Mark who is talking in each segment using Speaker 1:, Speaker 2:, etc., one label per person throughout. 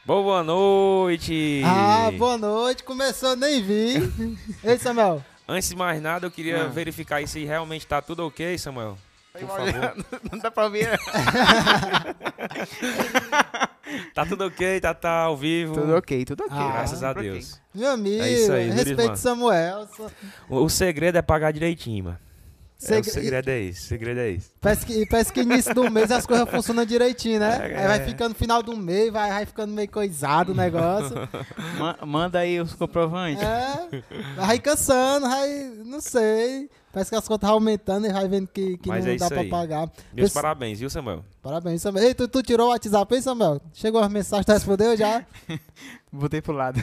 Speaker 1: Boa noite!
Speaker 2: Ah, boa noite. Começou, nem vi. Ei, Samuel.
Speaker 1: Antes de mais nada, eu queria verificar aí se realmente tá tudo ok, Samuel. Por favor.
Speaker 3: Não dá pra ouvir.
Speaker 1: Tá tudo ok, tá ao vivo.
Speaker 3: Tudo ok, tudo ok.
Speaker 1: Graças a
Speaker 3: tudo ok.
Speaker 1: Deus.
Speaker 2: Meu amigo,
Speaker 1: É isso aí, viu,
Speaker 2: respeite
Speaker 1: irmão?
Speaker 2: Samuel.
Speaker 1: O segredo é pagar direitinho, mano.
Speaker 2: Segre-
Speaker 1: O segredo é esse, o segredo é esse.
Speaker 2: Parece que início do mês as coisas funcionam direitinho, né?
Speaker 1: É.
Speaker 2: Aí vai ficando final do mês, vai ficando meio coisado o negócio.
Speaker 3: Manda aí os comprovantes.
Speaker 2: Vai cansando, não sei. Parece que as contas vão aumentando e vai vendo que
Speaker 1: Mas
Speaker 2: não
Speaker 1: é
Speaker 2: dá
Speaker 1: isso
Speaker 2: pra
Speaker 1: aí.
Speaker 2: pagar.
Speaker 1: Meus parabéns, viu, Samuel?
Speaker 2: Parabéns, Samuel. Ei, tu tirou o WhatsApp, hein, Samuel? Chegou as mensagens, tu respondeu já?
Speaker 3: Botei pro lado.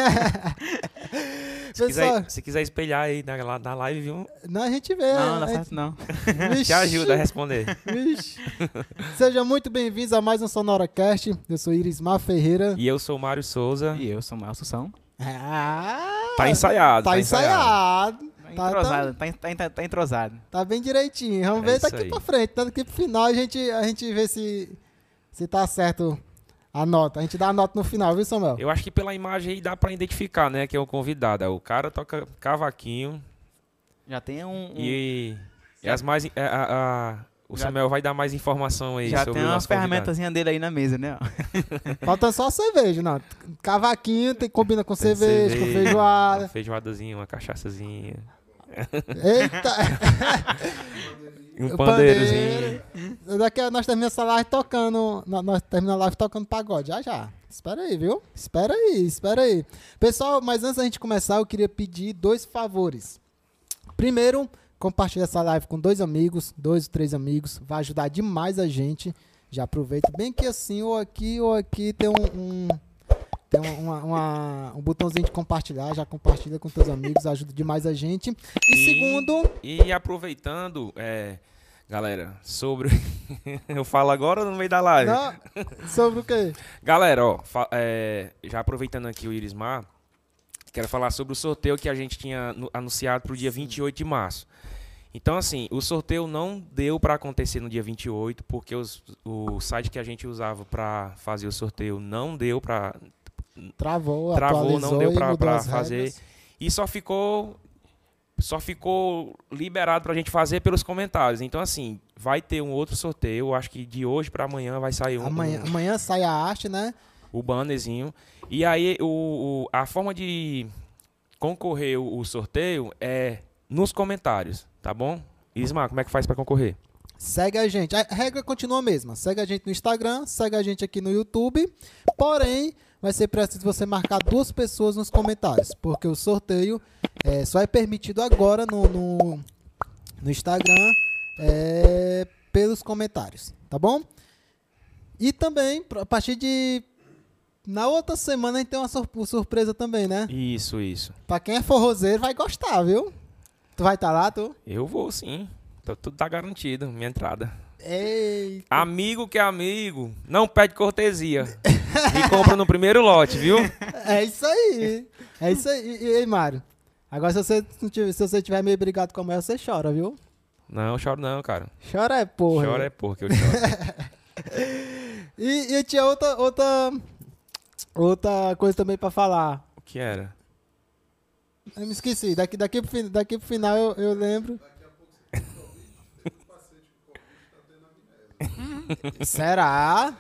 Speaker 1: Se quiser espelhar aí na live, viu?
Speaker 2: Não, a gente vê.
Speaker 3: Não, dá
Speaker 2: a gente-
Speaker 3: certo não.
Speaker 2: Vixe.
Speaker 1: Te ajuda a responder.
Speaker 2: Vixe. Sejam muito bem-vindos a mais um SonoraCast. Eu sou Irismar Ferreira.
Speaker 1: E eu sou o Mário Souza.
Speaker 3: E eu sou o Márcio Sussão.
Speaker 1: Tá ensaiado,
Speaker 2: Tá ensaiado.
Speaker 3: Tá entrosado, tá entrosado.
Speaker 2: Tá bem direitinho. Vamos
Speaker 1: É
Speaker 2: ver
Speaker 1: isso
Speaker 2: daqui
Speaker 1: aí.
Speaker 2: pra frente. Daqui pro final a gente vê se tá certo a nota. A gente dá a nota no final, viu, Samuel?
Speaker 1: Eu acho que pela imagem aí dá pra identificar, né? Que é o convidado. O cara toca cavaquinho
Speaker 3: Já tem
Speaker 1: e as mais... o
Speaker 3: Já-
Speaker 1: Samuel vai dar mais informação aí
Speaker 3: já
Speaker 1: sobre
Speaker 3: tem
Speaker 1: o
Speaker 3: uma
Speaker 1: nosso convidado.
Speaker 3: ferramentazinha dele aí na mesa, né?
Speaker 2: Falta só a cerveja, não. Cavaquinho combina com
Speaker 1: Tem
Speaker 2: cerveja, com
Speaker 1: Uma
Speaker 2: feijoada.
Speaker 1: feijoadazinha, uma cachaçazinha.
Speaker 2: Eita!
Speaker 1: E um
Speaker 2: O
Speaker 1: pandeirozinho.
Speaker 2: Daqui a nós terminamos essa live tocando. Nós terminamos a live tocando pagode. Já. Espera aí, viu? Espera aí. Pessoal, mas antes da gente começar, eu queria pedir 2 favores. Primeiro, compartilhe essa live com 2 amigos, 2 ou 3 amigos. Vai ajudar demais a gente. Já aproveita. Bem que assim, ou aqui tem tem um botãozinho de compartilhar. Já compartilha com teus amigos, ajuda demais a gente. E segundo.
Speaker 1: E aproveitando, galera, sobre... eu falo agora ou no meio da live?
Speaker 2: Não, sobre o quê?
Speaker 1: Galera, ó, já aproveitando aqui o Irismar, quero falar sobre o sorteio que a gente tinha anunciado para o dia 28 de março. Então, assim, o sorteio não deu para acontecer no dia 28, porque o site que a gente usava para fazer o sorteio não deu para...
Speaker 2: Travou,
Speaker 1: não deu
Speaker 2: e mudou
Speaker 1: para
Speaker 2: as
Speaker 1: fazer.
Speaker 2: regras.
Speaker 1: E só ficou liberado pra gente fazer pelos comentários. Então, assim, vai ter um outro sorteio. Eu acho que de hoje pra amanhã vai sair
Speaker 2: Amanhã sai a arte, né?
Speaker 1: o bannerzinho. E aí, a forma de concorrer o sorteio é nos comentários, tá bom? Isma, como é que faz pra concorrer?
Speaker 2: Segue a gente. A regra continua a mesma. Segue a gente no Instagram, segue a gente aqui no YouTube. Porém, vai ser preciso você marcar 2 pessoas nos comentários, porque o sorteio só é permitido agora no Instagram pelos comentários, tá bom? E também, a partir de... Na outra semana a gente tem uma surpresa também, né?
Speaker 1: Isso.
Speaker 2: Pra quem é forrozeiro vai gostar, viu? Tu vai estar lá, tu?
Speaker 1: Eu vou, sim. Tudo tá garantido, minha entrada.
Speaker 2: Ei,
Speaker 1: Amigo que é amigo, não pede cortesia. E compra no primeiro lote, viu?
Speaker 2: é isso aí. É isso aí. E aí, Mário? Agora, se você tiver meio brigado com a mulher, você chora, viu?
Speaker 1: Não, choro não, cara.
Speaker 2: Chora é porra.
Speaker 1: Chora é porque eu choro.
Speaker 2: E tinha outra coisa também pra falar.
Speaker 1: O que era?
Speaker 2: Eu me esqueci. Daqui pro final eu lembro. Será?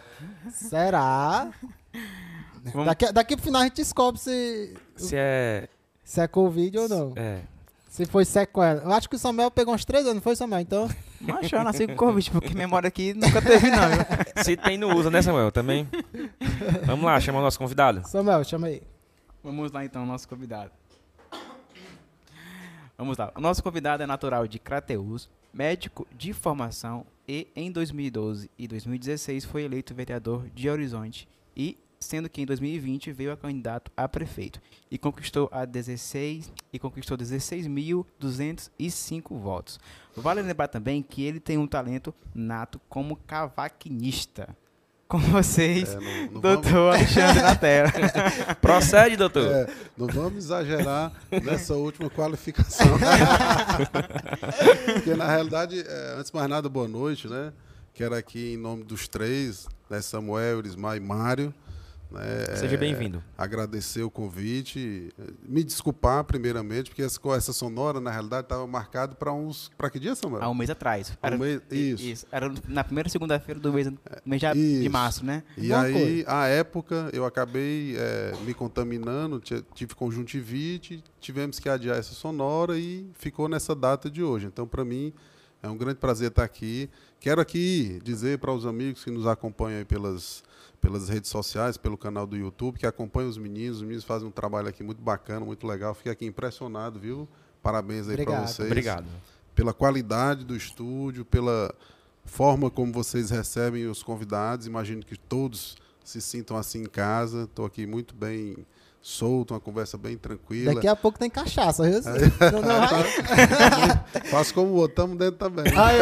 Speaker 3: Vamos-
Speaker 2: Daqui pro final a gente descobre se
Speaker 1: Se
Speaker 2: é Covid ou não.
Speaker 1: é.
Speaker 2: Se foi sequela. Eu acho que o Samuel pegou uns 3 anos, não foi, Samuel? Então,
Speaker 3: Mas eu nasci com Covid, porque memória aqui nunca teve não. Viu?
Speaker 1: Se tem, não usa, né, Samuel? Também. Vamos lá, chamar o nosso convidado.
Speaker 2: Samuel, chama aí.
Speaker 3: Vamos lá então, nosso convidado. Vamos lá. O nosso convidado é natural de Crateús, médico de formação e em 2012 e 2016 foi eleito vereador de Horizonte e sendo que em 2020 veio a candidato a prefeito e conquistou 16.205 votos. Vale lembrar também que ele tem um talento nato como cavaquinista. Com vocês, doutor Alexandre na tela.
Speaker 1: Procede, doutor.
Speaker 4: Não vamos exagerar nessa última qualificação. Porque, na realidade, antes de mais nada, boa noite, né? Quero aqui, em nome dos 3, né, Samuel, Irismar e Mário, né?
Speaker 1: Seja bem-vindo.
Speaker 4: Agradecer o convite, me desculpar primeiramente, porque essa sonora, na realidade, estava marcado para que dia, Samuel?
Speaker 3: Há um mês atrás.
Speaker 4: Um mês, isso.
Speaker 3: Era na primeira segunda-feira do mês de
Speaker 4: Isso.
Speaker 3: março, né?
Speaker 4: E
Speaker 2: Boa
Speaker 4: aí, à época, eu acabei me contaminando, tive conjuntivite, tivemos que adiar essa sonora e ficou nessa data de hoje. Então, para mim, é um grande prazer estar aqui. Quero aqui dizer para os amigos que nos acompanham aí pelas redes sociais, pelo canal do YouTube, que acompanham os meninos fazem um trabalho aqui muito bacana, muito legal. Fiquei aqui impressionado, viu? Parabéns aí para vocês.
Speaker 1: Obrigado.
Speaker 4: Pela qualidade do estúdio, pela forma como vocês recebem os convidados. Imagino que todos se sintam assim em casa. Estou aqui muito bem solto, uma conversa bem tranquila.
Speaker 2: Daqui a pouco tem cachaça, viu? Não vai?
Speaker 4: Faço como o outro, estamos dentro também.
Speaker 2: Aí,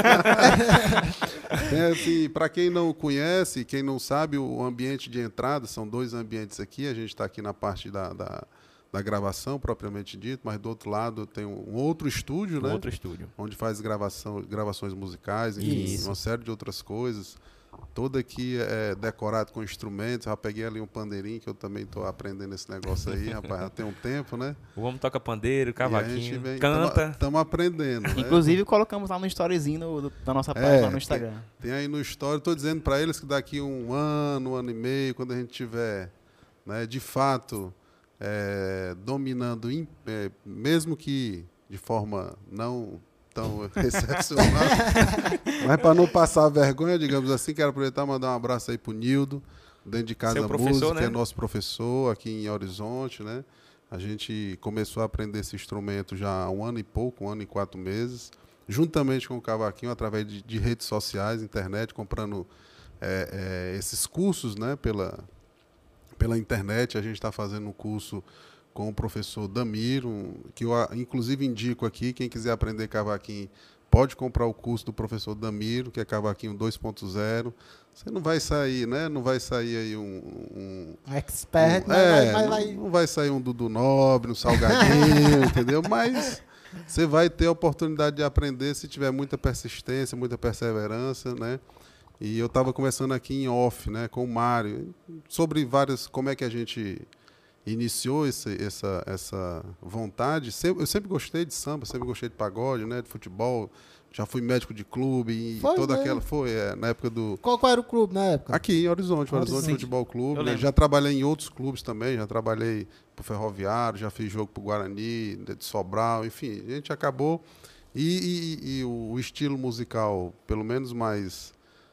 Speaker 2: ó.
Speaker 4: Assim, para quem não conhece, quem não sabe, o ambiente de entrada, são 2 ambientes aqui. A gente está aqui na parte da gravação, propriamente dito, mas do outro lado tem um outro estúdio, né?
Speaker 1: Outro estúdio.
Speaker 4: Onde faz gravações musicais, enfim,
Speaker 1: Isso.
Speaker 4: uma série de outras coisas. Todo aqui é decorado com instrumentos. Já peguei ali um pandeirinho, que eu também estou aprendendo esse negócio aí, rapaz, já tem um tempo, né?
Speaker 1: O homem toca pandeiro, cavaquinho,
Speaker 4: E a gente
Speaker 1: canta.
Speaker 4: Estamos aprendendo, né?
Speaker 3: Inclusive, colocamos lá no storyzinho da nossa página lá no Instagram.
Speaker 4: Tem aí no story, estou dizendo para eles que daqui um ano e meio, quando a gente tiver, né, de fato, dominando, mesmo que de forma não tão excepcional, mas para não passar vergonha, digamos assim, quero aproveitar e mandar um abraço aí para o Nildo, dentro de Casa
Speaker 1: Seu professor,
Speaker 4: Música,
Speaker 1: né?
Speaker 4: que é nosso professor aqui em Horizonte, né? A gente começou a aprender esse instrumento já há 1 ano e pouco, 1 ano e 4 meses, juntamente com o cavaquinho, através de redes sociais, internet, comprando esses cursos, né, pela internet. A gente está fazendo um curso com o professor Damiro, que eu inclusive indico aqui, quem quiser aprender cavaquinho, pode comprar o curso do professor Damiro, que é cavaquinho 2.0. Você não vai sair, né? Não vai sair aí um
Speaker 2: Expert,
Speaker 4: não vai sair um Dudu Nobre, um Salgadinho, entendeu? Mas você vai ter a oportunidade de aprender se tiver muita persistência, muita perseverança, né? E eu estava conversando aqui em off, né, com o Mário, sobre como é que a gente iniciou essa vontade. Eu sempre gostei de samba, sempre gostei de pagode, né, de futebol. Já fui médico de clube e toda aquela na época do...
Speaker 2: Qual era o clube na época?
Speaker 4: Aqui em Horizonte Futebol Clube. Né? Já trabalhei em outros clubes também, já trabalhei pro Ferroviário, já fiz jogo pro Guarani, de Sobral, enfim, a gente acabou. E o estilo musical, pelo menos mais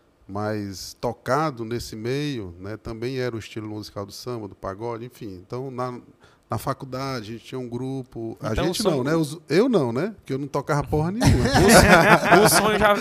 Speaker 4: tocado nesse meio, né, também era o estilo musical do samba, do pagode, enfim. Então, na faculdade, a gente tinha um grupo. A
Speaker 1: Então,
Speaker 4: gente não, né? Eu não, né? Porque eu não tocava porra nenhuma.
Speaker 1: O sonho já...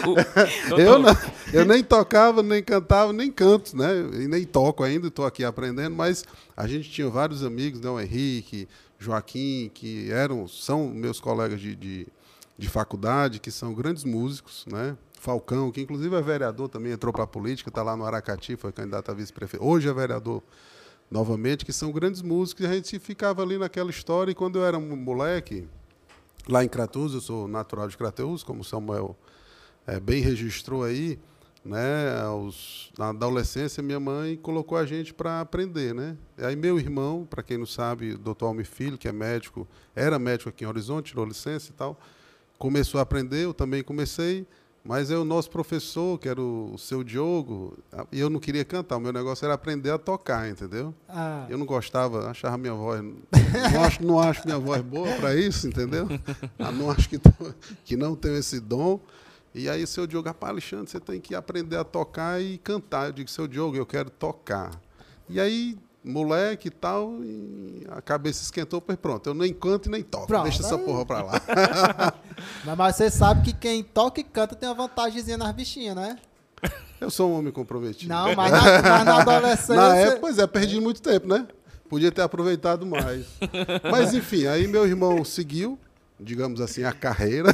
Speaker 4: Eu nem tocava, nem cantava, nem canto, né? E nem toco ainda, estou aqui aprendendo, mas a gente tinha vários amigos, né? O Henrique, Joaquim, que são meus colegas de faculdade, que são grandes músicos, né? Falcão, que inclusive é vereador também, entrou para a política, está lá no Aracati, foi candidato a vice-prefeito. Hoje é vereador novamente, que são grandes músicos, e a gente ficava ali naquela história. E quando eu era um moleque, lá em Crateús, eu sou natural de Crateús, como o Samuel bem registrou aí, né? Na adolescência, minha mãe colocou a gente para aprender, né? E aí meu irmão, para quem não sabe, Dr. Almir Filho, que é médico, era médico aqui em Horizonte, tirou licença e tal, começou a aprender, eu também comecei. Mas o nosso professor, que era o seu Diogo, e eu não queria cantar, o meu negócio era aprender a tocar, entendeu? Eu não gostava, achava minha voz... Não acho minha voz boa para isso, entendeu? Não acho que não tenho esse dom. E aí o seu Diogo, rapaz, Alexandre, você tem que aprender a tocar e cantar. Eu digo, seu Diogo, eu quero tocar. E aí... moleque e tal, e a cabeça esquentou, pois pronto, eu nem canto e nem toco,
Speaker 2: Pronto,
Speaker 4: deixa essa porra pra lá.
Speaker 2: Mas você sabe que quem toca e canta tem uma vantagemzinha nas bichinhas, né?
Speaker 4: Eu sou um homem comprometido.
Speaker 2: Não, mas na adolescência...
Speaker 4: Na época, pois perdi muito tempo, né? Podia ter aproveitado mais. Mas enfim, aí meu irmão seguiu, digamos assim, a carreira.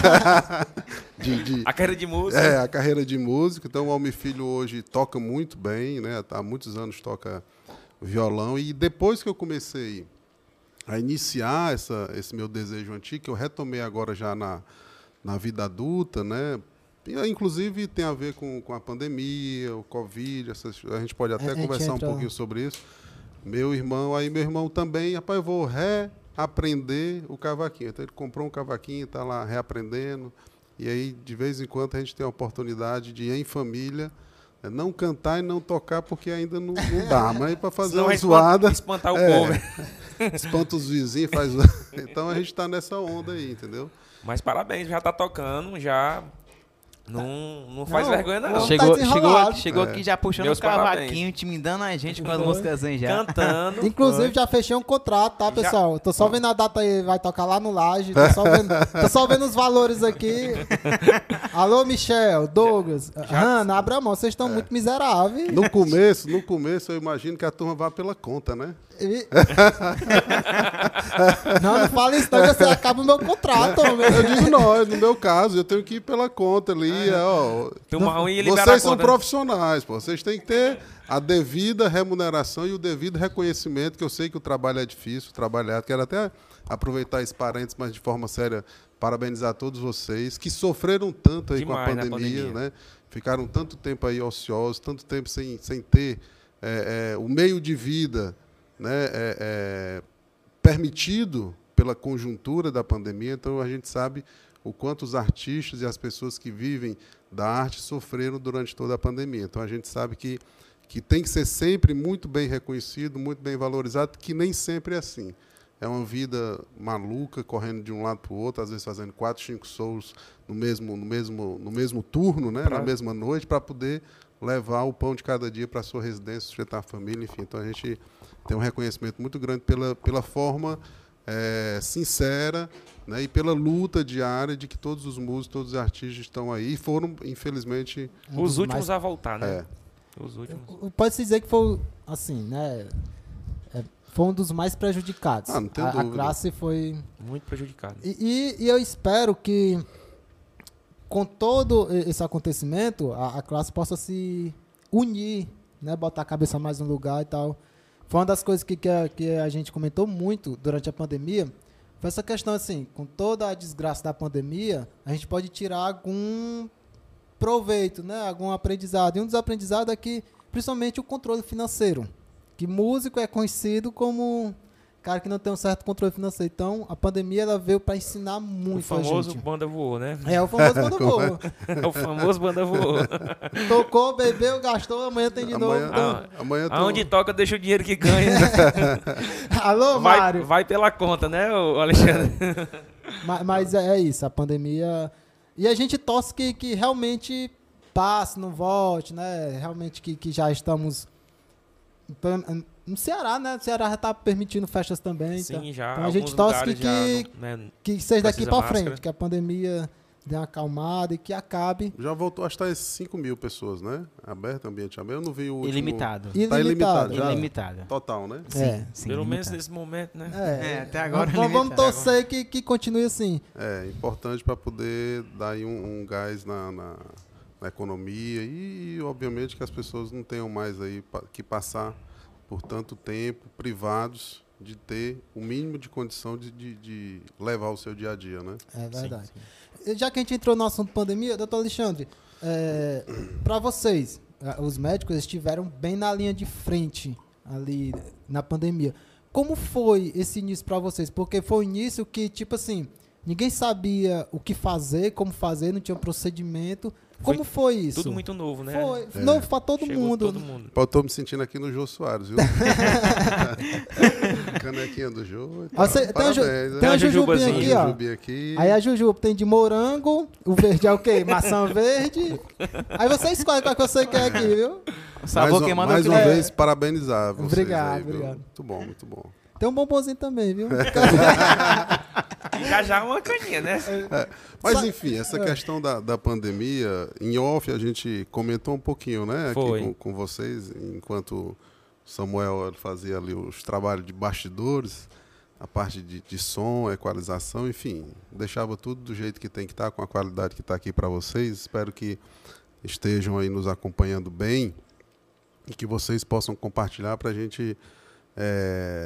Speaker 1: A carreira de música.
Speaker 4: A carreira de músico. Então o Almir Filho hoje toca muito bem, né? Há muitos anos toca violão, e depois que eu comecei a iniciar esse meu desejo antigo, que eu retomei agora já na vida adulta, né, Inclusive tem a ver com a pandemia, o Covid, a gente pode até conversar um pouquinho sobre isso. Meu irmão também, rapaz, eu vou reaprender o cavaquinho. Então ele comprou um cavaquinho, está lá reaprendendo. E aí, de vez em quando, a gente tem a oportunidade de ir em família, não cantar e não tocar, porque ainda não dá. Mas para fazer uma zoada...
Speaker 1: Espantar o povo.
Speaker 4: Espanta os vizinhos, faz... Então a gente está nessa onda aí, entendeu?
Speaker 1: Mas parabéns, já tá tocando, já... Não faz vergonha, não.
Speaker 3: Chegou aqui já puxando o cavaquinho, intimidando a gente com as músicas já.
Speaker 1: Cantando.
Speaker 2: Inclusive, já fechei um contrato, tá, pessoal? Tô só vendo a data aí, vai tocar lá no Laje. Tô só vendo os valores aqui. Alô, Michel, Douglas, Hanna, abra a mão, vocês estão muito miseráveis.
Speaker 4: No começo, eu imagino que a turma vá pela conta, né?
Speaker 2: Não fala isso, não, você acaba o meu contrato.
Speaker 4: Eu digo nós, no meu caso, eu tenho que ir pela conta ali. Vocês são profissionais, pô. Vocês têm que ter a devida remuneração e o devido reconhecimento, que eu sei que o trabalho é difícil, trabalhar. Quero até aproveitar esse parênteses, mas de forma séria, parabenizar todos vocês que sofreram tanto aí com a pandemia, né? Ficaram tanto tempo aí ociosos, tanto tempo sem ter o meio de vida, né, permitido pela conjuntura da pandemia. Então a gente sabe o quanto os artistas e as pessoas que vivem da arte sofreram durante toda a pandemia. Então a gente sabe que tem que ser sempre muito bem reconhecido, muito bem valorizado, que nem sempre é assim. É uma vida maluca, correndo de um lado para o outro, às vezes fazendo 4, 5 shows no mesmo turno, né, na mesma noite, para poder levar o pão de cada dia para a sua residência, sustentar a família, enfim. Então a gente tem um reconhecimento muito grande pela forma sincera, né, e pela luta diária de que todos os músicos, todos os artistas estão aí e foram, infelizmente...
Speaker 1: Os últimos a voltar, né? Os últimos.
Speaker 2: Pode-se dizer que foi, assim, né... Foi um dos mais prejudicados.
Speaker 4: Não tenho dúvida.
Speaker 2: A classe foi...
Speaker 1: Muito prejudicada.
Speaker 2: E eu espero que, com todo esse acontecimento, a classe possa se unir, né? Botar a cabeça mais no lugar e tal. Foi uma das coisas que a gente comentou muito durante a pandemia. Foi essa questão, assim, com toda a desgraça da pandemia, a gente pode tirar algum proveito, né? Algum aprendizado. E um dos aprendizados é que, principalmente, o controle financeiro. Que músico é conhecido como cara que não tem um certo controle financeiro. Então, a pandemia ela veio para ensinar muito a gente. O
Speaker 1: famoso banda voou, né?
Speaker 2: O famoso banda voou.
Speaker 1: O famoso banda voou.
Speaker 2: Tocou, bebeu, gastou, amanhã tem de novo.
Speaker 4: Amanhã
Speaker 1: aonde toca, deixa o dinheiro que ganha.
Speaker 2: Alô, Mário?
Speaker 1: Vai pela conta, né, Alexandre?
Speaker 2: Mas é isso, a pandemia... E a gente torce que realmente passe, não volte, né? Realmente que já estamos... No Ceará, né? O Ceará já está permitindo festas também.
Speaker 1: Sim,
Speaker 2: tá?
Speaker 1: já.
Speaker 2: Então a gente torce que seja daqui para frente, que a pandemia dê uma acalmada e que acabe.
Speaker 4: Já voltou a estar 5 mil pessoas, né? Aberto, ambiente aberto. Eu não vi o último...
Speaker 3: Ilimitado.
Speaker 4: Tá ilimitado. Já?
Speaker 3: Ilimitado.
Speaker 4: Total, né?
Speaker 3: Sim,
Speaker 1: pelo menos nesse momento, né?
Speaker 3: Até agora.
Speaker 2: Vamos torcer que continue assim.
Speaker 4: É importante para poder dar aí um gás na economia e, obviamente, que as pessoas não tenham mais aí que passar por tanto tempo privados de ter o mínimo de condição de levar o seu dia a dia, né?
Speaker 2: É verdade. Sim. Já que a gente entrou no assunto pandemia, doutor Alexandre, para vocês, os médicos estiveram bem na linha de frente ali na pandemia. Como foi esse início para vocês? Porque foi um início que, tipo assim, ninguém sabia o que fazer, como fazer, não tinha um procedimento. Como foi isso?
Speaker 1: Tudo muito novo, né?
Speaker 2: Foi novo para todo mundo.
Speaker 4: Eu tô me sentindo aqui no Jô Soares, viu? Canequinha do Jô.
Speaker 2: Tem a jujubinha aqui, ó. Aí a jujuba tem de morango, o verde é o quê? Maçã verde. Aí você escolhe qual que você quer aqui, viu?
Speaker 3: Sabor que manda
Speaker 4: mais uma vez, parabenizar vocês.
Speaker 2: Obrigado.
Speaker 4: Muito bom, muito bom.
Speaker 2: Tem um bombonzinho também, viu?
Speaker 1: Já uma caninha, né?
Speaker 4: Mas, enfim, essa questão da pandemia, em off, a gente comentou um pouquinho, né? Aqui com vocês, enquanto Samuel fazia ali os trabalhos de bastidores, a parte de som, equalização, enfim, deixava tudo do jeito que tem que estar, com a qualidade que está aqui para vocês. Espero que estejam aí nos acompanhando bem e que vocês possam compartilhar para a gente...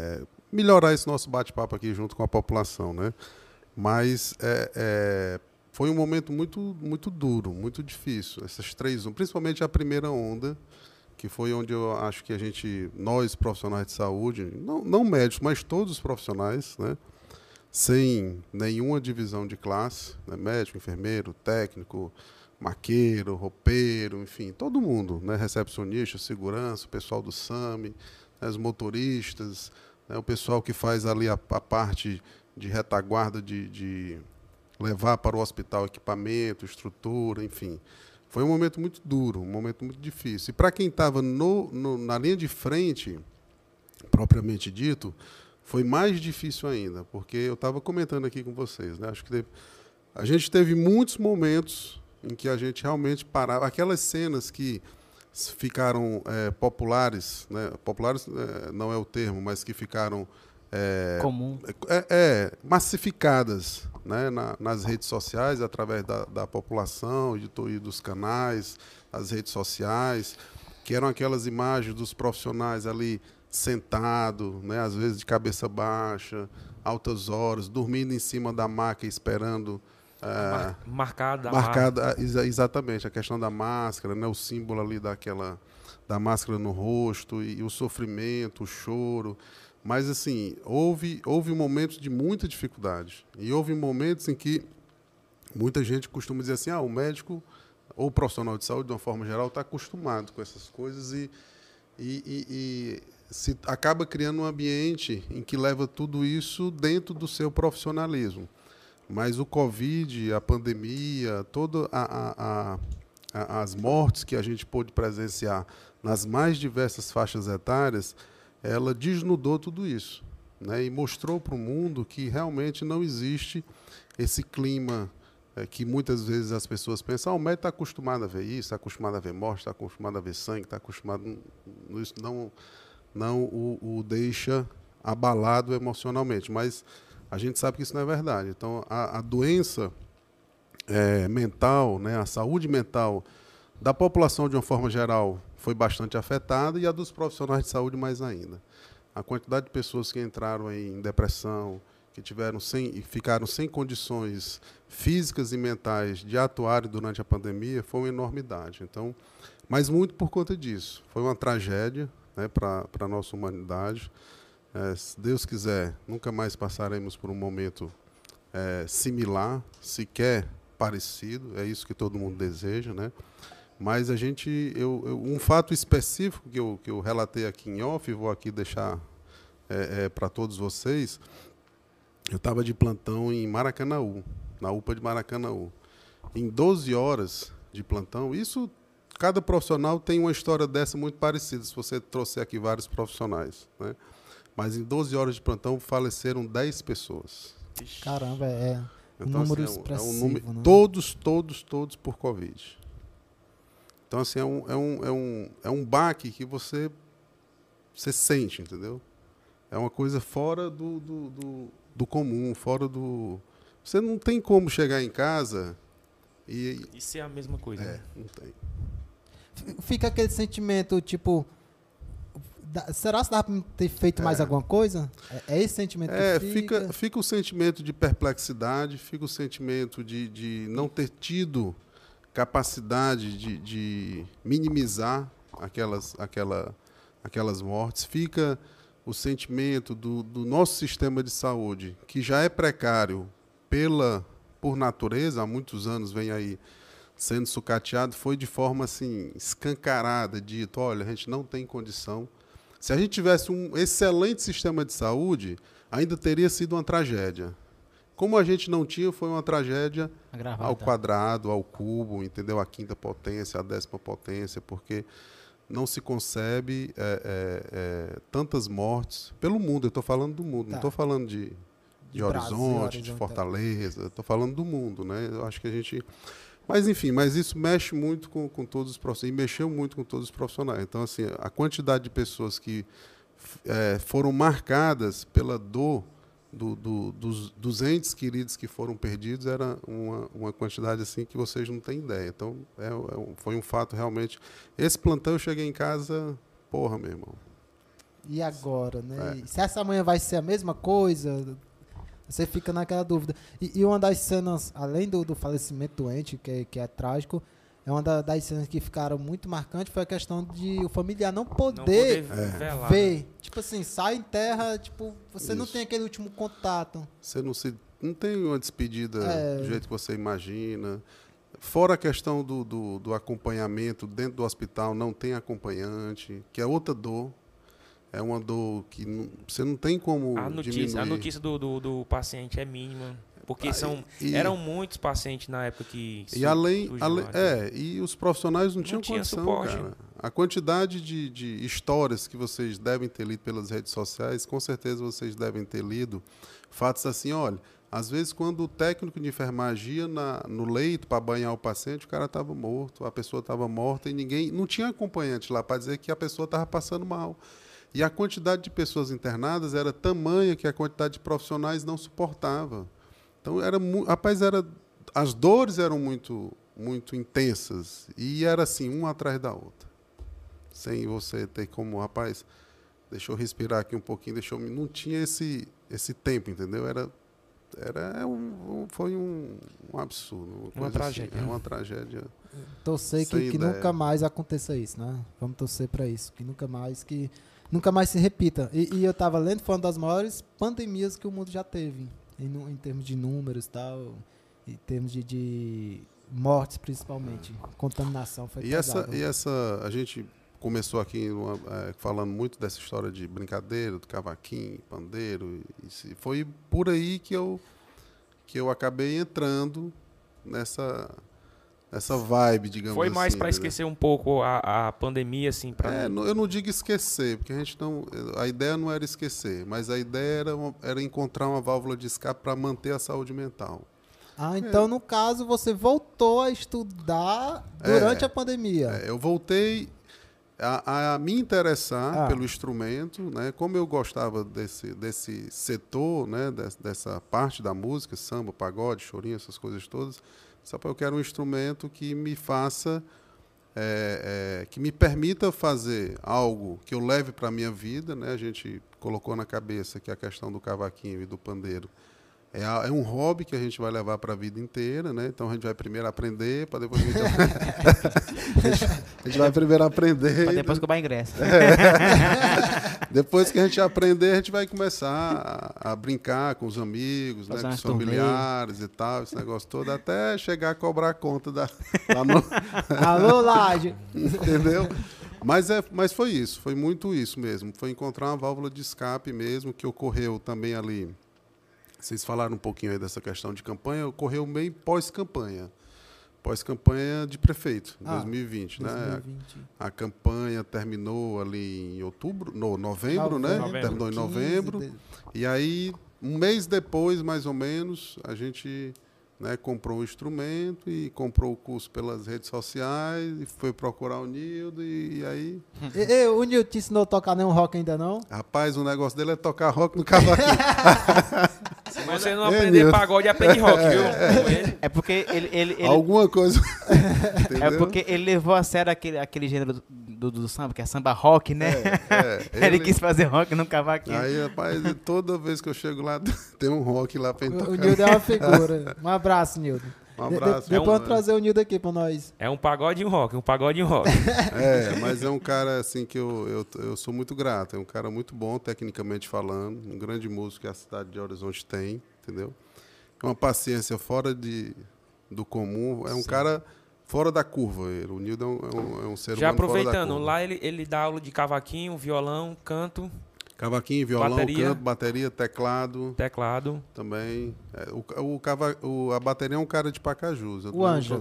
Speaker 4: melhorar esse nosso bate-papo aqui junto com a população, né? Mas foi um momento muito, muito duro, muito difícil. Essas 3 ondas, principalmente a primeira onda, que foi onde eu acho que nós profissionais de saúde, não médicos, mas todos os profissionais, né, sem nenhuma divisão de classe, né, médico, enfermeiro, técnico, maqueiro, roupeiro, enfim, todo mundo, né, recepcionista, segurança, o pessoal do SAMI, né, os motoristas, né, o pessoal que faz ali a parte de retaguarda de levar para o hospital equipamento, estrutura, enfim. Foi um momento muito duro, um momento muito difícil. E para quem estava na linha de frente, propriamente dito, foi mais difícil ainda, porque eu estava comentando aqui com vocês, né? Acho que a gente teve muitos momentos em que a gente realmente parava. Aquelas cenas que ficaram populares, né? Populares não é o termo, mas que ficaram
Speaker 3: Comum.
Speaker 4: massificadas, né, nas redes sociais, através da população e dos canais, das redes sociais, que eram aquelas imagens dos profissionais ali sentados, né, às vezes de cabeça baixa, altas horas, dormindo em cima da maca esperando...
Speaker 1: Marcada.
Speaker 4: Exatamente, a questão da máscara, né, o símbolo ali da máscara no rosto e o sofrimento, o choro. Mas, assim, houve momentos de muita dificuldade. E houve momentos em que muita gente costuma dizer assim, o médico ou o profissional de saúde, de uma forma geral, está acostumado com essas coisas e se acaba criando um ambiente em que leva tudo isso dentro do seu profissionalismo. Mas o Covid, a pandemia, todas as mortes que a gente pôde presenciar nas mais diversas faixas etárias, ela desnudou tudo isso, né, e mostrou para o mundo que realmente não existe esse clima que muitas vezes as pessoas pensam, o médico está acostumado a ver isso, está acostumado a ver morte, está acostumado a ver sangue, está acostumado... Isso não o deixa abalado emocionalmente, mas a gente sabe que isso não é verdade. Então, a doença mental, né, a saúde mental da população, de uma forma geral, foi bastante afetada e a dos profissionais de saúde mais ainda. A quantidade de pessoas que entraram em depressão, que ficaram sem condições físicas e mentais de atuarem durante a pandemia, foi uma enormidade. Então, mas muito por conta disso. Foi uma tragédia, né, para a nossa humanidade. Se Deus quiser, nunca mais passaremos por um momento similar, sequer parecido. É isso que todo mundo deseja, né? Mas um fato específico que eu relatei aqui em off, vou aqui deixar para todos vocês. Eu estava de plantão em Maracanaú, na UPA de Maracanaú. Em 12 horas de plantão, cada profissional tem uma história dessa muito parecida, se você trouxer aqui vários profissionais, né? Mas em 12 horas de plantão faleceram 10 pessoas.
Speaker 2: Caramba, um
Speaker 4: então,
Speaker 2: número
Speaker 4: assim,
Speaker 2: expressivo,
Speaker 4: um número,
Speaker 2: né?
Speaker 4: todos por Covid. Então, assim, é um baque que você sente, entendeu? É uma coisa fora do comum, fora do... Você não tem como chegar em casa e...
Speaker 1: Isso é a mesma coisa, né?
Speaker 4: Não tem.
Speaker 2: Fica aquele sentimento, tipo... Será que dá para ter feito mais alguma coisa? É esse sentimento que fica?
Speaker 4: Fica o sentimento de perplexidade, fica o sentimento de não ter tido capacidade de minimizar aquelas mortes. Fica o sentimento do nosso sistema de saúde, que já é precário por natureza, há muitos anos vem aí sendo sucateado, foi de forma assim, escancarada, dito, olha, a gente não tem condição. Se a gente tivesse um excelente sistema de saúde, ainda teria sido uma tragédia. Como a gente não tinha, foi uma tragédia
Speaker 3: Agravada.
Speaker 4: Ao quadrado, ao cubo, entendeu? A 5ª potência, a 10ª potência, porque não se concebe tantas mortes pelo mundo. Eu estou falando do mundo, não estou falando de Horizonte, de Fortaleza, estou falando do mundo, né? Eu acho que a gente... Mas, enfim, isso mexe muito com todos os profissionais, e mexeu muito com todos os profissionais. Então, assim, a quantidade de pessoas que foram marcadas pela dor dos entes queridos que foram perdidos era uma quantidade assim que vocês não têm ideia. Então, foi um fato realmente... Esse plantão eu cheguei em casa, porra, meu irmão.
Speaker 2: E agora, né? Se essa manhã vai ser a mesma coisa... Você fica naquela dúvida. E uma das cenas, além do falecimento doente, que é trágico, é uma das cenas que ficaram muito marcantes, foi a questão de o familiar não poder
Speaker 1: velar,
Speaker 2: ver.
Speaker 1: né?
Speaker 2: Tipo assim, sai em terra, tipo, você não
Speaker 4: Isso.
Speaker 2: tem aquele último contato.
Speaker 4: Você não tem uma despedida
Speaker 2: É.
Speaker 4: do jeito que você imagina. Fora a questão do acompanhamento, dentro do hospital não tem acompanhante, que é outra dor. É uma dor que você não tem como
Speaker 1: A
Speaker 4: diminuir.
Speaker 1: notícia do paciente é mínima. Porque eram muitos pacientes na época que
Speaker 4: E além,
Speaker 1: surgiu lá,
Speaker 4: e os profissionais não tinham
Speaker 1: tinha
Speaker 4: condição,
Speaker 1: suporte.
Speaker 4: cara. A quantidade de histórias que vocês devem ter lido pelas redes sociais, com certeza vocês devem ter lido fatos assim, olha, às vezes quando o técnico de enfermagem ia no leito para banhar o paciente, o cara estava morto, a pessoa estava morta e não tinha acompanhante lá para dizer que a pessoa estava passando mal. E a quantidade de pessoas internadas era tamanha que a quantidade de profissionais não suportava. Então, as dores eram muito, muito intensas. E era assim, uma atrás da outra. Sem você ter como, rapaz, deixa eu respirar aqui um pouquinho, não tinha esse tempo, entendeu? Foi um absurdo.
Speaker 1: Uma tragédia.
Speaker 4: Assim, uma tragédia.
Speaker 2: Torcer
Speaker 4: Sem
Speaker 2: que
Speaker 4: ideia.
Speaker 2: nunca mais aconteça isso, né? Vamos torcer para isso, que nunca mais se repita. E eu tava lendo, foi uma das maiores pandemias que o mundo já teve. Em termos de números e tal, em termos de mortes principalmente, contaminação foi pesado.
Speaker 4: A gente começou aqui falando muito dessa história de brincadeira, do cavaquinho, pandeiro, foi por aí que eu acabei entrando nessa vibe, digamos
Speaker 1: Foi
Speaker 4: assim.
Speaker 1: mais para
Speaker 4: né?
Speaker 1: esquecer um pouco a pandemia, assim,
Speaker 4: Eu não digo esquecer, porque a ideia não era esquecer, mas a ideia era encontrar uma válvula de escape para manter a saúde mental.
Speaker 2: Então, no caso, você voltou a estudar durante a pandemia.
Speaker 4: Eu voltei a me interessar pelo instrumento, né? Como eu gostava desse setor, né? Dessa parte da música, samba, pagode, chorinho, essas coisas todas, só para eu quero um instrumento que me faça, que me permita fazer algo que eu leve para a minha vida, né? A gente colocou na cabeça que a questão do cavaquinho e do pandeiro é um hobby que a gente vai levar para a vida inteira, né? Então a gente vai primeiro aprender, para depois a gente vai primeiro aprender.
Speaker 3: Pra depois cobrar ingresso.
Speaker 4: Depois que a gente aprender, a gente vai começar a brincar com os amigos, né, com os familiares e tal, esse negócio todo, até chegar a cobrar a conta lá no...
Speaker 2: Alô, Laje!
Speaker 4: Entendeu? Mas foi isso, foi muito isso mesmo. Foi encontrar uma válvula de escape mesmo, que ocorreu também ali. Vocês falaram um pouquinho aí dessa questão de campanha, ocorreu meio pós-campanha. Pós-campanha de prefeito, em 2020, né?
Speaker 2: 2020.
Speaker 4: A campanha terminou ali em novembro, né? Terminou em novembro. E aí, um mês depois, mais ou menos, a gente, né, comprou o instrumento e comprou o curso pelas redes sociais e foi procurar o Nildo e aí...
Speaker 2: O Nildo te ensinou a tocar nenhum rock ainda não?
Speaker 4: Rapaz, o negócio dele é tocar rock no cavaquinho.
Speaker 1: Se você não aprender pagode, aprende rock, viu?
Speaker 3: É porque ele
Speaker 4: Alguma coisa.
Speaker 3: é porque ele levou a sério aquele gênero do samba, que é samba rock, né? Ele quis fazer rock no cavaquinho.
Speaker 4: Aí, rapaz, toda vez que eu chego lá, tem um rock lá pra ele
Speaker 2: O
Speaker 4: tocar.
Speaker 2: Nildo é uma figura. Um abraço, Nildo.
Speaker 4: Um abraço.
Speaker 2: Depois vamos trazer o Nildo aqui pra nós.
Speaker 1: É um pagode e um rock, um pagode e um rock.
Speaker 4: Mas é um cara assim que eu sou muito grato. É um cara muito bom, tecnicamente falando. Um grande músico que a cidade de Horizonte tem, entendeu? É uma paciência fora do comum. É um cara fora da curva. O Nildo é um ser
Speaker 1: Já
Speaker 4: humano fora da
Speaker 1: aproveitando,
Speaker 4: curva.
Speaker 1: lá ele dá aula de cavaquinho, violão, canto,
Speaker 4: Cavaquinho, violão,
Speaker 1: bateria.
Speaker 4: canto, bateria, teclado
Speaker 1: teclado.
Speaker 4: também. A bateria é um cara de Pacajus.
Speaker 2: O Ângelo.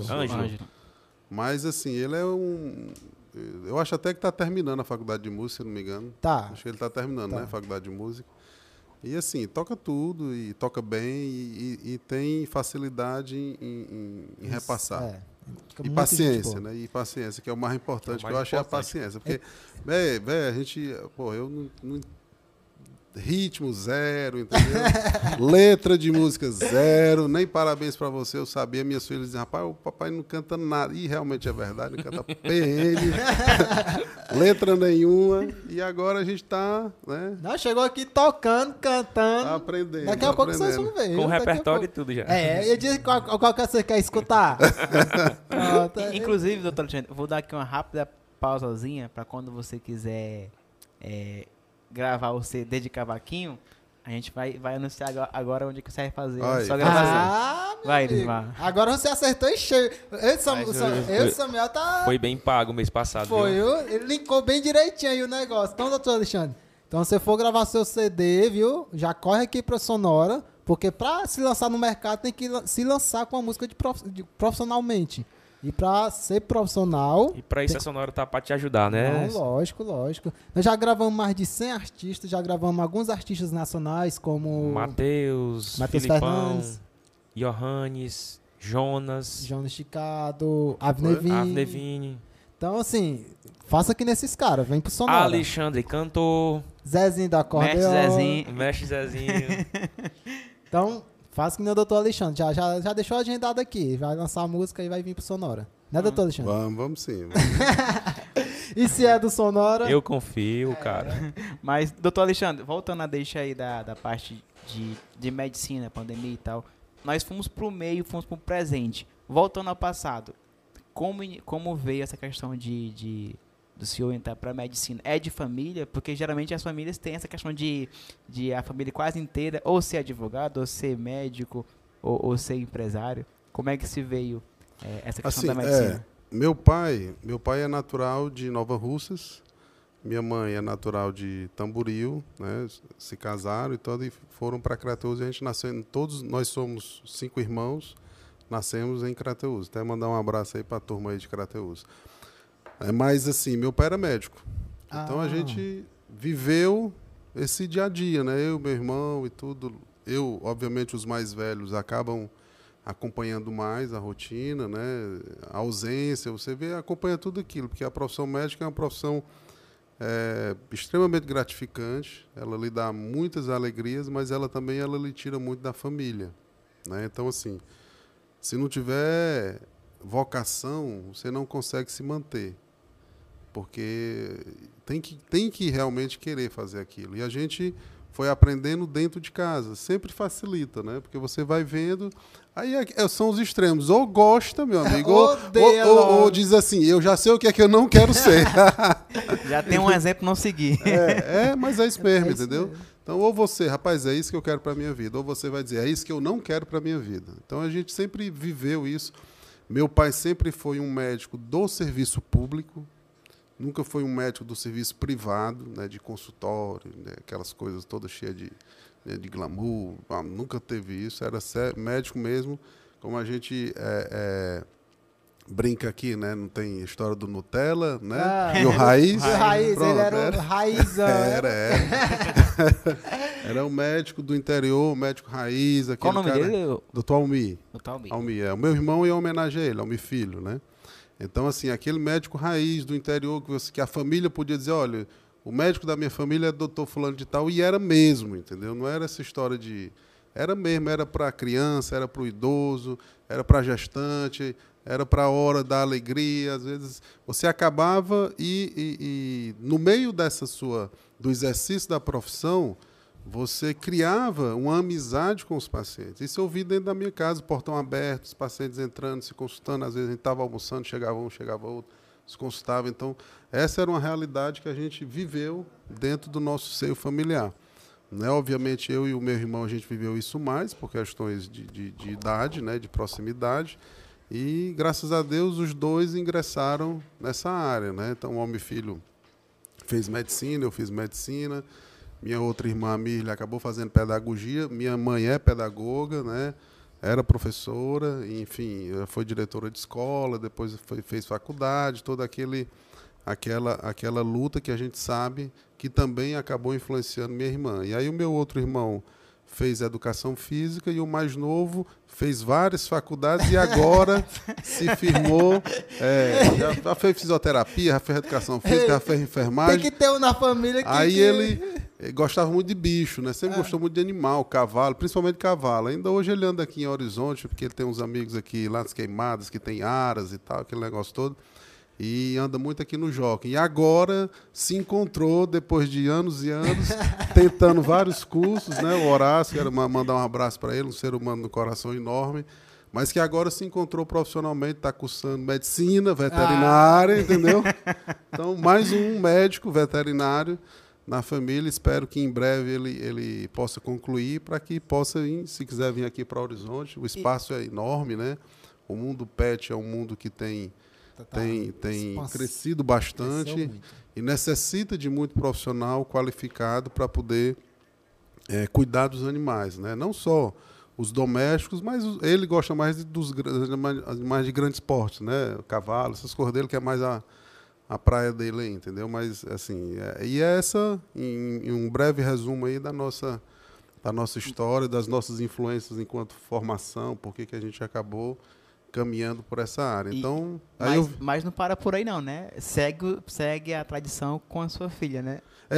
Speaker 4: Mas assim, ele é um... Eu acho até que está terminando a faculdade de música, se não me engano.
Speaker 2: Tá.
Speaker 4: Acho que ele está terminando, né, a faculdade de música. E assim, toca tudo, e toca bem, e tem facilidade em repassar.
Speaker 2: Fica
Speaker 4: E
Speaker 2: muito
Speaker 4: paciência,
Speaker 2: gente boa.
Speaker 4: né? E paciência, que é o mais importante,
Speaker 1: É o mais
Speaker 4: que eu achei a
Speaker 1: importante.
Speaker 4: paciência. Porque, velho, a gente... Pô, eu não ritmo zero, entendeu? Letra de música zero, nem parabéns pra você, eu sabia. Minhas filhas diziam, rapaz, o papai não canta nada. E realmente é verdade, não canta PN, letra nenhuma. E agora a gente tá, né?
Speaker 2: Não, chegou aqui tocando, cantando.
Speaker 4: Tá aprendendo.
Speaker 2: Daqui a pouco vocês vão ver.
Speaker 1: Com
Speaker 2: viu? Daqui a
Speaker 1: repertório e
Speaker 2: pouco.
Speaker 1: tudo já.
Speaker 2: E diz qual que você quer escutar. Pronto.
Speaker 3: Inclusive, doutor Alexandre, eu vou dar aqui uma rápida pausazinha para quando você quiser gravar o CD de cavaquinho, a gente vai anunciar agora onde que você vai fazer a
Speaker 4: Ai,
Speaker 3: sua gravação.
Speaker 2: Meu
Speaker 3: Vai,
Speaker 2: amigo.
Speaker 3: Elismar.
Speaker 2: Agora você acertou em cheio. Eu e Samuel tá...
Speaker 1: Foi bem pago mês passado.
Speaker 2: Foi,
Speaker 1: viu?
Speaker 2: viu? Ele linkou bem direitinho aí o negócio. Então, doutor Alexandre, então se você for gravar seu CD, viu? Já corre aqui pra Sonora, porque pra se lançar no mercado tem que se lançar com a música profissionalmente. E pra ser profissional...
Speaker 1: E pra isso a Sonora tá pra te ajudar, né?
Speaker 2: Não, lógico. Nós já gravamos mais de 100 artistas, já gravamos alguns artistas nacionais, como
Speaker 1: Matheus Filipão,
Speaker 2: Fernandes,
Speaker 1: Johannes, Jonas,
Speaker 2: João Esticado, Avnevini.
Speaker 1: Avnevini,
Speaker 2: Então, assim, faça que nesses caras, vem pro Sonora.
Speaker 1: Alexandre Cantor,
Speaker 2: Zezinho da
Speaker 3: Mestre
Speaker 2: Acordeon.
Speaker 3: Zezinho.
Speaker 1: Mestre Zezinho.
Speaker 2: Então, faça que nem o doutor Alexandre. Já deixou agendado aqui. Vai lançar a música e vai vir pro Sonora. Né, doutor Alexandre?
Speaker 4: Vamos sim.
Speaker 2: E se é do Sonora?
Speaker 1: Eu confio, cara.
Speaker 3: Mas, doutor Alexandre, voltando a deixa aí da parte de medicina, pandemia e tal, nós fomos pro meio, fomos pro presente. Voltando ao passado, como veio essa questão do senhor entrar pra medicina? É de família? Porque geralmente as famílias têm essa questão de a família quase inteira ou ser advogado, ou ser médico, ou ser empresário. Como é que se veio essa questão da medicina?
Speaker 4: Meu pai é natural de Nova Russas, minha mãe é natural de Tamboril, né? Se casaram e tudo, e foram para Crateús. A gente nasceu, todos nós somos 5 irmãos, nascemos em Crateús. Até mandar um abraço aí para a turma aí de Crateús. Mas assim, meu pai era médico, então a gente viveu esse dia a dia, né? Eu, meu irmão e tudo. Eu, obviamente, os mais velhos acabam acompanhando mais a rotina, né? A ausência, você vê, acompanha tudo aquilo, porque a profissão médica é uma profissão extremamente gratificante, ela lhe dá muitas alegrias, mas ela também lhe tira muito da família, né? Então, assim, se não tiver vocação, você não consegue se manter, porque tem que realmente querer fazer aquilo. E a gente foi aprendendo dentro de casa, sempre facilita, né? Porque você vai vendo, aí são os extremos, ou gosta, meu amigo, ou diz assim, eu já sei o que é que eu não quero ser.
Speaker 3: Já tem um exemplo não seguir.
Speaker 4: Mas é isso mesmo, entendeu? Então, ou você, rapaz, é isso que eu quero para minha vida, ou você vai dizer, é isso que eu não quero para minha vida. Então, a gente sempre viveu isso. Meu pai sempre foi um médico do serviço público, nunca foi um médico do serviço privado, né, de consultório, né, aquelas coisas todas cheias de glamour. Nunca teve isso, era médico mesmo, como a gente brinca aqui, né? Não tem história do Nutella, né? E o Raiz.
Speaker 2: O Raiz,
Speaker 4: pronto,
Speaker 2: ele era o Raizão.
Speaker 4: Era um médico do interior, médico raiz.
Speaker 3: Qual o nome dele?
Speaker 4: Doutor Almi.
Speaker 3: Doutor Almi.
Speaker 4: Almi, o meu irmão ia homenagear ele, Almi Filho, né? Então, assim, aquele médico raiz do interior que a família podia dizer, olha, o médico da minha família é doutor fulano de tal, e era mesmo, entendeu? Não era essa história de... Era mesmo, era para a criança, era para o idoso, era para a gestante, era para a hora da alegria. Às vezes você acabava e no meio do exercício da profissão, você criava uma amizade com os pacientes. Isso eu vi dentro da minha casa, portão aberto, os pacientes entrando, se consultando. Às vezes a gente estava almoçando, chegava um, chegava outro, se consultava. Então, essa era uma realidade que a gente viveu dentro do nosso seio familiar. Né? Obviamente, eu e o meu irmão, a gente viveu isso mais, por questões de idade, né? De proximidade. E, graças a Deus, os dois ingressaram nessa área. Né? Então, o homem e filho fez medicina, eu fiz medicina. Minha outra irmã, a Mirle, acabou fazendo pedagogia. Minha mãe é pedagoga, né? Era professora, enfim, foi diretora de escola, depois fez faculdade, toda aquela luta que a gente sabe que também acabou influenciando minha irmã. E aí o meu outro irmão fez educação física e o mais novo fez várias faculdades e agora se firmou, já fez fisioterapia, já fez educação física, já fez enfermagem.
Speaker 2: Tem que ter um na família que...
Speaker 4: Aí ele gostava muito de bicho, né? Sempre gostou muito de animal, cavalo, principalmente cavalo. Ainda hoje ele anda aqui em Horizonte, porque ele tem uns amigos aqui lá nas Queimadas, que tem aras e tal, aquele negócio todo. E anda muito aqui no Jockey. E agora se encontrou, depois de anos e anos, tentando vários cursos, né? O Horácio, quero mandar um abraço para ele, um ser humano no coração enorme, mas que agora se encontrou profissionalmente, está cursando medicina veterinária, entendeu? Então, mais um médico veterinário na família. Espero que em breve ele possa concluir, para que possa ir, se quiser vir aqui para Horizonte. O espaço é enorme, né? O mundo pet é um mundo que tem crescido bastante e necessita de muito profissional qualificado para poder cuidar dos animais, né? Não só os domésticos, mas ele gosta mais dos animais de grandes portes, né? Cavalo, essas coisas dele, que é mais a praia dele aí, entendeu? Mas, assim, e essa, em um breve resumo aí da nossa história, das nossas influências enquanto formação, por que a gente acabou caminhando por essa área. Então,
Speaker 3: mas não para por aí não, né? Segue a tradição com a sua filha, né?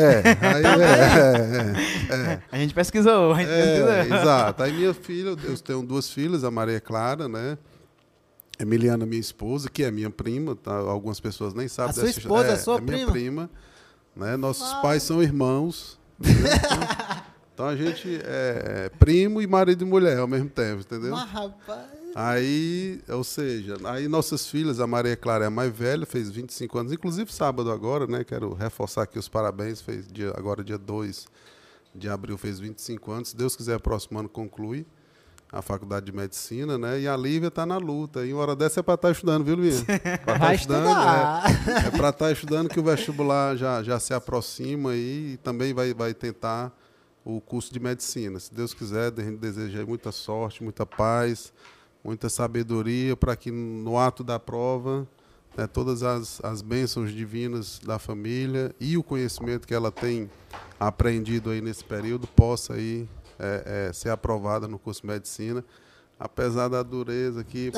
Speaker 3: A gente pesquisou.
Speaker 4: Exato. Aí minha filha, eu tenho 2 filhas, a Maria Clara, né? Emiliana, minha esposa, que é minha prima, tá? Algumas pessoas nem sabem
Speaker 2: dessa história. A sua esposa é sua prima?
Speaker 4: Minha prima, né? Nossos pais são irmãos. Então a gente é primo e marido e mulher ao mesmo tempo, entendeu?
Speaker 2: Mas, rapaz...
Speaker 4: Aí, ou seja, aí nossas filhas, a Maria Clara é a mais velha, fez 25 anos, inclusive sábado agora, né? Quero reforçar aqui os parabéns, fez agora dia 2 de abril, fez 25 anos. Se Deus quiser, próximo ano conclui a faculdade de medicina, né? E a Lívia está na luta. E uma hora dessa é para estar estudando, viu, Lívia?
Speaker 2: Vai estudar.
Speaker 4: É para estar estudando, que o vestibular já se aproxima e também vai tentar o curso de medicina. Se Deus quiser, a gente deseja aí muita sorte, muita paz, muita sabedoria, para que no ato da prova, né, todas as bênçãos divinas da família e o conhecimento que ela tem aprendido aí nesse período possa aí, ser aprovada no curso de medicina, apesar da dureza aqui.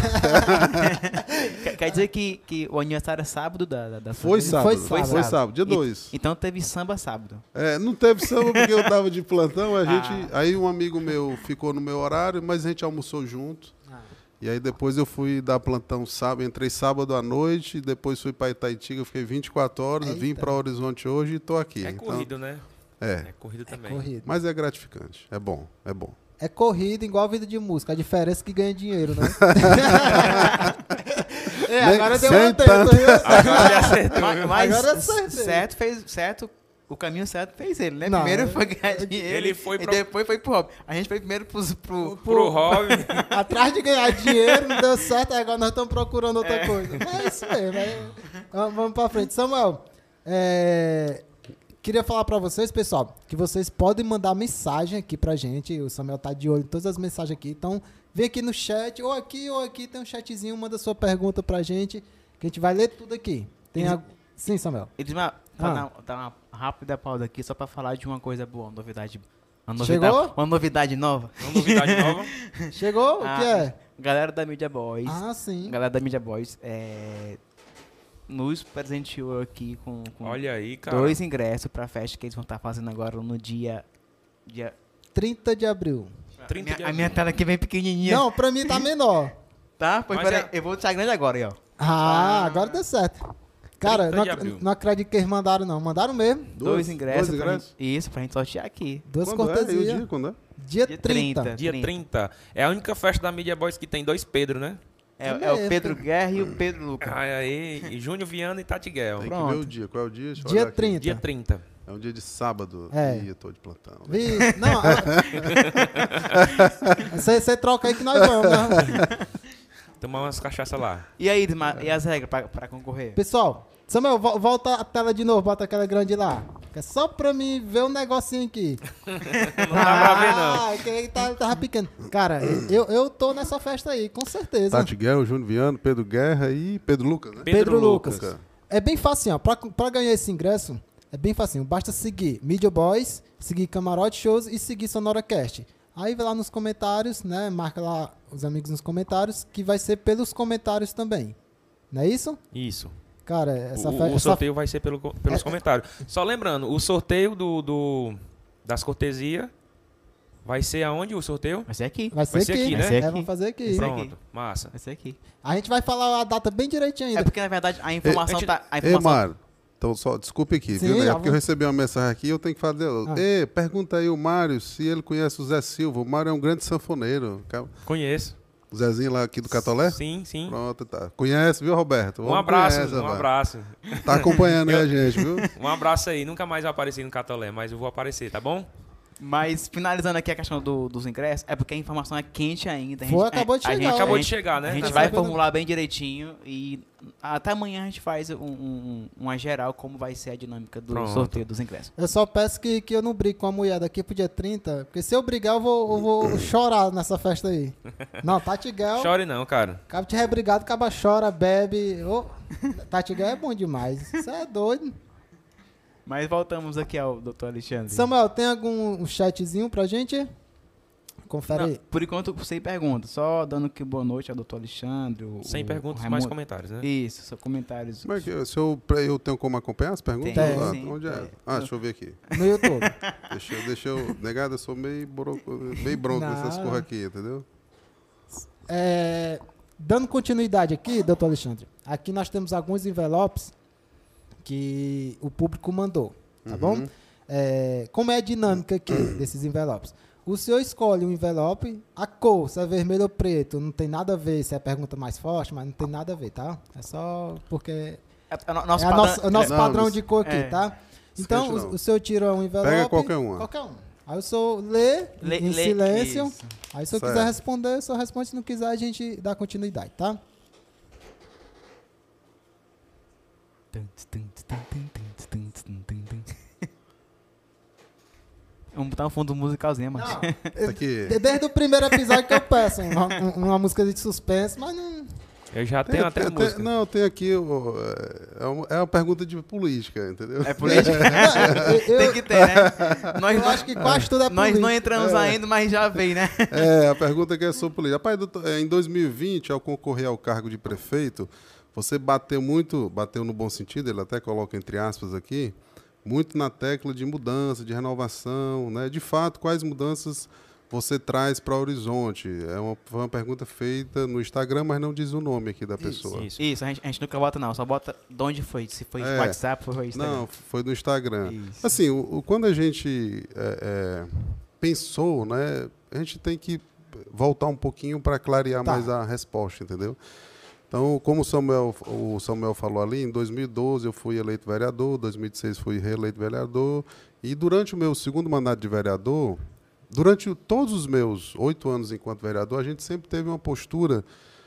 Speaker 3: Quer dizer que o aniversário é sábado da
Speaker 4: Foi sábado, dia 2.
Speaker 3: Então teve samba sábado.
Speaker 4: Não teve samba porque eu estava de plantão. Aí um amigo meu ficou no meu horário, mas a gente almoçou junto. E aí depois eu fui dar plantão sábado, entrei sábado à noite, depois fui para Itaitiga, fiquei 24 horas, vim para Horizonte hoje e estou aqui.
Speaker 1: É corrido, né? É corrido também.
Speaker 2: Corrido.
Speaker 4: Mas é gratificante, é bom.
Speaker 2: É corrido igual a vida de música, a diferença é que ganha dinheiro, né? Agora deu um atento.
Speaker 1: Agora ele acertou.
Speaker 3: Mas
Speaker 2: agora acertei.
Speaker 3: certo. O caminho certo fez ele, né?
Speaker 2: Não,
Speaker 3: primeiro foi ganhar dinheiro
Speaker 1: ele foi
Speaker 3: e depois foi pro hobby. A gente foi primeiro
Speaker 1: pro hobby.
Speaker 2: Atrás de ganhar dinheiro, não deu certo, agora nós estamos procurando outra coisa. É isso mesmo. Vamos pra frente. Samuel, queria falar pra vocês, pessoal, que vocês podem mandar mensagem aqui pra gente. O Samuel tá de olho em todas as mensagens aqui. Então, vem aqui no chat, ou aqui, tem um chatzinho, manda sua pergunta pra gente, que a gente vai ler tudo aqui. Sim, Samuel.
Speaker 3: Dar uma rápida pausa aqui só pra falar de uma coisa boa, uma novidade.
Speaker 2: Chegou?
Speaker 3: Uma novidade nova.
Speaker 2: Chegou? O que é?
Speaker 3: Galera da Media Boys.
Speaker 2: Sim.
Speaker 3: Galera da Media Boys nos presenteou aqui com
Speaker 1: Olha aí, cara.
Speaker 3: 2 ingressos pra festa que eles vão estar fazendo agora no dia
Speaker 2: 30 de abril.
Speaker 3: A minha tela aqui vem pequenininha.
Speaker 2: Não, pra mim tá menor.
Speaker 3: Tá? Pois peraí, eu vou deixar grande agora aí, ó.
Speaker 2: Agora deu certo. Cara, não acredito que eles mandaram, não. Mandaram mesmo.
Speaker 3: 2 ingressos. Isso, pra gente sortear aqui.
Speaker 2: 2 cortesias.
Speaker 4: Quando é?
Speaker 2: Dia 30.
Speaker 1: Dia 30. É a única festa da Media Boys que tem 2 Pedro, né?
Speaker 3: É o Pedro Guerra e o Pedro Lucas.
Speaker 1: Aí, Júnior Viana e Tati Guel.
Speaker 4: Tem que ver o dia. Qual é o dia?
Speaker 2: Dia 30.
Speaker 1: Dia 30.
Speaker 4: É um dia de sábado. Eu tô de plantão.
Speaker 2: Não. Você troca aí que nós vamos, né?
Speaker 1: Tomar umas cachaças lá.
Speaker 3: E aí, e as regras pra concorrer?
Speaker 2: Pessoal, Samuel, volta a tela de novo, bota aquela grande lá. É só pra mim ver um negocinho aqui.
Speaker 1: Não dá pra ver, não.
Speaker 2: Que tava pequeno. Cara, eu tô nessa festa aí, com certeza.
Speaker 4: Tati Guel, Júnior Viana, Pedro Guerra e Pedro Lucas, né?
Speaker 2: Pedro Lucas. É bem fácil, ó. Pra ganhar esse ingresso, É bem facinho. Basta seguir Media Boys, seguir Camarote Shows e seguir SonoraCast. Aí vai lá nos comentários, né? Marca lá os amigos nos comentários, que vai ser pelos comentários também. Não é isso?
Speaker 1: Isso.
Speaker 2: Cara, essa
Speaker 1: O sorteio vai ser pelos comentários. Só lembrando, o sorteio das cortesias vai ser aonde o sorteio?
Speaker 3: Vai ser aqui.
Speaker 2: Vai ser aqui,
Speaker 1: aqui, né?
Speaker 3: Vai ser aqui.
Speaker 2: Vamos fazer aqui.
Speaker 3: Vai ser
Speaker 1: Pronto, massa.
Speaker 3: Vai ser aqui.
Speaker 2: A gente vai falar a data bem direitinho ainda.
Speaker 3: É porque, na verdade, a informação tá... A
Speaker 4: Ei,
Speaker 3: informação...
Speaker 4: Mário, então só desculpe aqui,
Speaker 2: Sim,
Speaker 4: viu? Né? É
Speaker 2: já
Speaker 4: porque
Speaker 2: vou-
Speaker 4: eu recebi uma mensagem aqui e eu tenho que fazer. Ei, pergunta aí o Mário se ele conhece o Zé Silva. O Mário é um grande sanfoneiro.
Speaker 1: Conheço.
Speaker 4: O Zezinho lá aqui do Catolé?
Speaker 1: Sim, sim.
Speaker 4: Pronto, tá. Conhece, viu, Roberto?
Speaker 1: Um abraço,
Speaker 4: Conhece,
Speaker 1: um
Speaker 4: rapaz.
Speaker 1: abraço.
Speaker 4: Tá acompanhando aí a gente, viu?
Speaker 1: Um abraço aí. Nunca mais eu apareci no Catolé, mas eu vou aparecer, tá bom?
Speaker 3: Mas, finalizando aqui a questão dos ingressos, é porque a informação é quente ainda.
Speaker 2: Acabou de chegar.
Speaker 1: Acabou
Speaker 3: a
Speaker 1: de chegar, né?
Speaker 3: A gente
Speaker 2: Tá
Speaker 3: vai
Speaker 2: sabendo?
Speaker 3: formular bem direitinho e até amanhã a gente faz uma geral como vai ser a dinâmica do
Speaker 1: Pronto.
Speaker 3: sorteio dos ingressos.
Speaker 2: Eu só peço que eu não brigue com a mulher daqui pro dia 30, porque se eu brigar eu vou chorar nessa festa aí. Não, Tatiguel,
Speaker 1: Chore não, cara.
Speaker 2: cabo de rebrigado, caba chora, bebe. Ô, Tatiguel é bom demais. Você é doido.
Speaker 3: Mas voltamos aqui ao Dr. Alexandre.
Speaker 2: Samuel, tem algum chatzinho pra gente? Confere
Speaker 3: Não,
Speaker 2: aí.
Speaker 3: por enquanto, sem perguntas. Só dando aqui boa noite ao Dr. Alexandre.
Speaker 1: Sem perguntas,
Speaker 3: Raimundo.
Speaker 1: mais comentários, né?
Speaker 3: Isso, só comentários.
Speaker 4: Como é que, se eu tenho como acompanhar as perguntas?
Speaker 3: Tem,
Speaker 4: Ah,
Speaker 3: sim,
Speaker 4: onde é?
Speaker 3: tem.
Speaker 4: Ah, deixa eu ver aqui.
Speaker 2: No YouTube.
Speaker 4: Deixa eu... Negado, eu sou meio bronco nessas
Speaker 2: Não.
Speaker 4: porra aqui, entendeu?
Speaker 2: Dando continuidade aqui, doutor Alexandre, aqui nós temos alguns envelopes que o público mandou, tá bom? Como é a dinâmica aqui desses envelopes? O senhor escolhe um envelope, a cor, se é vermelho ou preto, não tem nada a ver, se é a pergunta mais forte, mas não tem nada a ver, tá? É só porque
Speaker 3: Nosso
Speaker 2: é
Speaker 3: padrão-
Speaker 2: o nosso
Speaker 4: Não,
Speaker 2: padrão
Speaker 4: isso-
Speaker 2: de cor aqui,
Speaker 3: é.
Speaker 2: tá? Então,
Speaker 4: Esquece não.
Speaker 2: o senhor tira um envelope...
Speaker 4: Pega qualquer uma.
Speaker 2: Qualquer um. Aí o senhor lê em silêncio.
Speaker 3: isso.
Speaker 2: Aí se eu
Speaker 4: Certo.
Speaker 2: quiser responder, o senhor responde. Se não quiser, a gente dá continuidade, tá?
Speaker 3: Vamos botar um fundo musicalzinho, mas.
Speaker 4: Isso aqui.
Speaker 2: Desde o primeiro episódio que eu peço uma música de suspense, mas não...
Speaker 1: Eu já tenho até a música.
Speaker 4: Não, tem aqui. É uma pergunta de política, entendeu?
Speaker 3: É política.
Speaker 2: eu,
Speaker 3: Tem que ter, né? Nós,
Speaker 2: eu acho que quase tudo é
Speaker 3: nós
Speaker 2: político.
Speaker 3: não entramos ainda, mas já veio, né?
Speaker 4: A pergunta que é sobre política. Rapaz, doutor, em 2020, ao concorrer ao cargo de prefeito, você bateu no bom sentido, ele até coloca entre aspas aqui, muito na tecla de mudança, de renovação, né? De fato, quais mudanças você traz para Horizonte? Foi uma pergunta feita no Instagram, mas não diz o nome aqui da pessoa.
Speaker 1: Isso.
Speaker 3: Isso, a gente nunca bota não, só bota de onde foi. Se foi WhatsApp, foi Instagram.
Speaker 4: Não, foi no Instagram.
Speaker 3: Isso.
Speaker 4: Assim, quando a gente pensou, né, a gente tem que voltar um pouquinho para clarear
Speaker 2: Tá.
Speaker 4: mais a resposta, entendeu? Então, como o Samuel falou ali, em 2012 eu fui eleito vereador, 2016 fui reeleito vereador, e durante o meu segundo mandato de vereador, durante todos os meus 8 anos enquanto vereador, a gente sempre teve uma postura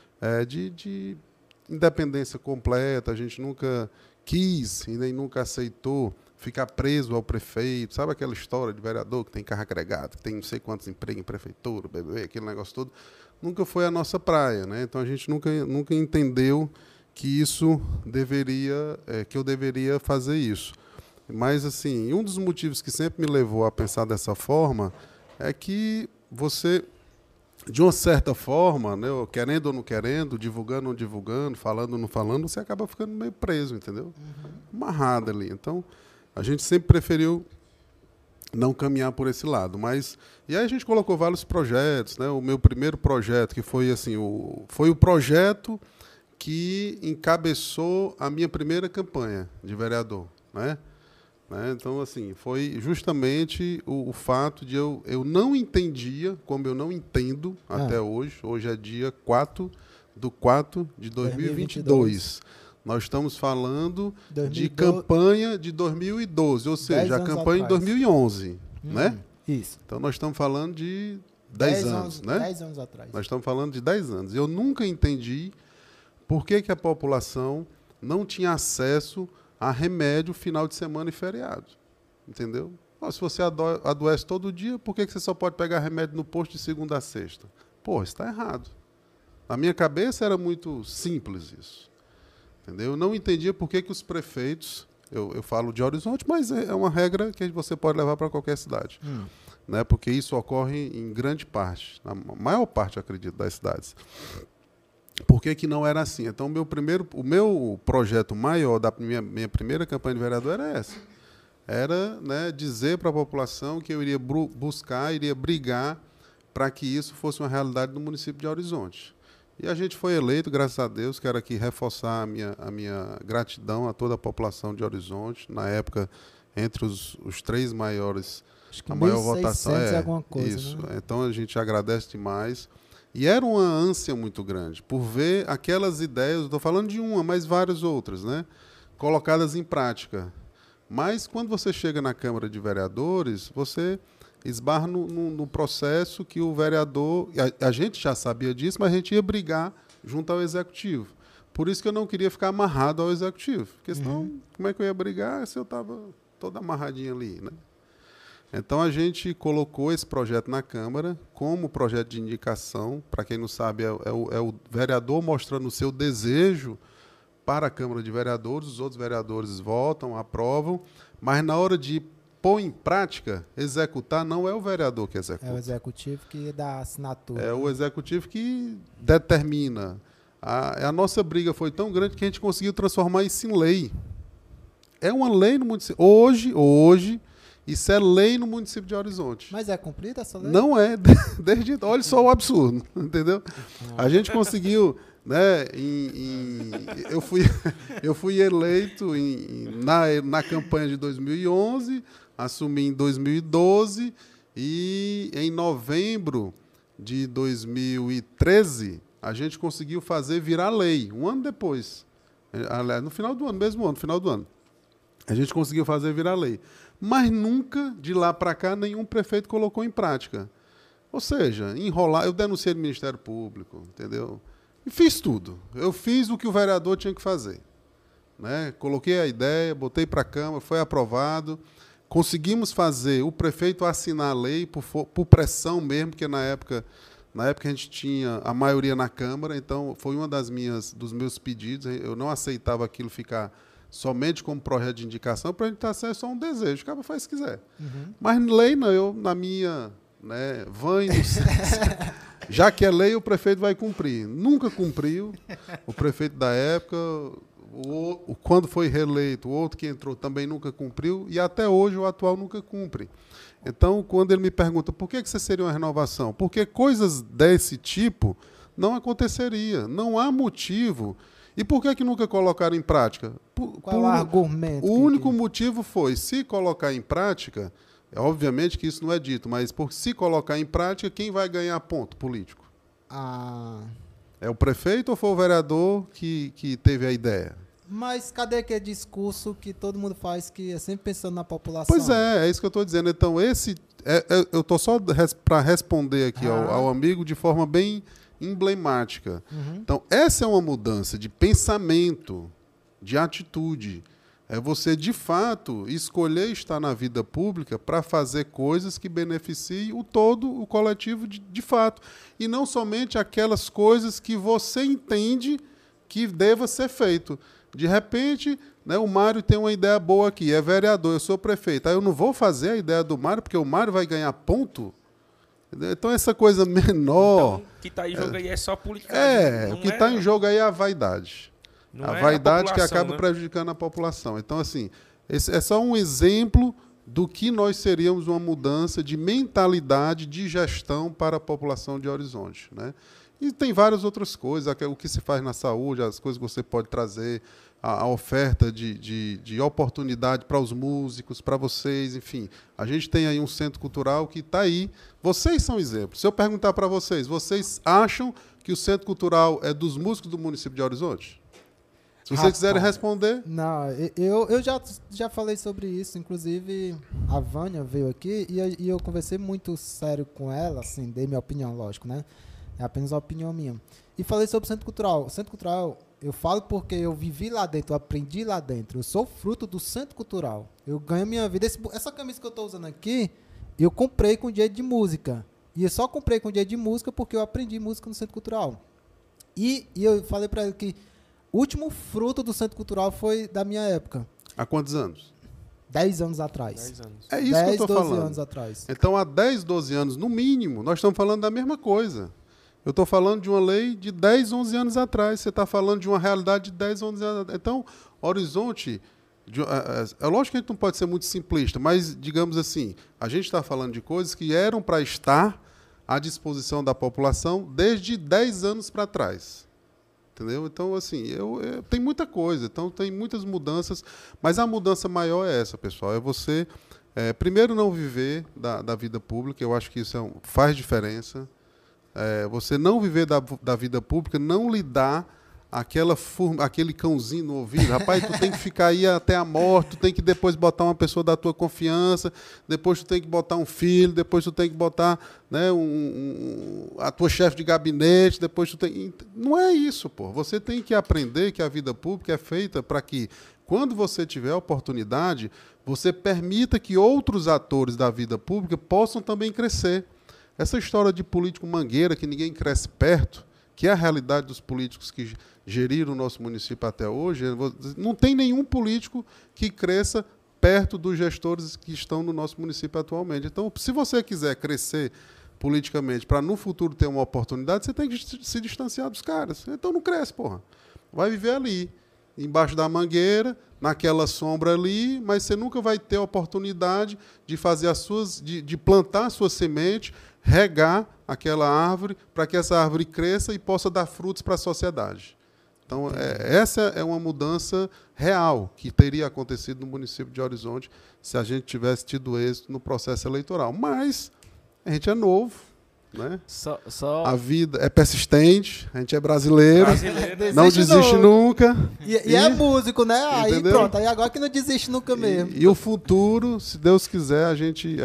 Speaker 4: de independência completa, a gente nunca quis e nem nunca aceitou ficar preso ao prefeito, sabe aquela história de vereador que tem carro agregado, que tem não sei quantos empregos em prefeitura, aquele negócio todo, nunca foi a nossa praia, né? Então a gente nunca entendeu que isso que eu deveria fazer isso. Mas assim, um dos motivos que sempre me levou a pensar dessa forma é que você, de uma certa forma, né, querendo ou não querendo, divulgando ou não divulgando, falando ou não falando, você acaba ficando meio preso, entendeu? Amarrado ali. Então, a gente sempre preferiu não caminhar por esse lado. E aí a gente colocou vários projetos, né? O meu primeiro projeto, que foi assim, foi o projeto que encabeçou a minha primeira campanha de vereador, né? Então, assim, foi justamente o fato de eu não entendia, como eu não entendo até hoje. Hoje é dia 4/4/2022. Nós estamos falando de
Speaker 2: 2012.
Speaker 4: campanha de 2012, ou seja, a
Speaker 2: 10 anos
Speaker 4: campanha em
Speaker 2: atrás.
Speaker 4: 2011, né?
Speaker 2: Isso.
Speaker 4: Então, nós estamos falando de 10 anos, né?
Speaker 2: 10 anos atrás.
Speaker 4: Nós estamos falando de 10 anos. Eu nunca entendi por que a população não tinha acesso a remédio final de semana e feriado. Entendeu? Se você adoece todo dia, por que você só pode pegar remédio no posto de segunda a sexta? Pô, isso está errado. Na minha cabeça era muito simples isso. Entendeu? Eu não entendia por que os prefeitos Eu falo de Horizonte, mas é uma regra que você pode levar para qualquer cidade. Né? Porque isso ocorre em grande parte, na maior parte, acredito, das cidades. Por que que não era assim? Então, o meu projeto maior da minha primeira campanha de vereador era essa. Era, né, dizer para a população que eu iria iria brigar para que isso fosse uma realidade no município de Horizonte. E a gente foi eleito, graças a Deus. Quero aqui reforçar a minha gratidão a toda a população de Horizonte. Na época, entre os 3 maiores,
Speaker 2: Acho que
Speaker 4: a maior votação.
Speaker 2: alguma coisa,
Speaker 4: isso.
Speaker 2: né?
Speaker 4: Então, a gente agradece demais. E era uma ânsia muito grande por ver aquelas ideias, estou falando de uma, mas várias outras, né, colocadas em prática. Mas, quando você chega na Câmara de Vereadores, você esbarra no processo que o vereador... A gente já sabia disso, mas a gente ia brigar junto ao Executivo. Por isso que eu não queria ficar amarrado ao Executivo. Porque senão, como é que eu ia brigar se eu estava todo amarradinho ali, né? Então, a gente colocou esse projeto na Câmara como projeto de indicação. Para quem não sabe, é o vereador mostrando o seu desejo para a Câmara de Vereadores. Os outros vereadores votam, aprovam, mas na hora de pôr em prática, executar, não é o vereador que executa.
Speaker 2: É o Executivo que dá a assinatura.
Speaker 4: É o Executivo que determina. A nossa briga foi tão grande que a gente conseguiu transformar isso em lei. É uma lei no município. Hoje, isso é lei no município de Horizonte.
Speaker 2: Mas é cumprida essa lei?
Speaker 4: Não é. Olha só o absurdo, entendeu? A gente conseguiu, né? Eu fui eleito na campanha de 2011, assumi em 2012 e em novembro de 2013 a gente conseguiu fazer virar lei, um ano depois. No final do ano, mesmo ano, no final do ano. A gente conseguiu fazer virar lei. Mas nunca, de lá para cá, nenhum prefeito colocou em prática. Ou seja, enrolar. Eu denunciei no Ministério Público, entendeu? E fiz tudo. Eu fiz o que o vereador tinha que fazer. Né? Coloquei a ideia, botei para a Câmara, foi aprovado. Conseguimos fazer o prefeito assinar a lei por pressão mesmo, porque na época a gente tinha a maioria na Câmara, então foi uma dos meus pedidos. Eu não aceitava aquilo ficar somente como projeto de indicação, para a gente estar certo, é só um desejo, o cara faz se quiser. Mas lei não, eu na minha, né, van inocência, já que é lei, o prefeito vai cumprir. Nunca cumpriu, o prefeito da época, quando foi reeleito, o outro que entrou também nunca cumpriu, e até hoje o atual nunca cumpre. Então, quando ele me pergunta por que você seria uma renovação, porque coisas desse tipo não aconteceria, não há motivo. E por que nunca colocaram em prática?
Speaker 2: Qual o argumento?
Speaker 4: O único motivo foi, se colocar em prática, obviamente que isso não é dito, mas se colocar em prática, quem vai ganhar ponto político? É o prefeito ou foi o vereador que teve a ideia?
Speaker 2: Mas cadê aquele discurso que todo mundo faz, que é sempre pensando na população?
Speaker 4: Pois é isso que eu estou dizendo. Então, eu estou só para responder aqui ao amigo de forma bem emblemática. Então, essa é uma mudança de pensamento, de atitude. É você, de fato, escolher estar na vida pública para fazer coisas que beneficiem o todo, o coletivo, de fato. E não somente aquelas coisas que você entende que deva ser feito. De repente, né, o Mário tem uma ideia boa aqui, é vereador, eu sou prefeito. Aí eu não vou fazer a ideia do Mário, porque o Mário vai ganhar ponto. Então, essa coisa menor...
Speaker 1: Então, o que está em jogo aí é só política.
Speaker 4: O que está em jogo aí é a vaidade. A vaidade que acaba prejudicando a população. Então, assim, esse é só um exemplo do que nós seríamos uma mudança de mentalidade de gestão para a população de Horizonte, né? E tem várias outras coisas, o que se faz na saúde, as coisas que você pode trazer, a oferta de oportunidade para os músicos, para vocês, enfim. A gente tem aí um centro cultural que está aí. Vocês são exemplos. Se eu perguntar para vocês acham que o centro cultural é dos músicos do município de Horizonte? Se vocês quiserem responder...
Speaker 2: Não, eu já falei sobre isso. Inclusive, a Vânia veio aqui e eu conversei muito sério com ela, assim, dei minha opinião, lógico, né? É apenas a opinião minha. E falei sobre o Centro Cultural. O Centro Cultural, eu falo porque eu vivi lá dentro, eu aprendi lá dentro. Eu sou fruto do Centro Cultural. Eu ganho minha vida. Essa camisa que eu estou usando aqui, eu comprei com dinheiro de música. E eu só comprei com dinheiro de música porque eu aprendi música no Centro Cultural. E eu falei para ela que o último fruto do Centro Cultural foi da minha época.
Speaker 4: Há quantos anos?
Speaker 2: 10 anos atrás.
Speaker 1: 10 anos.
Speaker 4: É isso
Speaker 2: 10,
Speaker 4: que eu estou
Speaker 2: 12
Speaker 4: falando.
Speaker 2: anos atrás.
Speaker 4: Então, há 10, 12 anos, no mínimo, nós estamos falando da mesma coisa. Eu estou falando de uma lei de 10, 11 anos atrás. Você está falando de uma realidade de 10, 11 anos atrás. Então, Horizonte... É lógico que a gente não pode ser muito simplista, mas, digamos assim, a gente está falando de coisas que eram para estar à disposição da população desde 10 anos para trás. Entendeu? Então, assim, tem muita coisa, então tem muitas mudanças, mas a mudança maior é essa, pessoal, é você, primeiro, não viver da vida pública, eu acho que isso faz diferença. Você não viver da vida pública, não lidar aquele cãozinho no ouvido, rapaz, tu tem que ficar aí até a morte, tu tem que depois botar uma pessoa da tua confiança, depois tu tem que botar um filho, depois tu tem que botar, né, a tua chefe de gabinete, depois tu tem... Não é isso, pô. Você tem que aprender que a vida pública é feita para que, quando você tiver a oportunidade, você permita que outros atores da vida pública possam também crescer. Essa história de político mangueira, que ninguém cresce perto, que é a realidade dos políticos que geriram o nosso município até hoje, não tem nenhum político que cresça perto dos gestores que estão no nosso município atualmente. Então, se você quiser crescer politicamente para no futuro ter uma oportunidade, você tem que se distanciar dos caras. Então não cresce, porra. Vai viver ali, embaixo da mangueira, naquela sombra ali, mas você nunca vai ter a oportunidade de fazer de plantar a sua semente, regar aquela árvore para que essa árvore cresça e possa dar frutos para a sociedade. Então, essa é uma mudança real que teria acontecido no município de Horizonte se a gente tivesse tido êxito no processo eleitoral. Mas a gente é novo, né? A vida é persistente, a gente é brasileiro, não desiste nunca.
Speaker 2: E é músico, né? Aí
Speaker 4: entendeu?
Speaker 2: pronto, aí agora que não desiste nunca mesmo.
Speaker 4: E o futuro, se Deus quiser, a gente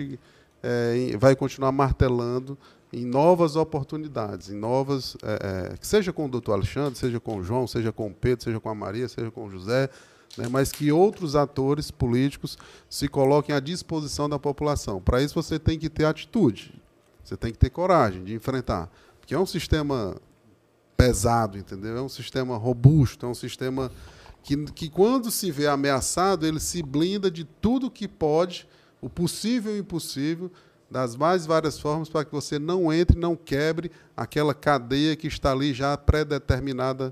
Speaker 4: vai continuar martelando em novas oportunidades, que seja com o doutor Alexandre, seja com o João, seja com o Pedro, seja com a Maria, seja com o José, né, mas que outros atores políticos se coloquem à disposição da população. Para isso você tem que ter atitude, você tem que ter coragem de enfrentar, porque é um sistema pesado, entendeu? É um sistema robusto, é um sistema que quando se vê ameaçado, ele se blinda de tudo que pode, o possível e o impossível, das mais várias formas, para que você não entre, não quebre aquela cadeia que está ali já pré-determinada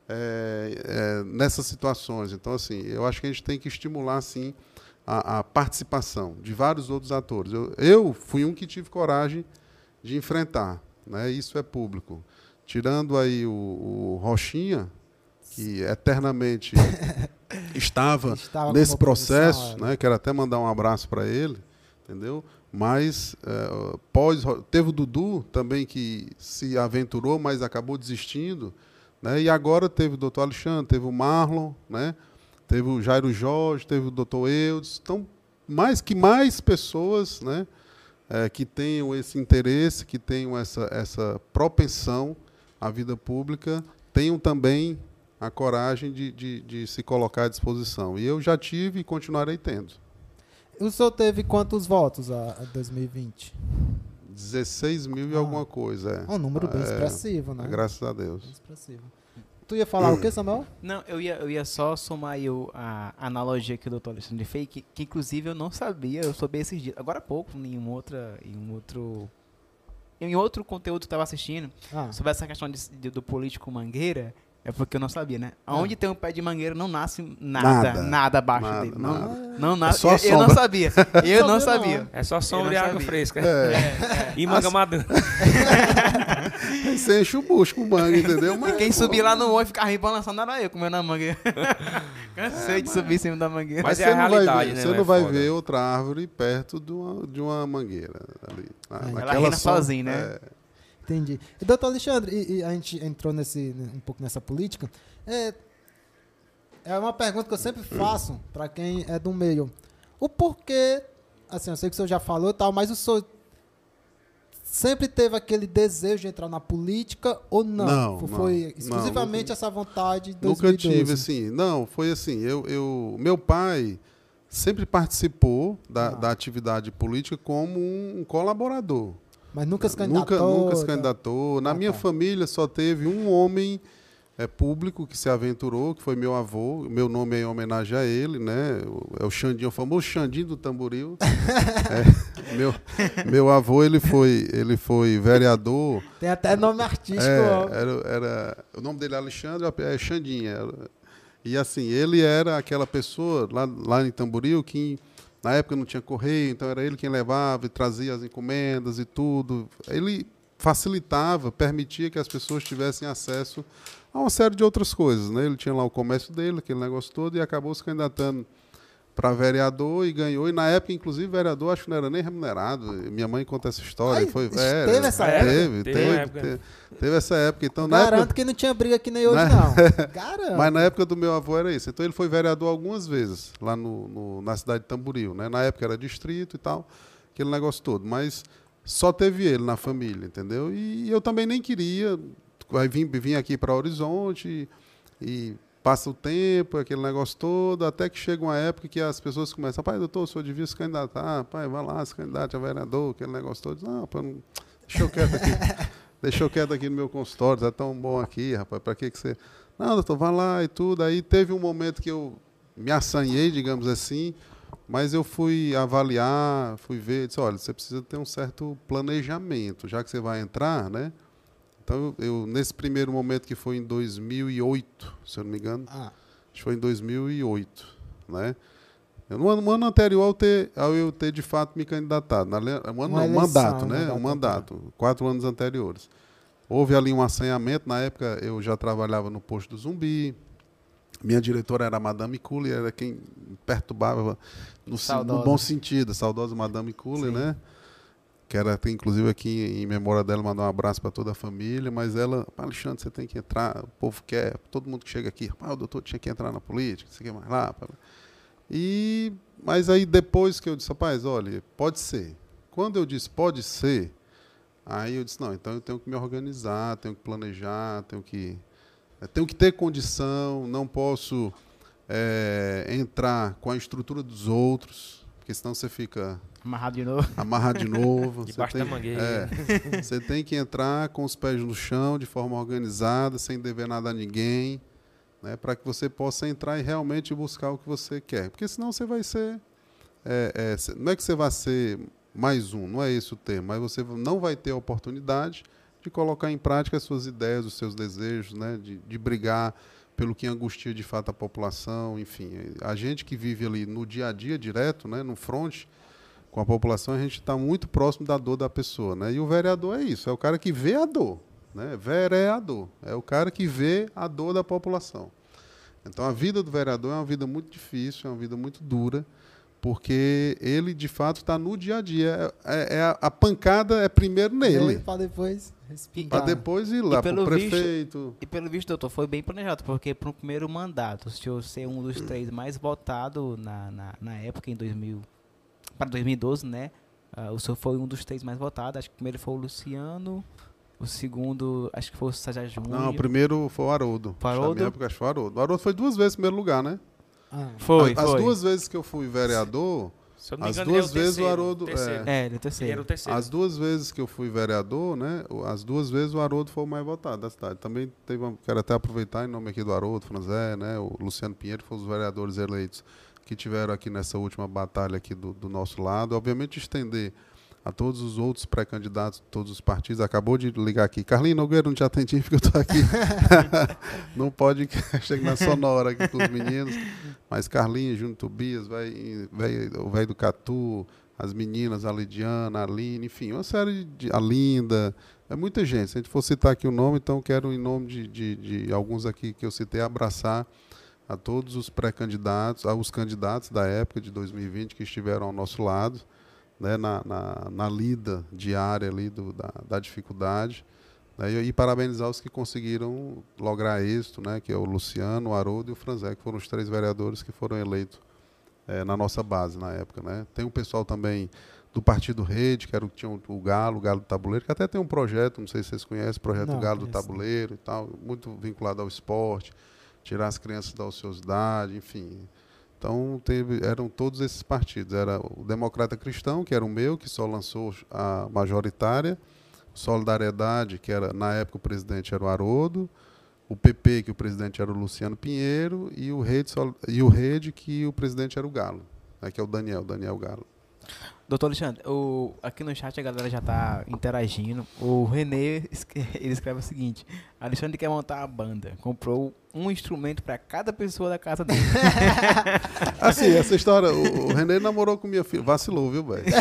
Speaker 4: nessas situações. Então, assim, eu acho que a gente tem que estimular, sim, a participação de vários outros atores. Eu fui um que tive coragem de enfrentar, né? Isso é público. Tirando aí o Rochinha, que eternamente estava nesse processo, né? Quero até mandar um abraço para ele, entendeu? Mas teve o Dudu também, que se aventurou, mas acabou desistindo, né? E agora teve o doutor Alexandre, teve o Marlon, né? Teve o Jairo Jorge, teve o doutor Eudes. Então, mais pessoas, né? Que tenham esse interesse, que tenham essa propensão à vida pública, tenham também a coragem de se colocar à disposição. E eu já tive e continuarei tendo.
Speaker 2: O senhor teve quantos votos a 2020?
Speaker 4: 16 mil e alguma coisa.
Speaker 2: Um número bem expressivo, né?
Speaker 4: Graças a Deus.
Speaker 2: Bem expressivo. Tu ia falar o quê, Samuel?
Speaker 3: Não, eu ia só somar aí a analogia que o doutor Alexandre fez, que inclusive eu não sabia, eu soube esses dias, agora há pouco, em outro conteúdo que eu estava assistindo, sobre essa questão do político mangueira. É porque eu não sabia, né? Onde tem um pé de mangueira não nasce nada abaixo dele. Não nasce. Eu não sabia. Eu não sabia.
Speaker 1: É só sombra e água fresca. E manga madura.
Speaker 4: Você enche o bucho com manga, entendeu?
Speaker 3: Mas, quem subir lá no olho e ficar balançando era eu, comendo a mangueira. Cansei de subir em cima da mangueira.
Speaker 1: Mas é a realidade, né?
Speaker 4: Você não vai ver outra árvore perto de uma mangueira. Ali,
Speaker 3: ela reina sozinha, né?
Speaker 2: Entendi. E, doutor Alexandre, e a gente entrou um pouco nessa política, é uma pergunta que eu sempre faço para quem é do meio. O porquê, assim, eu sei que o senhor já falou e tal, mas o senhor sempre teve aquele desejo de entrar na política ou não? Foi exclusivamente essa vontade de 2012? Nunca tive,
Speaker 4: assim. Não, foi assim. Meu pai sempre participou da atividade política como um colaborador.
Speaker 2: Mas nunca se candidatou?
Speaker 4: Nunca se candidatou. Na minha família só teve um homem público que se aventurou, que foi meu avô. Meu nome é em homenagem a ele, né? É o Xandinho, o famoso Xandinho do Tamboril. Meu avô, ele foi vereador.
Speaker 2: Tem até nome artístico. ó.
Speaker 4: O nome dele é Alexandre, é Xandinho. E assim, ele era aquela pessoa lá em Tamboril que na época não tinha correio, então era ele quem levava e trazia as encomendas e tudo. Ele facilitava, permitia que as pessoas tivessem acesso a uma série de outras coisas, né? Ele tinha lá o comércio dele, aquele negócio todo, e acabou se candidatando para vereador e ganhou. E na época, inclusive, vereador acho que não era nem remunerado. Minha mãe conta essa história.
Speaker 2: Ai, teve essa época?
Speaker 4: Teve essa época. Então,
Speaker 2: Garanto que não tinha briga que nem hoje, não. Garanto.
Speaker 4: Mas na época do meu avô era isso. Então ele foi vereador algumas vezes lá na cidade de Tamboril, né? Na época era distrito e tal, aquele negócio todo. Mas só teve ele na família, entendeu? E eu também nem queria. Aí vim aqui para Horizonte e passa o tempo, aquele negócio todo, até que chega uma época que as pessoas começam, pai, doutor, o senhor devia se candidatar, pai, vai lá, se candidate a vereador, aquele negócio todo. Não, pai, não, deixa eu quieto aqui. Deixa eu quieto aqui no meu consultório, é tão bom aqui, rapaz, para que você... Não, doutor, vai lá e tudo. Aí teve um momento que eu me assanhei, digamos assim, mas eu fui avaliar, fui ver, disse, olha, você precisa ter um certo planejamento, já que você vai entrar, né? Então, eu nesse primeiro momento, que foi em 2008, se eu não me engano, acho que foi em 2008, né? No ano anterior ao eu ter de fato me candidatado, um mandato, né? Um mandato, 4 anos anteriores. Houve ali um assanhamento, na época eu já trabalhava no posto do Zumbi, minha diretora era a Madame Cooley, era quem me perturbava no bom sentido, a saudosa Madame Cooley, né? Que era, inclusive aqui em memória dela, mandar um abraço para toda a família, mas ela, Alexandre, você tem que entrar, o povo quer, todo mundo que chega aqui, o doutor tinha que entrar na política, você quer mais lá. Mas aí depois que eu disse, rapaz, olha, pode ser. Quando eu disse pode ser, aí eu disse, não, então eu tenho que me organizar, tenho que planejar, tenho que ter condição, não posso entrar com a estrutura dos outros, porque senão você fica... Amarrado de novo.
Speaker 1: Debaixo da mangueira.
Speaker 4: Você tem que entrar com os pés no chão, de forma organizada, sem dever nada a ninguém, né, para que você possa entrar e realmente buscar o que você quer. Porque senão você vai ser... não é que você vai ser mais um, não é esse o termo, mas você não vai ter a oportunidade de colocar em prática as suas ideias, os seus desejos, né, de brigar pelo que angustia de fato a população, enfim. A gente que vive ali no dia a dia direto, né, no front, com a população, a gente está muito próximo da dor da pessoa, né? E o vereador é isso, é o cara que vê a dor, né? Vereador, é o cara que vê a dor da população. Então, a vida do vereador é uma vida muito difícil, é uma vida muito dura, porque ele, de fato, está no dia a dia. A pancada é primeiro nele.
Speaker 2: Para depois
Speaker 4: respingar. Para depois ir lá para o prefeito.
Speaker 3: E pelo visto, doutor, foi bem planejado, porque para o primeiro mandato, o senhor ser um dos 3 mais votados na época, em 2000... Para 2012, né? O senhor foi um dos 3 mais votados. Acho que o primeiro foi o Luciano. O segundo, acho que foi o Sajá Júnior.
Speaker 4: Não, o primeiro foi o Haroldo. Na minha época, acho que foi o Haroldo. O Haroldo foi 2 vezes em primeiro lugar, né?
Speaker 3: Foi.
Speaker 4: As 2 vezes que eu fui vereador, as 2 vezes o Haroldo...
Speaker 3: ele é o terceiro.
Speaker 1: Era o terceiro.
Speaker 4: As 2 vezes que eu fui vereador, né? As 2 vezes o Haroldo foi o mais votado da cidade. Também quero até aproveitar em nome aqui do Haroldo, Franzé, né? O Luciano Pinheiro, foram os vereadores eleitos que tiveram aqui nessa última batalha aqui do nosso lado. Obviamente, estender a todos os outros pré-candidatos de todos os partidos. Acabou de ligar aqui. Carlinhos Nogueira, não te atendi porque eu estou aqui. Não pode chegar na sonora aqui com os meninos. Mas Carlinhos, Júnior Tobias, o velho do Catu, as meninas, a Lidiana, a Aline, enfim, uma série de... A Linda. É muita gente. Se a gente for citar aqui o nome, então quero, em nome de alguns aqui que eu citei, abraçar a todos os pré-candidatos, aos candidatos da época de 2020 que estiveram ao nosso lado, né, na lida diária ali da dificuldade, né, e parabenizar os que conseguiram lograr êxito, né, que é o Luciano, o Haroldo e o Franzé, que foram os 3 vereadores que foram eleitos na nossa base na época, né. Tem um pessoal também do Partido Rede, que tinha o Galo do Tabuleiro, que até tem um projeto, não sei se vocês conhecem, o projeto Galo do Tabuleiro e tal, muito vinculado ao esporte, tirar as crianças da ociosidade, enfim. Então, eram todos esses partidos. Era o Democrata Cristão, que era o meu, que só lançou a majoritária. Solidariedade, que era, na época, o presidente era o Haroldo. o PP, que o presidente era o Luciano Pinheiro, e o Rede, que o presidente era o Galo, né, que é o Daniel Galo.
Speaker 3: Doutor Alexandre, aqui no chat a galera já está interagindo. O Renê, ele escreve o seguinte: Alexandre quer montar a banda, comprou um instrumento para cada pessoa da casa dele.
Speaker 4: Assim, essa história, o Renê namorou com minha filha, vacilou, viu, velho?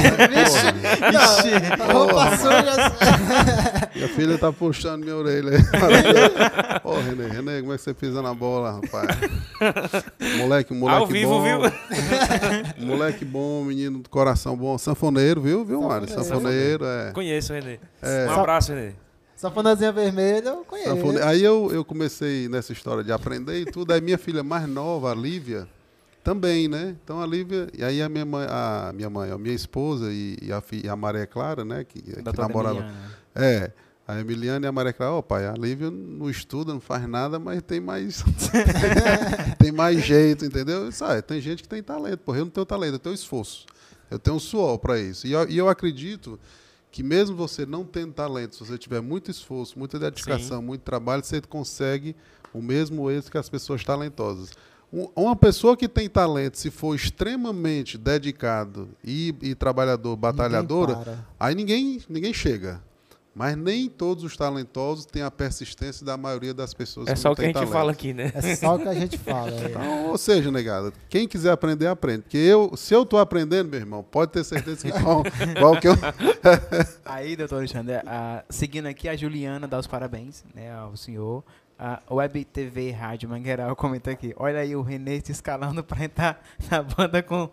Speaker 2: Roupa suja.
Speaker 4: Minha filha tá puxando minha orelha aí. Ô, Renê, como é que você pisa na bola, rapaz? Moleque
Speaker 1: Ao vivo,
Speaker 4: bom.
Speaker 1: viu?
Speaker 4: Moleque bom, menino do coração bom. Sanfoneiro, viu, Mário? Sanfoneiro, é.
Speaker 1: Conheço, Renê.
Speaker 4: É.
Speaker 1: Um abraço, Renê.
Speaker 2: Sanfonazinha vermelha, eu conheço.
Speaker 4: Aí eu comecei nessa história de aprender e tudo. Aí minha filha mais nova, a Lívia, também, né? Então a Lívia, e aí a minha esposa e a Maria Clara, né? Que namorava.
Speaker 3: Emiliana.
Speaker 4: A Emiliana e a Maria Clara, pai, a Lívia não estuda, não faz nada, mas tem mais tem mais jeito, entendeu? Tem gente que tem talento, porra, eu não tenho talento, eu tenho esforço. Eu tenho um suor para isso. E eu acredito que mesmo você não tendo talento, se você tiver muito esforço, muita dedicação, muito trabalho, você consegue o mesmo êxito que as pessoas talentosas. Uma pessoa que tem talento, se for extremamente dedicado e trabalhador, batalhadora, aí ninguém chega. Mas nem todos os talentosos têm a persistência da maioria das pessoas que não têm talento.
Speaker 1: É só o que a gente fala aqui, né?
Speaker 2: É só o que a gente fala.
Speaker 4: Então, ou seja, negada, quem quiser aprender, aprende. Porque se eu estou aprendendo, meu irmão, pode ter certeza que qual que eu...
Speaker 3: Aí, doutor Alexandre, seguindo aqui, a Juliana dá os parabéns, né, ao senhor. A Web TV Rádio Mangueiral comenta aqui: olha aí o Renê se escalando para entrar na banda com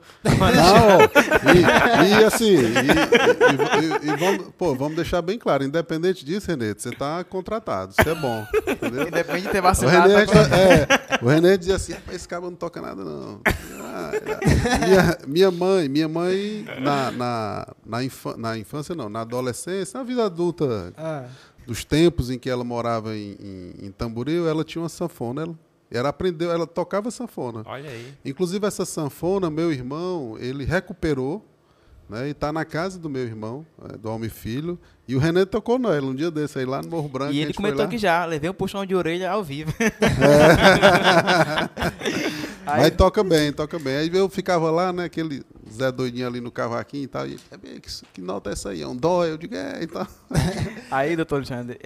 Speaker 4: e assim, vamos deixar bem claro, independente disso, Renê, você está contratado, isso é bom, entendeu?
Speaker 3: Independente de ter vacilado.
Speaker 4: O Renê dizia assim: esse cara não toca nada não. Minha mãe na infância não, na adolescência, na vida adulta, dos tempos em que ela morava em Tamboril, ela tinha uma sanfona. Ela tocava sanfona.
Speaker 1: Olha aí.
Speaker 4: Inclusive, essa sanfona, meu irmão, ele recuperou, né, e está na casa do meu irmão, do Almi Filho. E o Renê tocou nela um dia desse aí, lá no Morro Branco.
Speaker 3: E ele comentou aqui já, levei um puxão de orelha ao vivo.
Speaker 4: Mas toca bem. Aí eu ficava lá, né, aquele Zé doidinho ali no cavaquinho e tal. E que nota é essa aí? É um dó? Eu digo, então.
Speaker 3: Aí, doutor Alexandre,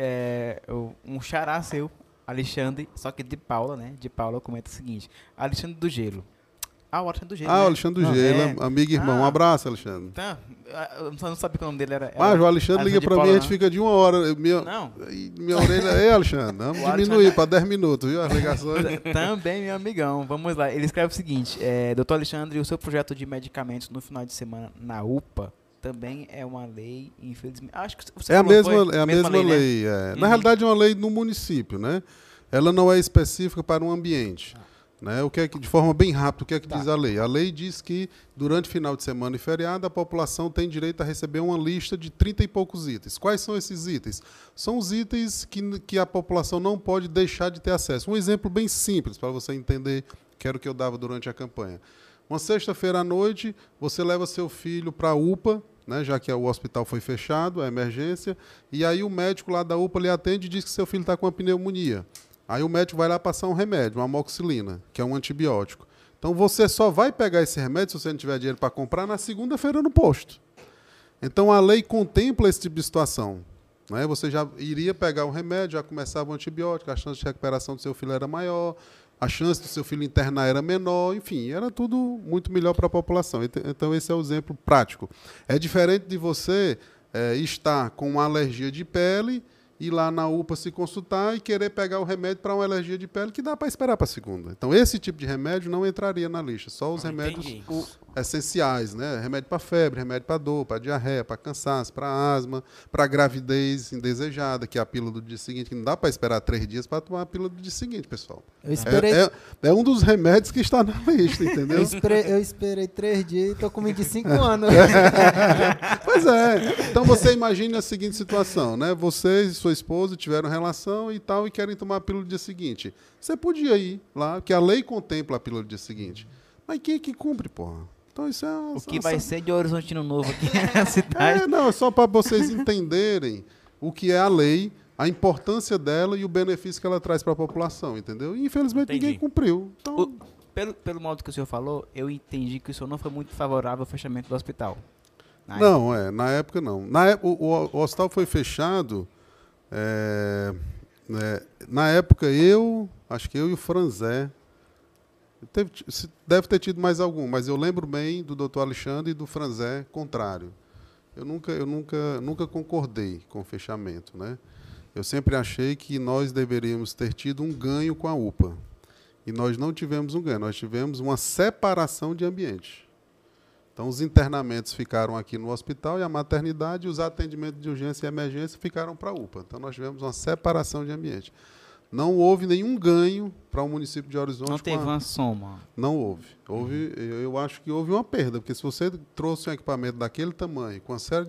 Speaker 3: um xará seu, Alexandre, só que de Paula, né? De Paula comenta o seguinte: Alexandre do Gelo. O Alexandre do Gelo.
Speaker 4: O Alexandre do Gelo, amigo e irmão. Um abraço, Alexandre.
Speaker 3: Tá. Eu não sabia que o nome dele era.
Speaker 4: Mas o Alexandre liga pra mim, a gente fica de 1 hora.
Speaker 3: Não.
Speaker 4: Minha orelha. Alexandre, vamos diminuir para 10 minutos, viu? As ligações.
Speaker 3: Também, meu amigão. Vamos lá. Ele escreve o seguinte: doutor Alexandre, o seu projeto de medicamentos no final de semana na UPA também é uma lei, infelizmente. Acho que você
Speaker 4: a mesma lei.
Speaker 3: Né?
Speaker 4: Na realidade, é uma lei no município, né? Ela não é específica para um ambiente. Né? O que é que, de forma bem rápida, o que é que diz a lei? A lei diz que, durante final de semana e feriado, a população tem direito a receber uma lista de 30 e poucos itens. Quais são esses itens? São os itens que a população não pode deixar de ter acesso. Um exemplo bem simples, para você entender, que era o que eu dava durante a campanha. Uma sexta-feira à noite, você leva seu filho para a UPA, né, já que o hospital foi fechado, a emergência, e aí o médico lá da UPA lhe atende e diz que seu filho está com uma pneumonia. Aí o médico vai lá passar um remédio, uma amoxicilina, que é um antibiótico. Então você só vai pegar esse remédio, se você não tiver dinheiro para comprar, na segunda-feira no posto. Então a lei contempla esse tipo de situação. Né? Você já iria pegar o remédio, já começava o antibiótico, a chance de recuperação do seu filho era maior, a chance do seu filho internar era menor, enfim, era tudo muito melhor para a população. Então esse é o exemplo prático. É diferente de você estar com uma alergia de pele, ir lá na UPA se consultar e querer pegar o remédio para uma alergia de pele que dá para esperar para a segunda. Então, esse tipo de remédio não entraria na lista, só os remédios essenciais, né? Remédio para febre, remédio para dor, para diarreia, para cansaço, para asma, para gravidez indesejada, que é a pílula do dia seguinte, que não dá para esperar 3 dias para tomar a pílula do dia seguinte, pessoal. É um dos remédios que está na lista, entendeu?
Speaker 2: Eu esperei 3 dias e estou com 25 anos.
Speaker 4: Pois é. Então, você imagine a seguinte situação, né? Vocês e sua esposa tiveram relação e tal, e querem tomar a pílula do dia seguinte. Você podia ir lá, que a lei contempla a pílula do dia seguinte. Mas quem é que cumpre, porra? Então isso é...
Speaker 3: O que vai ser de Horizontino Novo aqui na cidade?
Speaker 4: Não, é só para vocês entenderem o que é a lei, a importância dela e o benefício que ela traz para a população, entendeu? E, infelizmente,
Speaker 1: Entendi.
Speaker 4: ninguém cumpriu. Então,
Speaker 3: Pelo modo que o senhor falou, eu entendi que o senhor não foi muito favorável ao fechamento do hospital.
Speaker 4: na época não. O hospital foi fechado, né, na época acho que eu e o Franzé, deve ter tido mais algum, mas eu lembro bem do doutor Alexandre e do Franzé contrário. Eu nunca concordei com o fechamento, né? Eu sempre achei que nós deveríamos ter tido um ganho com a UPA. E nós não tivemos um ganho, nós tivemos uma separação de ambiente. Então, os internamentos ficaram aqui no hospital e a maternidade e os atendimentos de urgência e emergência ficaram para a UPA. Então, nós tivemos uma separação de ambiente. Não houve nenhum ganho para o município de Horizonte.
Speaker 3: Não teve uma soma.
Speaker 4: Não houve. Eu acho que houve uma perda, porque se você trouxe um equipamento daquele tamanho, com uma série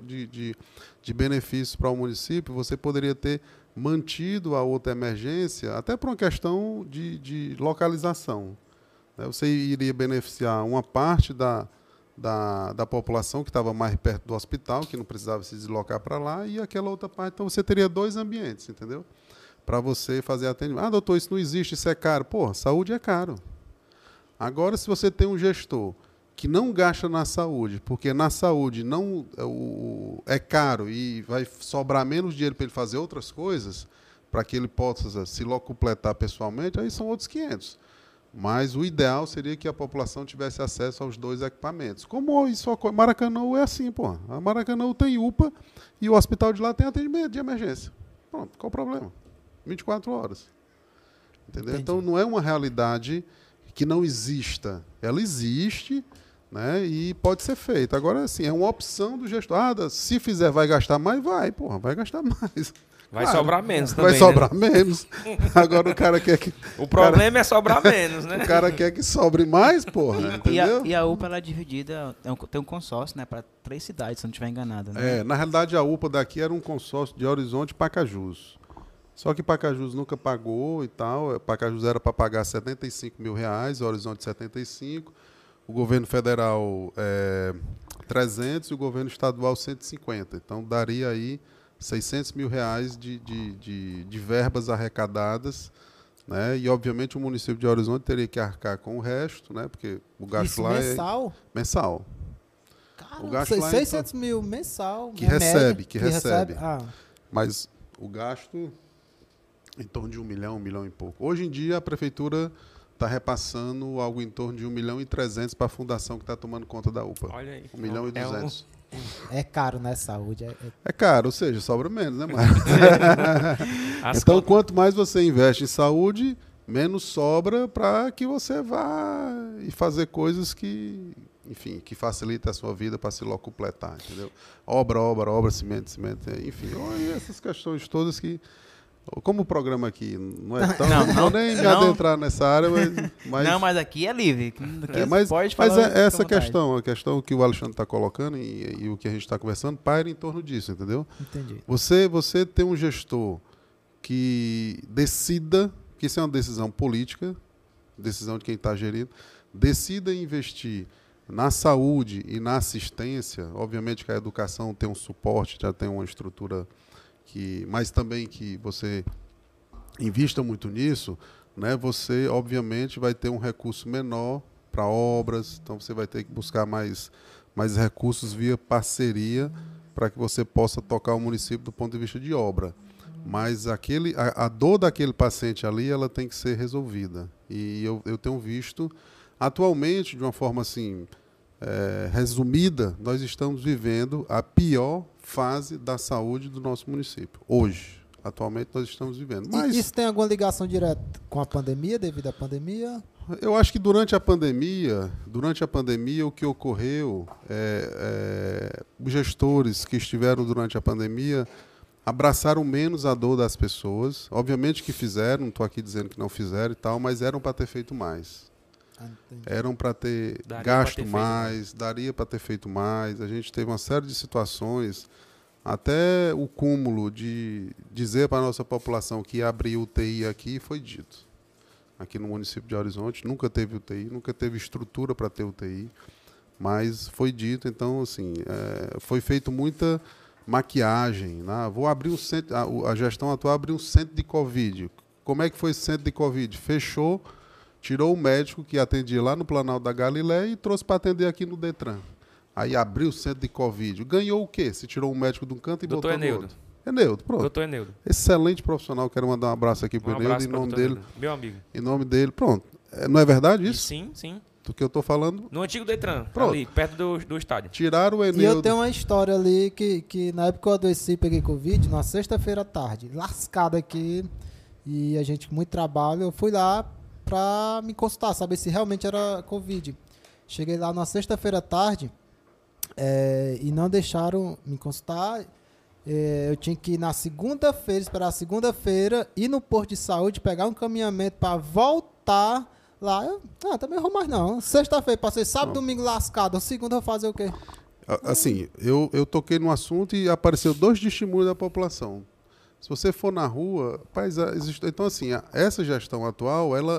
Speaker 4: de benefícios para o município, você poderia ter mantido a outra emergência, até por uma questão de localização, né? Você iria beneficiar uma parte da população que estava mais perto do hospital, que não precisava se deslocar para lá, e aquela outra parte. Então, você teria 2 ambientes, entendeu? Para você fazer atendimento. Ah, doutor, isso não existe, isso é caro. Pô, saúde é caro. Agora, se você tem um gestor que não gasta na saúde, porque na saúde não é caro e vai sobrar menos dinheiro para ele fazer outras coisas, para que ele possa se locupletar pessoalmente, aí são outros 500. Mas o ideal seria que a população tivesse acesso aos 2 equipamentos. Como isso ocorre? Maracanã é assim, pô. A Maracanã tem UPA e o hospital de lá tem atendimento de emergência. Pronto, qual o problema? 24 horas. Entendeu?
Speaker 2: Entendi.
Speaker 4: Então, não é uma realidade que não exista. Ela existe, né, e pode ser feita. Agora, assim, é uma opção do gestor. Ah, se fizer, vai gastar mais? Vai, porra, vai gastar mais.
Speaker 1: Vai
Speaker 4: Claro,
Speaker 1: sobrar menos também,
Speaker 4: vai sobrar
Speaker 1: né?
Speaker 4: menos. Agora o cara quer que...
Speaker 1: O problema é sobrar menos, né?
Speaker 4: O cara quer que sobre mais, porra, entendeu?
Speaker 3: E a UPA ela é dividida, tem um consórcio, né, para 3 cidades, se eu não estiver enganado. Né?
Speaker 4: Na realidade, a UPA daqui era um consórcio de Horizonte e Pacajus. Só que Pacajus nunca pagou e tal. Pacajus era para pagar R$75 mil, Horizonte 75, o governo federal 300 e o governo estadual 150. Então, daria aí R$600 mil de verbas arrecadadas, né? E, obviamente, o município de Horizonte teria que arcar com o resto, né? Porque o gasto
Speaker 2: Isso
Speaker 4: lá
Speaker 2: mensal?
Speaker 4: é mensal.
Speaker 2: Cara,
Speaker 4: O gasto lá é
Speaker 2: 600 mil mensal.
Speaker 4: Que
Speaker 2: uma
Speaker 4: recebe,
Speaker 2: média,
Speaker 4: que recebe.
Speaker 2: Ah,
Speaker 4: Mas o gasto em torno de 1 milhão e pouco. Hoje em dia, a prefeitura está repassando algo em torno de 1.300.000 para a fundação que está tomando conta da UPA.
Speaker 1: Olha aí.
Speaker 4: 1.200.000.
Speaker 2: é caro, né, saúde?
Speaker 4: É caro, ou seja, sobra menos, né, Mário?
Speaker 1: As
Speaker 4: Então,
Speaker 1: contas-
Speaker 4: quanto mais você investe em saúde, menos sobra para que você vá e fazer coisas que, enfim, que facilitem a sua vida para se locupletar, entendeu? Obra, cimento, enfim. E essas questões todas que... Como o programa aqui não é tão...
Speaker 3: Não,
Speaker 4: Não, nem me
Speaker 3: não.
Speaker 4: adentrar nessa área, mas...
Speaker 3: Não, mas aqui é livre. Aqui
Speaker 4: mas
Speaker 3: pode falar.
Speaker 4: mas é essa
Speaker 3: fica à vontade.
Speaker 4: questão, a questão que o Alexandre está colocando e o que a gente está conversando, paira em torno disso, entendeu?
Speaker 2: Entendi.
Speaker 4: Você tem um gestor que decida, que isso é uma decisão política, decisão de quem está gerindo, decida investir na saúde e na assistência. Obviamente que a educação tem um suporte, já tem uma estrutura mas também que você invista muito nisso, né? Você obviamente vai ter um recurso menor para obras, então você vai ter que buscar mais recursos via parceria para que você possa tocar o município do ponto de vista de obra. Mas a dor daquele paciente ali, ela tem que ser resolvida. E eu tenho visto, atualmente, de uma forma assim, resumida, nós estamos vivendo a pior fase da saúde do nosso município. Hoje, atualmente, nós estamos vivendo. Mas
Speaker 2: E isso tem alguma ligação direta com a pandemia, devido à pandemia?
Speaker 4: eu acho que durante a pandemia, o que ocorreu, os gestores que estiveram durante a pandemia abraçaram menos a dor das pessoas. Obviamente que fizeram, não estou aqui dizendo que não fizeram e tal, mas eram para ter feito mais.
Speaker 2: Entendi.
Speaker 4: Eram para ter
Speaker 1: Daria
Speaker 4: gasto
Speaker 1: pra ter feito
Speaker 4: mais, daria para ter feito mais. A gente teve uma série de situações, até o cúmulo de dizer para a nossa população que ia abrir UTI aqui foi dito. Aqui no município de Horizonte nunca teve UTI, nunca teve estrutura para ter UTI, mas foi dito. Então, assim, foi feito muita maquiagem, né? Vou abrir um centro, a gestão atual abriu um centro de Covid. Como é que foi esse centro de Covid? Fechou, tirou o médico que atendia lá no Planalto da Galileia e trouxe para atender aqui no Detran. Aí abriu o centro de Covid. Ganhou o quê? Se tirou um médico de um canto e
Speaker 1: Doutor
Speaker 4: botou no
Speaker 1: Eneudo.
Speaker 4: outro. Eneudo, pronto.
Speaker 1: Doutor Eneudo.
Speaker 4: Excelente profissional. Quero mandar um abraço aqui para o Eneudo em nome dele.
Speaker 1: Eneudo. Meu amigo.
Speaker 4: Em nome dele. Pronto. Não é verdade isso?
Speaker 1: Sim, sim.
Speaker 4: Do que eu estou falando?
Speaker 1: No antigo Detran,
Speaker 4: Pronto.
Speaker 1: ali, perto do estádio.
Speaker 4: Tiraram o
Speaker 2: E
Speaker 4: Eneudo.
Speaker 2: eu tenho uma história ali que na época eu adoeci e peguei Covid, na sexta-feira à tarde, lascado aqui, e a gente com muito trabalho, eu fui lá pra me consultar, saber se realmente era Covid. Cheguei lá na sexta-feira à tarde e não deixaram me consultar. Eu tinha que ir na segunda-feira, esperar a segunda-feira, ir no posto de saúde, pegar um caminhamento para voltar lá. Também vou mais não. Sexta-feira, passei sábado, domingo lascado. Segunda eu vou fazer o quê?
Speaker 4: Assim, eu toquei no assunto e apareceu 2 testemunhos da população. Se você for na rua, rapaz, existe. Então, assim, essa gestão atual, ela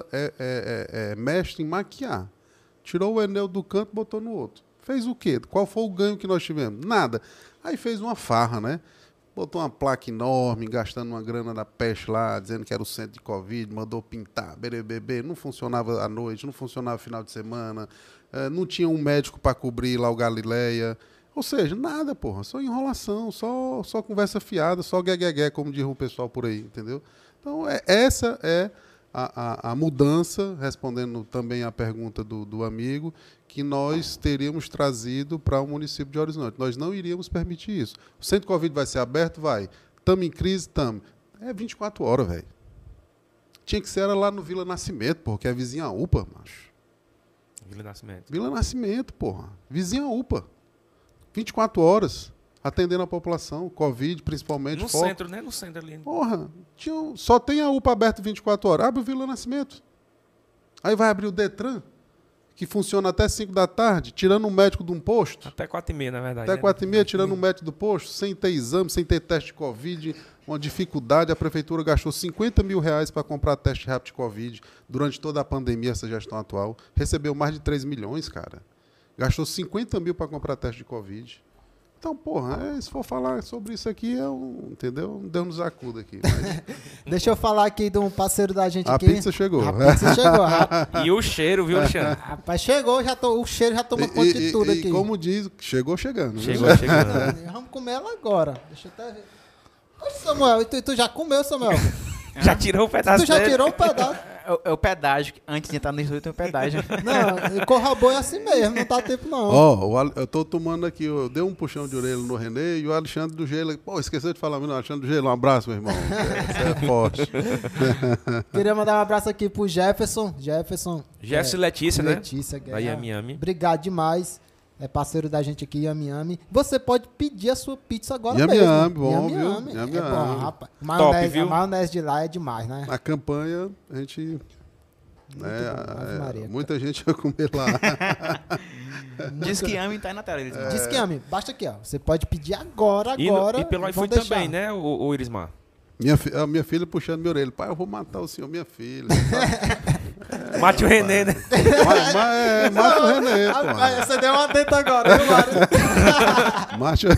Speaker 4: é mestre em maquiar. Tirou o Eneudo do canto, botou no outro. Fez o quê? Qual foi o ganho que nós tivemos? Nada. Aí fez uma farra, né? Botou uma placa enorme, gastando uma grana da peste lá, dizendo que era o centro de Covid, mandou pintar, BBB, não funcionava à noite, não funcionava final de semana, não tinha um médico para cobrir lá o Galileia. Ou seja, nada, porra, só enrolação, só conversa fiada, só gué, como diz o pessoal por aí, entendeu? Então, essa é a mudança, respondendo também à pergunta do amigo, que nós teríamos trazido para o município de Horizonte. Nós não iríamos permitir isso. O centro Covid vai ser aberto? Vai. Estamos em crise? Estamos. É 24 horas, velho. Tinha que ser era lá no Vila Nascimento, porra, que é vizinha UPA, macho.
Speaker 1: Vila Nascimento.
Speaker 4: Vila Nascimento, porra. Vizinha UPA. 24 horas, atendendo a população, Covid, principalmente.
Speaker 1: No
Speaker 4: foco.
Speaker 1: centro, né? No centro ali.
Speaker 4: Porra, só tem a UPA aberta 24 horas. Abre o Vila Nascimento. Aí vai abrir o Detran, que funciona até 5 da tarde, tirando um médico de um posto.
Speaker 1: Até 4h30, na verdade.
Speaker 4: Até 4h30, tirando um médico do posto, sem ter exame, sem ter teste de Covid, uma dificuldade. A prefeitura gastou R$50 mil para comprar teste rápido de Covid durante toda a pandemia, essa gestão atual. Recebeu mais de 3 milhões, cara. Gastou R$50 mil para comprar teste de Covid. Então, porra, se for falar sobre isso aqui, entendeu? Deus nos acuda aqui. Mas...
Speaker 2: Deixa eu falar aqui de um parceiro da gente
Speaker 4: A
Speaker 2: aqui.
Speaker 4: pizza chegou.
Speaker 2: A pizza chegou, rapaz.
Speaker 1: E o cheiro, viu, Alexandre?
Speaker 2: Rapaz, chegou, o cheiro já toma conta de tudo aqui.
Speaker 4: E como diz, chegou chegando.
Speaker 1: Chegou
Speaker 4: Né?
Speaker 1: chegando.
Speaker 2: Vamos comer ela agora. Deixa eu até ver. Ô, Samuel, e tu já comeu, Samuel?
Speaker 1: Já tirou um pedaço
Speaker 2: Tu já
Speaker 1: dele?
Speaker 2: tirou um pedaço?
Speaker 3: É o pedágio. Antes de entrar no estúdio tem o pedágio.
Speaker 2: Não, corra boi é assim mesmo, não tá tempo não.
Speaker 4: Ó, eu tô tomando aqui, eu dei um puxão de orelha no Renê e o Alexandre do Gelo. Pô, esqueceu de falar, meu nome, Alexandre do Gelo. Um abraço, meu irmão. Você é forte.
Speaker 2: Queria mandar um abraço aqui pro Jefferson. Jefferson
Speaker 1: Jefferson e Letícia, né?
Speaker 2: Letícia,
Speaker 1: Da Yami Yami.
Speaker 2: Obrigado demais. É parceiro da gente aqui, Yami Yami. Você pode pedir a sua pizza agora
Speaker 4: Yami
Speaker 2: mesmo.
Speaker 4: Yami, bom,
Speaker 2: Yami
Speaker 4: viu?
Speaker 2: Yami.
Speaker 4: Yami
Speaker 2: É bom,
Speaker 4: Yami.
Speaker 2: rapaz.
Speaker 1: Viu?
Speaker 2: A maionese de lá é demais, né?
Speaker 4: Na campanha, a gente...
Speaker 2: Muito bom, Ave Maria.
Speaker 4: Muita gente ia comer lá.
Speaker 3: Diz que ama e tá aí na tela. Eles
Speaker 2: Diz que Yami, basta aqui, ó. Você pode pedir agora.
Speaker 1: E pelo
Speaker 2: vão
Speaker 1: iFood
Speaker 2: deixar.
Speaker 1: também, né, o Irismar?
Speaker 4: A minha filha puxando minha orelha. Pai, eu vou matar o senhor, minha filha.
Speaker 1: Mate o Renê, né?
Speaker 4: Mata o Renê,
Speaker 2: Ah,
Speaker 4: pô.
Speaker 2: você deu uma tenta agora, viu, Mário?
Speaker 4: Mate...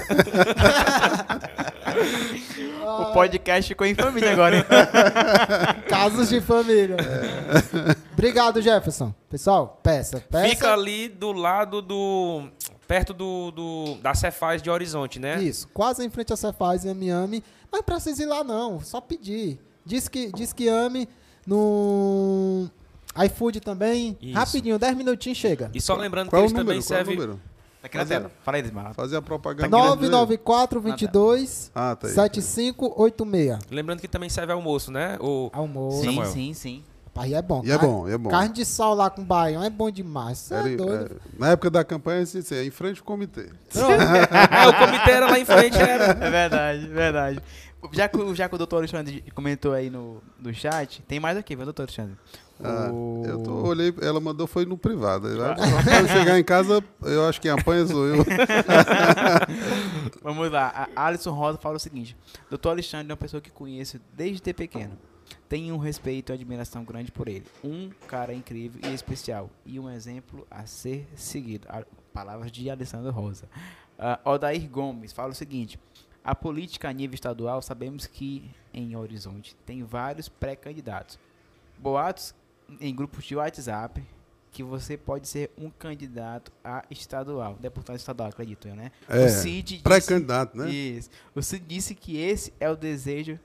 Speaker 3: O podcast ficou em família agora, hein?
Speaker 2: Casos de família. Obrigado, Jefferson. Pessoal, peça.
Speaker 1: Fica ali do lado perto da Cefaz de Horizonte, né?
Speaker 2: Isso, quase em frente a Cefaz e Yami. Mas não precisa ir lá, não. Só pedir. Diz que ame no iFood também.
Speaker 1: Isso.
Speaker 2: Rapidinho, 10 minutinhos chega.
Speaker 1: E só lembrando
Speaker 4: Qual
Speaker 1: que
Speaker 4: o
Speaker 1: eles também
Speaker 4: número? Qual o
Speaker 1: servem...
Speaker 4: número?
Speaker 3: Tá aqui na tela. Fala aí, Desmar.
Speaker 4: Fazer a propaganda.
Speaker 2: 994 22
Speaker 4: Ah, tá aí.
Speaker 2: 7586.
Speaker 1: Lembrando que também serve almoço, né?
Speaker 2: Almoço.
Speaker 3: Sim,
Speaker 1: Samuel.
Speaker 3: sim.
Speaker 2: Rapaz, é bom.
Speaker 4: E é bom, é bom.
Speaker 2: Carne de sol lá com baião é bom demais. Você é doido.
Speaker 4: Na época da campanha, assim, é em frente ao comitê.
Speaker 1: O comitê era lá em frente, era.
Speaker 3: É verdade. Já que o doutor Alexandre comentou aí no chat, tem mais aqui, viu, doutor Alexandre?
Speaker 4: Olhei, ela mandou, foi no privado. Quando eu chegar em casa, eu acho que quem apanha sou eu.
Speaker 3: Vamos lá. A Alisson Rosa fala o seguinte: doutor Alexandre é uma pessoa que conheço desde ter pequeno. Tenho um respeito e admiração grande por ele. Um cara incrível e especial. E um exemplo a ser seguido. Palavras de Alessandro Rosa. Odair Gomes fala o seguinte: A política a nível estadual, sabemos que em Horizonte tem vários pré-candidatos. Boatos em grupos de WhatsApp que você pode ser um candidato a estadual, deputado estadual, acredito eu, né? O Cid disse,
Speaker 4: pré-candidato, né?
Speaker 3: Isso. O Cid disse que esse é o desejo,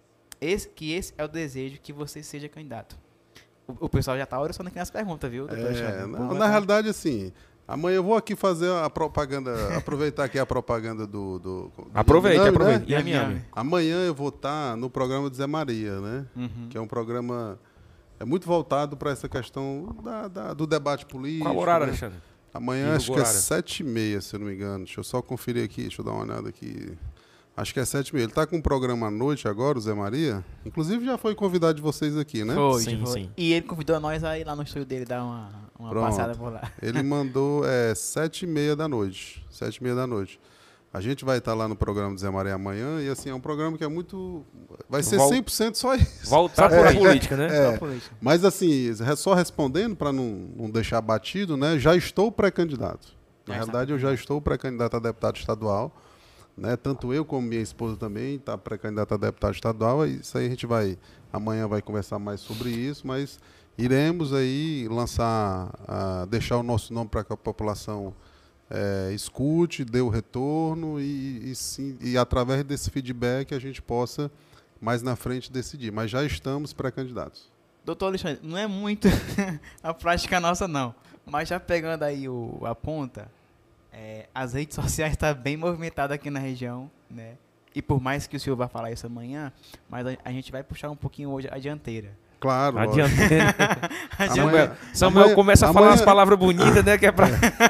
Speaker 3: que você seja candidato. O pessoal já está orando aqui nas perguntas, viu, doutor Alexandre?
Speaker 4: Na realidade, assim, amanhã eu vou aqui fazer a propaganda, aproveitar aqui a propaganda do
Speaker 1: Aproveite.
Speaker 4: Né?
Speaker 1: E a Miami?
Speaker 4: Amanhã eu vou estar no programa de Zé Maria, né?
Speaker 3: Uhum.
Speaker 4: Que é um programa muito voltado para essa questão do debate político.
Speaker 1: Qual horário,
Speaker 4: né?
Speaker 1: Alexandre?
Speaker 4: Amanhã acho que é
Speaker 1: horário.
Speaker 4: 7h30, se eu não me engano. Deixa eu só conferir aqui, deixa eu dar uma olhada aqui. Acho que é 7h30. Ele está com um programa à noite agora, o Zé Maria. Inclusive já foi convidado de vocês aqui, né?
Speaker 3: Foi,
Speaker 1: Sim,
Speaker 3: foi.
Speaker 1: sim.
Speaker 3: E ele convidou nós a ir lá no estúdio dele dar uma
Speaker 4: Pronto.
Speaker 3: passada por lá.
Speaker 4: Ele mandou 7h30 da noite. 7h30 da noite. A gente vai estar lá no programa do Zé Maria amanhã e assim, é um programa que é muito... Vai ser 100% só isso.
Speaker 1: Voltar para a política, né?
Speaker 3: Só política.
Speaker 4: Mas assim, só respondendo para não deixar batido, né? Já estou pré-candidato. Na
Speaker 3: Já
Speaker 4: realidade, eu já estou pré-candidato a deputado estadual. Né? Tanto eu como minha esposa também está pré-candidata a deputado estadual. Isso aí a gente amanhã vai conversar mais sobre isso, mas iremos aí deixar o nosso nome para que a população escute, dê o retorno e através desse feedback a gente possa mais na frente decidir. Mas já estamos pré-candidatos.
Speaker 3: Doutor Alexandre, não é muito a prática nossa, não. Mas já pegando aí a ponta, as redes sociais estão bem movimentadas aqui na região, né? E por mais que o senhor vá falar isso amanhã, mas a gente vai puxar um pouquinho hoje a dianteira.
Speaker 4: Claro.
Speaker 1: Adianteira.
Speaker 3: Amanhã-
Speaker 1: Samuel começa a falar umas palavras bonitas, né? Que é pra...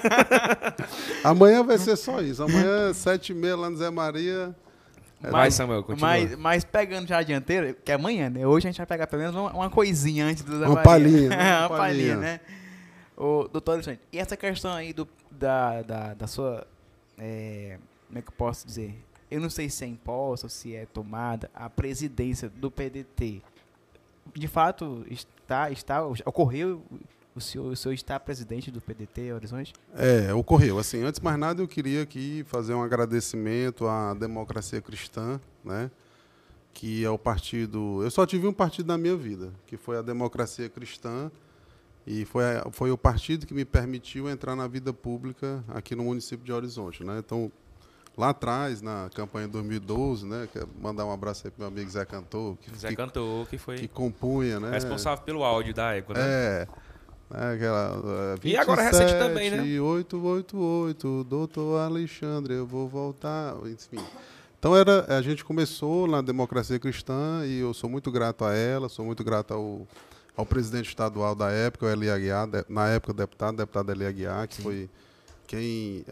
Speaker 4: Amanhã vai ser só isso. Amanhã, 7h30, lá no Zé Maria.
Speaker 1: Vai, Samuel, continua.
Speaker 3: Mas pegando já a dianteira, que é amanhã, né? Hoje a gente vai pegar pelo menos uma coisinha antes do Zé
Speaker 4: Uma
Speaker 3: Maria.
Speaker 4: palhinha, né?
Speaker 3: Uma palhinha, né? Ô, doutor Alexandre, e essa questão aí da sua... como é que eu posso dizer? Eu não sei se é imposta ou se é tomada a presidência do PDT. De fato, ocorreu... O senhor está presidente do PDT Horizonte?
Speaker 4: Ocorreu. Assim, antes de mais nada, eu queria aqui fazer um agradecimento à Democracia Cristã, né? Que é o partido... Eu só tive um partido na minha vida, que foi a Democracia Cristã, e foi o partido que me permitiu entrar na vida pública aqui no município de Horizonte, né? Então, lá atrás, na campanha de 2012, né? Quero mandar um abraço aí para o meu amigo Zé Cantor, que compunha, né?
Speaker 1: Responsável pelo áudio da época, né?
Speaker 4: Aquela, 27,
Speaker 1: E agora recente também, né?
Speaker 4: 888, doutor Alexandre, eu vou voltar, enfim. Então a gente começou na Democracia Cristã e eu sou muito grato a ela, sou muito grato ao presidente estadual da época, o Eli Aguiar, na época o deputado Eli Aguiar, que foi quem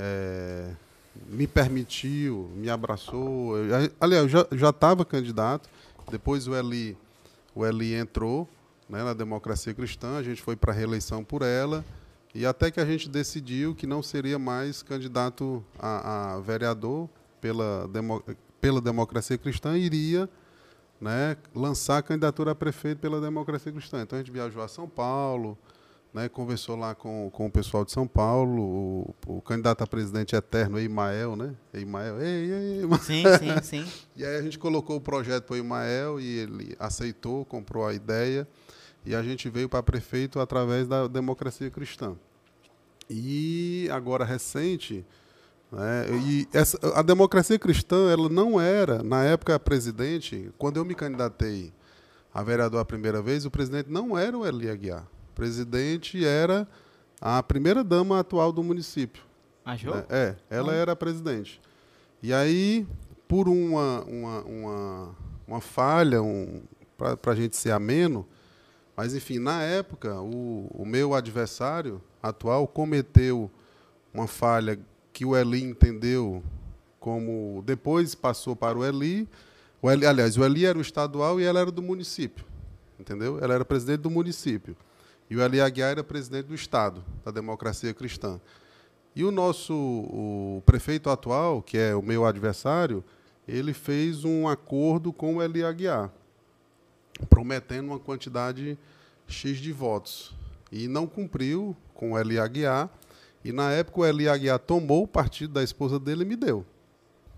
Speaker 4: me permitiu, me abraçou. Aliás, eu já estava candidato, depois o Eli entrou, né, na Democracia Cristã, a gente foi para a reeleição por ela, e até que a gente decidiu que não seria mais candidato a vereador pela Democracia Cristã, iria, né, lançar a candidatura a prefeito pela Democracia Cristã. Então a gente viajou a São Paulo, né, conversou lá com o pessoal de São Paulo, o candidato a presidente eterno, Eimael, né? Eimael.
Speaker 3: Sim.
Speaker 4: E aí a gente colocou o projeto para o Eimael e ele aceitou, comprou a ideia. E a gente veio para prefeito através da Democracia Cristã. E agora recente, né, a Democracia Cristã, ela não era, na época, presidente, quando eu me candidatei a vereador a primeira vez, o presidente não era o Eli Aguiar. O presidente era a primeira-dama atual do município.
Speaker 3: A Jo?
Speaker 4: Né? Ela era a presidente. E aí, por uma falha, para a gente ser ameno, mas, enfim, na época, o meu adversário atual cometeu uma falha que o Eli entendeu como... Depois passou para o Eli. Aliás, o Eli era o estadual e ela era do município. Entendeu? Ela era presidente do município. E o Eli Aguiar era presidente do Estado, da Democracia Cristã. E o prefeito atual, que é o meu adversário, ele fez um acordo com o Eli Aguiar, prometendo uma quantidade X de votos. E não cumpriu com o Eli Aguiar. E, na época, o Eli Aguiar tomou o partido da esposa dele e me deu.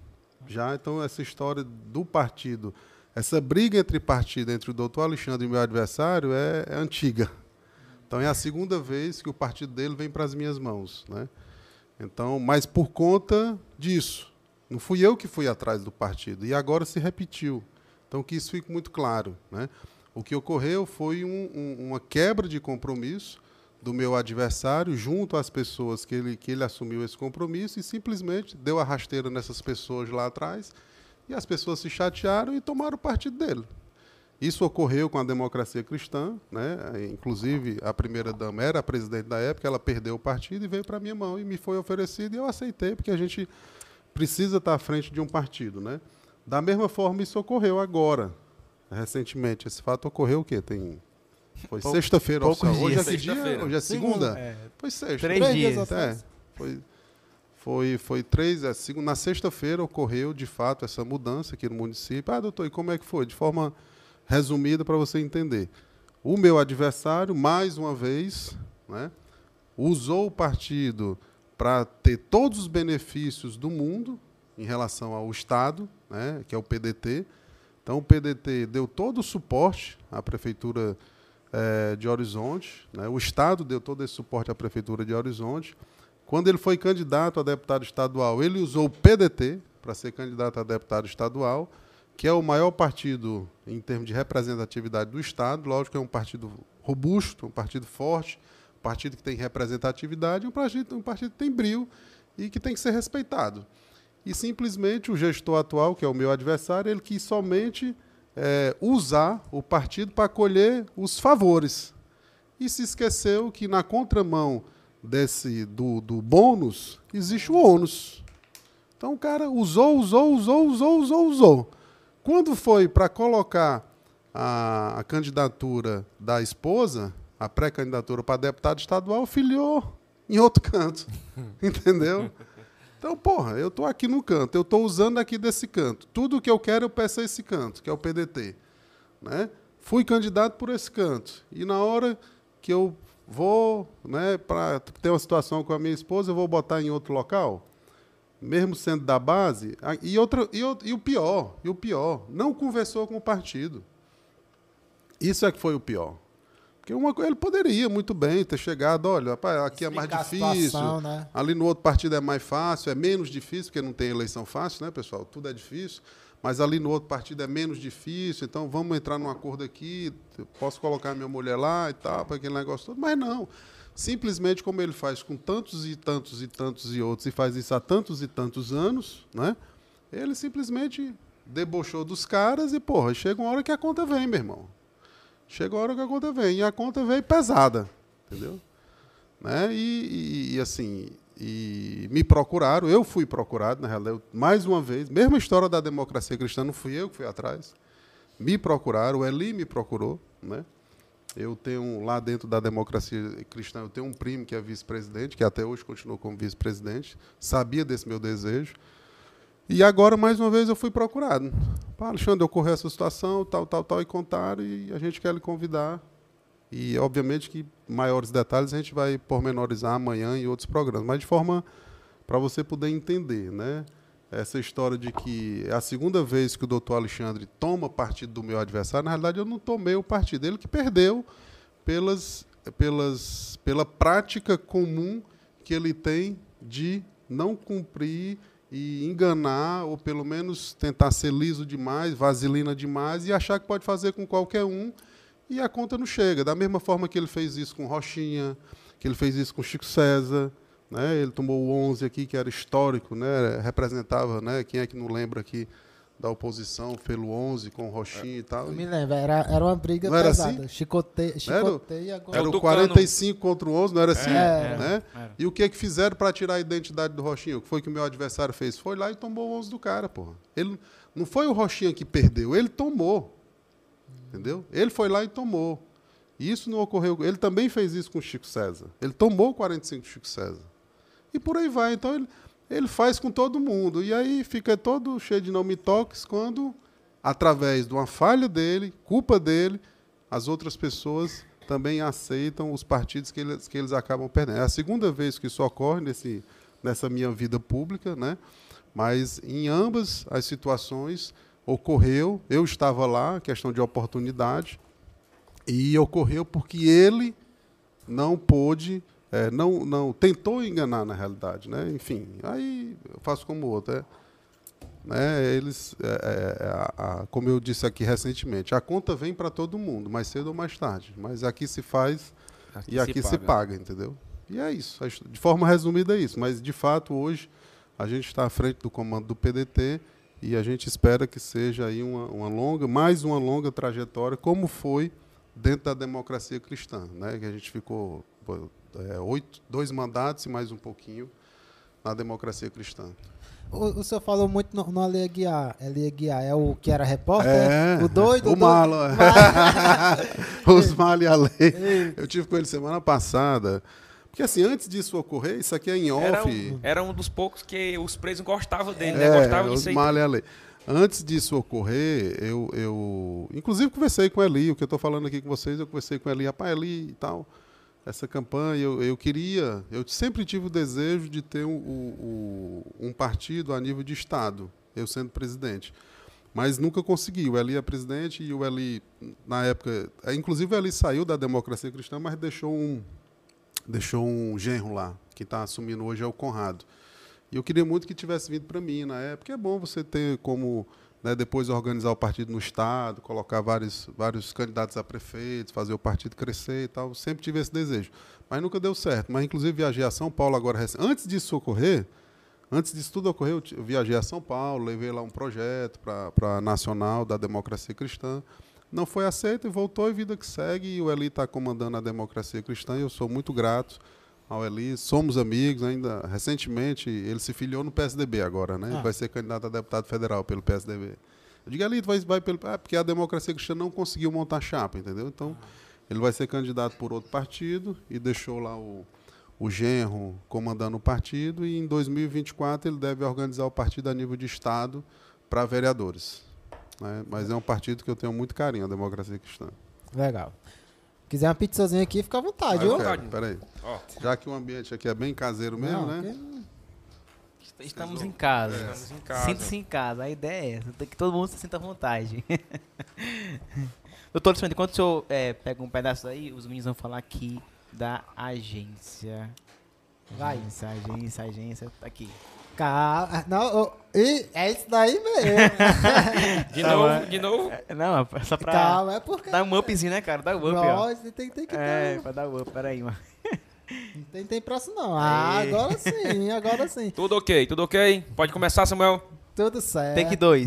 Speaker 4: Já, então, essa história do partido, essa briga entre partido, entre o doutor Alexandre e o meu adversário, é antiga. Então, é a segunda vez que o partido dele vem para as minhas mãos, né? Então, mas por conta disso. Não fui eu que fui atrás do partido. E agora se repetiu. Então, que isso fique muito claro, né? O que ocorreu foi uma quebra de compromisso do meu adversário junto às pessoas que ele assumiu esse compromisso e simplesmente deu a rasteira nessas pessoas lá atrás e as pessoas se chatearam e tomaram o partido dele. Isso ocorreu com a Democracia Cristã, né? Inclusive a primeira-dama era a presidente da época, ela perdeu o partido e veio para a minha mão e me foi oferecido e eu aceitei, porque a gente precisa estar à frente de um partido, né? Da mesma forma, isso ocorreu agora, recentemente. Esse fato ocorreu o quê? Foi sexta-feira. Hoje é que dia? Hoje é segunda? Foi sexta.
Speaker 3: 3 dias
Speaker 2: atrás.
Speaker 4: Foi 3, na sexta-feira ocorreu, de fato, essa mudança aqui no município. Ah, doutor, e como é que foi? De forma resumida para você entender. O meu adversário, mais uma vez, né, usou o partido para ter todos os benefícios do mundo em relação ao Estado, né, que é o PDT. Então, o PDT deu todo o suporte à Prefeitura de Horizonte, né, o Estado deu todo esse suporte à Prefeitura de Horizonte. Quando ele foi candidato a deputado estadual, ele usou o PDT para ser candidato a deputado estadual, que é o maior partido em termos de representatividade do Estado. Lógico que é um partido robusto, um partido forte, um partido que tem representatividade, um partido que tem brio e que tem que ser respeitado. E simplesmente o gestor atual, que é o meu adversário, ele quis somente usar o partido para colher os favores. E se esqueceu que na contramão do bônus existe o ônus. Então o cara usou. Quando foi para colocar a candidatura da esposa, a pré-candidatura para deputado estadual, filiou em outro canto. Entendeu? Então, porra, eu estou aqui no canto, eu estou usando aqui desse canto. Tudo o que eu quero, eu peço a esse canto, que é o PDT. Né? Fui candidato por esse canto. E na hora que eu vou, né, para ter uma situação com a minha esposa, eu vou botar em outro local, mesmo sendo da base. E o pior, não conversou com o partido. Isso é que foi o pior. Porque ele poderia muito bem ter chegado, olha, rapaz, aqui é mais difícil, situação, né? Ali no outro partido é mais fácil, é menos difícil, porque não tem eleição fácil, né, pessoal? Tudo é difícil, mas ali no outro partido é menos difícil, então vamos entrar num acordo aqui, posso colocar minha mulher lá e tal, para aquele negócio todo, mas não. Simplesmente como ele faz com tantos e tantos e tantos e outros, e faz isso há tantos e tantos anos, né? Ele simplesmente debochou dos caras e, porra, chega uma hora que a conta vem, meu irmão. Chega a hora que a conta vem, e a conta veio pesada, entendeu? Né? E assim, me procuraram, eu fui procurado, na realidade, mais uma vez, mesma história da Democracia Cristã, não fui eu que fui atrás, me procuraram, o Eli me procurou, né? Eu tenho, lá dentro da Democracia Cristã, eu tenho um primo que é vice-presidente, que até hoje continua como vice-presidente, sabia desse meu desejo. E agora, mais uma vez, eu fui procurado. Alexandre, ocorreu essa situação, tal, e contaram, e a gente quer lhe convidar. E, obviamente, que maiores detalhes a gente vai pormenorizar amanhã em outros programas, mas de forma para você poder entender, né? Essa história de que é a segunda vez que o doutor Alexandre toma partido do meu adversário. Na realidade, eu não tomei o partido. Ele que perdeu pela prática comum que ele tem de não cumprir e enganar, ou pelo menos tentar ser liso demais, vaselina demais, e achar que pode fazer com qualquer um, e a conta não chega. Da mesma forma que ele fez isso com Rochinha, que ele fez isso com Chico César, né? Ele tomou o 11 aqui, que era histórico, né? Representava, né? Quem é que não lembra aqui da oposição pelo 11 com o Rochinha e tal.
Speaker 2: Eu me lembro, era uma briga
Speaker 4: não
Speaker 2: pesada.
Speaker 4: Era assim?
Speaker 2: Chicoteia agora.
Speaker 4: Era o 45 contra o 11, não era assim?
Speaker 2: Era.
Speaker 4: E o que fizeram para tirar a identidade do Rochinha? O que foi que o meu adversário fez? Foi lá e tomou o 11 do cara, porra. Ele, não foi o Rochinha que perdeu, ele tomou. Entendeu? Ele foi lá e tomou. E isso não ocorreu. Ele também fez isso com o Chico César. Ele tomou o 45 do Chico César. E por aí vai. Então, ele faz com todo mundo. E aí fica todo cheio de não me toques quando, através de uma falha dele, culpa dele, as outras pessoas também aceitam os partidos que eles acabam perdendo. É a segunda vez que isso ocorre nessa minha vida pública, né? Mas em ambas as situações ocorreu, eu estava lá, questão de oportunidade, e ocorreu porque ele não pôde, não tentou enganar na realidade, né? Enfim, aí eu faço como o outro, né? Eles, como eu disse aqui recentemente, a conta vem para todo mundo, mais cedo ou mais tarde, mas aqui se faz e aqui se paga, entendeu? E é isso, de forma resumida é isso, mas de fato hoje a gente está à frente do comando do PDT e a gente espera que seja aí mais uma longa trajetória, como foi dentro da democracia cristã, né? Que a gente ficou 2 mandatos e mais um pouquinho na democracia cristã.
Speaker 2: O senhor falou muito no Ali Aguiar. Ali Aguiar é o que era repórter? O doido?
Speaker 4: O malo. Os mal e a lei. Eu tive com ele semana passada. Porque assim, antes disso ocorrer, isso aqui é em off.
Speaker 1: Era um dos poucos que os presos gostavam dele, né? Gostavam
Speaker 4: os
Speaker 1: disso aí.
Speaker 4: mal e a lei. Antes disso ocorrer, eu inclusive conversei com Eli, o que eu estou falando aqui com vocês, eu conversei com Eli, rapaz, Eli e tal, essa campanha, eu sempre tive o desejo de ter um partido a nível de Estado, eu sendo presidente, mas nunca consegui. O Eli é presidente e o Eli, na época, inclusive o Eli saiu da democracia cristã, mas deixou um genro lá, que está assumindo hoje é o Conrado. E eu queria muito que tivesse vindo para mim na época. É bom você ter como, né, depois organizar o partido no Estado, colocar vários candidatos a prefeitos, fazer o partido crescer e tal. Eu sempre tive esse desejo. Mas nunca deu certo. Mas, inclusive, viajei a São Paulo agora. Antes disso tudo ocorrer, eu viajei a São Paulo, levei lá um projeto para a Nacional da Democracia Cristã. Não foi aceito e voltou, e vida que segue. E o Eli está comandando a Democracia Cristã e eu sou muito grato ao Eli, somos amigos ainda. Recentemente, ele se filiou no PSDB agora, né? Ele vai ser candidato a deputado federal pelo PSDB. Eu digo, Eli, vai pelo... porque a democracia cristã não conseguiu montar chapa, entendeu? Então, ele vai ser candidato por outro partido e deixou lá o genro comandando o partido, e em 2024 ele deve organizar o partido a nível de Estado para vereadores, né? Mas é um partido que eu tenho muito carinho, a democracia cristã.
Speaker 2: Legal. Quiser uma pizzazinha aqui, fica à vontade, viu?
Speaker 4: Peraí. Já que o ambiente aqui é bem caseiro mesmo, né?
Speaker 3: Estamos em casa.
Speaker 1: Estamos em casa.
Speaker 3: Sinta-se em casa. A ideia é essa, que todo mundo se sinta à vontade. Doutor Alexandre, enquanto o senhor pega um pedaço aí, os meninos vão falar aqui da agência.
Speaker 2: Vai.
Speaker 3: Agência, tá aqui.
Speaker 2: É isso daí mesmo.
Speaker 1: De novo?
Speaker 3: Não, é só pra
Speaker 2: Calma, é porque...
Speaker 3: dar um upzinho, né, cara? Dá um up, ó.
Speaker 2: Nossa, tem que dar...
Speaker 3: pra dar um up. Peraí, mano.
Speaker 2: Não tem pressa, não. Agora sim.
Speaker 1: Tudo ok? Pode começar, Samuel?
Speaker 2: Tudo certo.
Speaker 3: Take 2.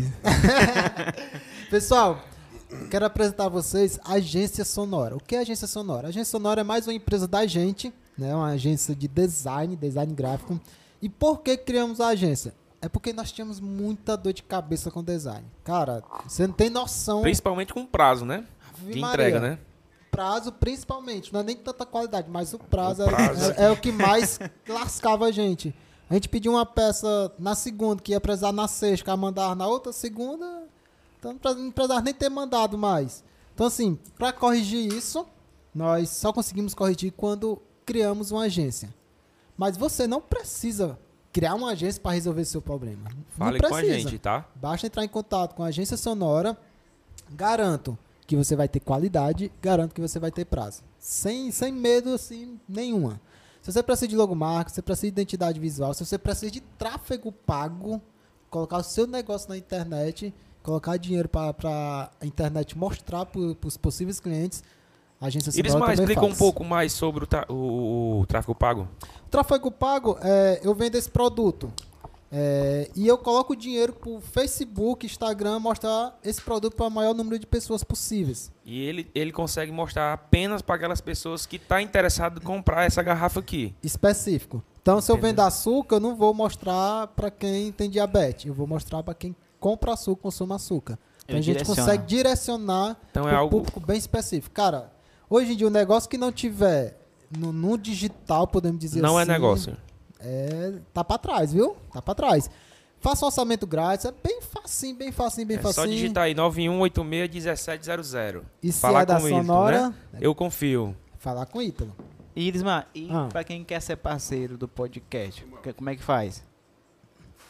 Speaker 2: Pessoal, quero apresentar a vocês a Agência Sonora. O que é a Agência Sonora? A Agência Sonora é mais uma empresa da gente, né? Uma agência de design gráfico. E por que criamos a agência? É porque nós tínhamos muita dor de cabeça com design. Cara, você não tem noção...
Speaker 1: Principalmente com prazo, né? De entrega, né?
Speaker 2: Prazo, principalmente. Não é nem tanta qualidade, mas o prazo é o que mais lascava a gente. A gente pediu uma peça na segunda, que ia precisar na sexta, que ia mandar na outra segunda, então não precisava nem ter mandado mais. Então, assim, para corrigir isso, nós só conseguimos corrigir quando criamos uma agência. Mas você não precisa criar uma agência para resolver seu problema.
Speaker 1: Fale com a gente, tá?
Speaker 2: Basta entrar em contato com a Agência Sonora. Garanto que você vai ter qualidade, garanto que você vai ter prazo. Sem medo, assim, nenhuma. Se você precisa de logomarca, se você precisa de identidade visual, se você precisa de tráfego pago, colocar o seu negócio na internet, colocar dinheiro para a internet mostrar para os possíveis clientes, a Agência Sonora também faz.
Speaker 1: Explica um pouco mais sobre o tráfego pago.
Speaker 2: O tráfego pago, eu vendo esse produto e eu coloco o dinheiro para o Facebook, Instagram, mostrar esse produto para o maior número de pessoas possíveis.
Speaker 1: E ele consegue mostrar apenas para aquelas pessoas que estão interessadas em comprar essa garrafa aqui.
Speaker 2: Específico. Então, se eu vendo açúcar, eu não vou mostrar para quem tem diabetes. Eu vou mostrar para quem compra açúcar, consome açúcar. Então, a gente consegue direcionar para um público bem específico. Cara, hoje em dia, o negócio que não tiver no digital, podemos dizer assim...
Speaker 1: Não é negócio.
Speaker 2: Tá para trás, viu? Tá para trás. Faça um orçamento grátis, é bem facinho.
Speaker 1: Só digitar aí 9186-1700.
Speaker 2: E se é da Sonora...
Speaker 1: Ítalo, né? Eu confio.
Speaker 2: Falar com o Ítalo.
Speaker 3: Irismar, para quem quer ser parceiro do podcast, como é que faz?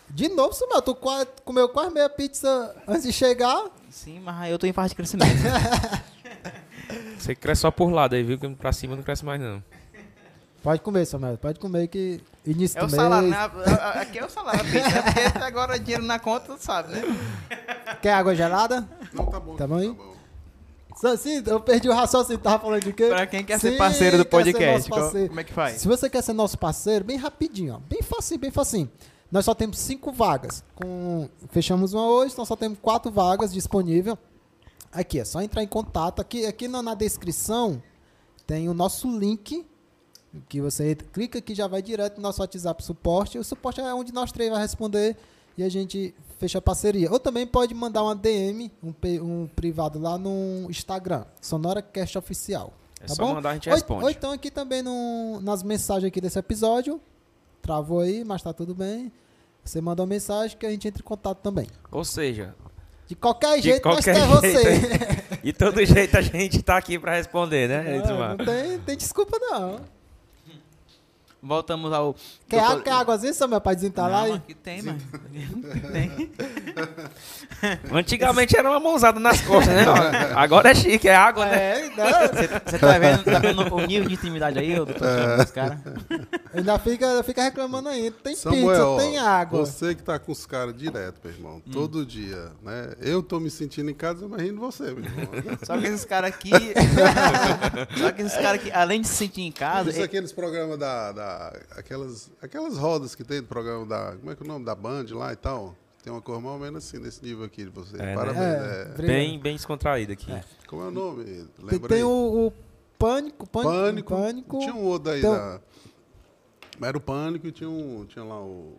Speaker 2: De novo, Samuel, tu comeu quase meia pizza antes de chegar.
Speaker 3: Sim, mas aí eu tô em fase de crescimento.
Speaker 1: Você cresce só por lado aí, viu? Que pra cima não cresce mais, não.
Speaker 2: Pode comer, Samuel, pode comer que início
Speaker 3: É o
Speaker 2: do
Speaker 3: salário,
Speaker 2: mês.
Speaker 3: né? Aqui é o salário, pizza. É porque até agora dinheiro na conta, tu sabe, né?
Speaker 2: Quer água gelada?
Speaker 4: Não, tá bom.
Speaker 2: Tá bom aí? Sim, eu perdi o raciocínio, tava falando de quê?
Speaker 3: Pra quem quer
Speaker 2: Sim,
Speaker 3: ser parceiro do
Speaker 2: quer ser
Speaker 3: podcast,
Speaker 2: nosso parceiro.
Speaker 3: como é que faz?
Speaker 2: Se você quer ser nosso parceiro, bem rapidinho, ó. Bem facinho, bem facinho. Nós só temos 5 vagas. Fechamos uma hoje, então só temos 4 vagas disponíveis. Aqui, é só entrar em contato. Aqui na descrição tem o nosso link, que você clica aqui já vai direto no nosso WhatsApp suporte. O suporte é onde nós 3 vai responder e a gente fecha a parceria. Ou também pode mandar uma DM, um privado lá no Instagram, SonoraCast Oficial.
Speaker 1: É
Speaker 2: Tá
Speaker 1: só
Speaker 2: bom?
Speaker 1: mandar, a gente
Speaker 2: Ou
Speaker 1: responde.
Speaker 2: então aqui também nas mensagens aqui desse episódio. Travou aí, mas tá tudo bem. Você manda uma mensagem que a gente entra em contato também.
Speaker 1: Ou seja,
Speaker 2: De qualquer
Speaker 1: de
Speaker 2: jeito, nós
Speaker 1: qualquer
Speaker 2: temos
Speaker 1: jeito,
Speaker 2: você.
Speaker 1: e todo jeito a gente tá aqui pra responder, né,
Speaker 2: Não,
Speaker 1: Edmar?
Speaker 2: não tem desculpa, não.
Speaker 3: Voltamos ao...
Speaker 2: Quer águazinha, Samuel, pra desentalhar
Speaker 3: Não,
Speaker 2: aí?
Speaker 3: aqui tem, mano. Tem.
Speaker 1: Antigamente era uma mãozada nas costas, né? Agora é chique, é água, né?
Speaker 2: É, não.
Speaker 3: Você tá vendo o nível de intimidade aí, ô, doutor? Dos caras?
Speaker 2: Ainda fica reclamando ainda. Tem
Speaker 4: Samuel,
Speaker 2: pizza, tem água.
Speaker 4: você que tá com os caras direto, meu irmão, todo dia, né? Eu tô me sentindo em casa, mas rindo de você, meu irmão.
Speaker 3: Só que esses caras aqui... além de se sentir em casa...
Speaker 4: Isso é aqueles programas aquelas rodas que tem do programa como é que é o nome? Da Band lá e tal. Tem uma cor mais ou menos assim, nesse nível aqui de você.
Speaker 1: É, né?
Speaker 4: Parabéns.
Speaker 2: Obrigado.
Speaker 1: Bem descontraído aqui.
Speaker 4: Como é o nome?
Speaker 2: Tem
Speaker 4: Lembrei.
Speaker 2: o Pânico.
Speaker 4: Tinha um outro aí
Speaker 2: Então-
Speaker 4: Mas era o Pânico e tinha lá o...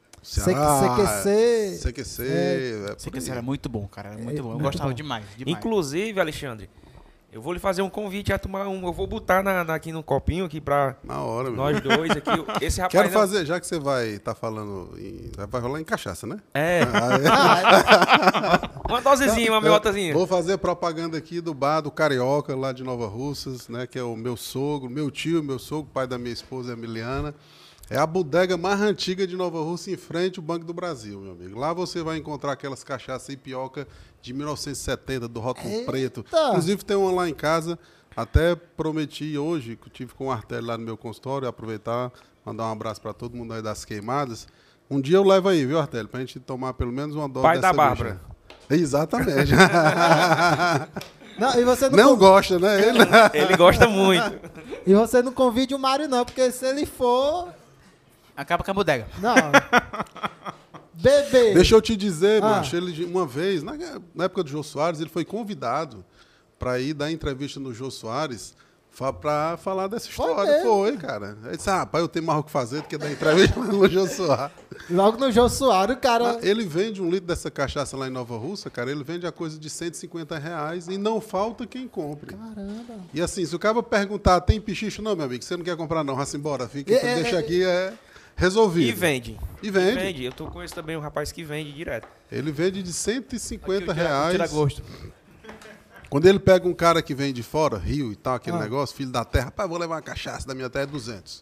Speaker 2: CQC.
Speaker 4: CQC.
Speaker 3: Sei que esse era muito bom, cara. Era muito bom. Eu
Speaker 2: muito
Speaker 3: gostava
Speaker 2: bom.
Speaker 3: demais.
Speaker 1: Inclusive, Alexandre, eu vou lhe fazer um convite a tomar um. Eu vou botar aqui no copinho aqui pra
Speaker 4: Na hora, meu.
Speaker 1: nós dois aqui. Esse rapaz.
Speaker 4: Quero fazer, já que você vai estar falando, vai rolar em cachaça, né?
Speaker 1: É,
Speaker 4: Ah,
Speaker 1: uma dosezinha, uma meiotazinha.
Speaker 4: Vou fazer propaganda aqui do bar do Carioca, lá de Nova Russas, né? Que é o meu sogro, meu sogro, pai da minha esposa, Emiliana. É a bodega mais antiga de Nova Russa, em frente ao Banco do Brasil, meu amigo. Lá você vai encontrar aquelas cachaças Ipioca de 1970, do rótulo
Speaker 2: Eita!
Speaker 4: preto. Inclusive tem uma lá em casa. Até prometi hoje, que eu tive com o Artelio lá no meu consultório, aproveitar, mandar um abraço para todo mundo aí das queimadas. Um dia eu levo aí, viu, Artelio? Pra gente tomar pelo menos uma dose
Speaker 1: Pai
Speaker 4: dessa
Speaker 1: da Bárbara.
Speaker 4: bicha. Exatamente.
Speaker 2: Não, e você
Speaker 4: Não gosta, né? Ele...
Speaker 1: Ele gosta muito.
Speaker 2: E você não convide o Mário, não, porque se ele for.
Speaker 3: Acaba com a bodega.
Speaker 2: Não. Bebê.
Speaker 4: Deixa eu te dizer,
Speaker 2: Ah.
Speaker 4: macho, ele uma vez, na época do Jô Soares, ele foi convidado para ir dar entrevista no Jô Soares para falar dessa história.
Speaker 2: mesmo?
Speaker 4: Foi, cara. Ele disse, rapaz, eu tenho mais o que fazer do que dar entrevista lá no Jô Soares.
Speaker 2: Logo no Jô Soares, o cara.
Speaker 4: Ele vende 1 litro dessa cachaça lá em Nova Russa, cara, ele vende a coisa de R$150 e não falta quem compre.
Speaker 2: Caramba.
Speaker 4: E assim, se o cara perguntar, tem pichicho? Não, meu amigo, você não quer comprar não, vai-se embora. Fica, deixa aqui, resolvido.
Speaker 1: E vende.
Speaker 4: E vende.
Speaker 1: Eu tô com esse também, um rapaz que vende direto.
Speaker 4: Ele vende de R$150.
Speaker 3: Tira gosto.
Speaker 4: Quando ele pega um cara que vem de fora, Rio e tal, aquele
Speaker 2: Ah.
Speaker 4: negócio, filho da terra, rapaz, vou levar uma cachaça da minha terra, é 200.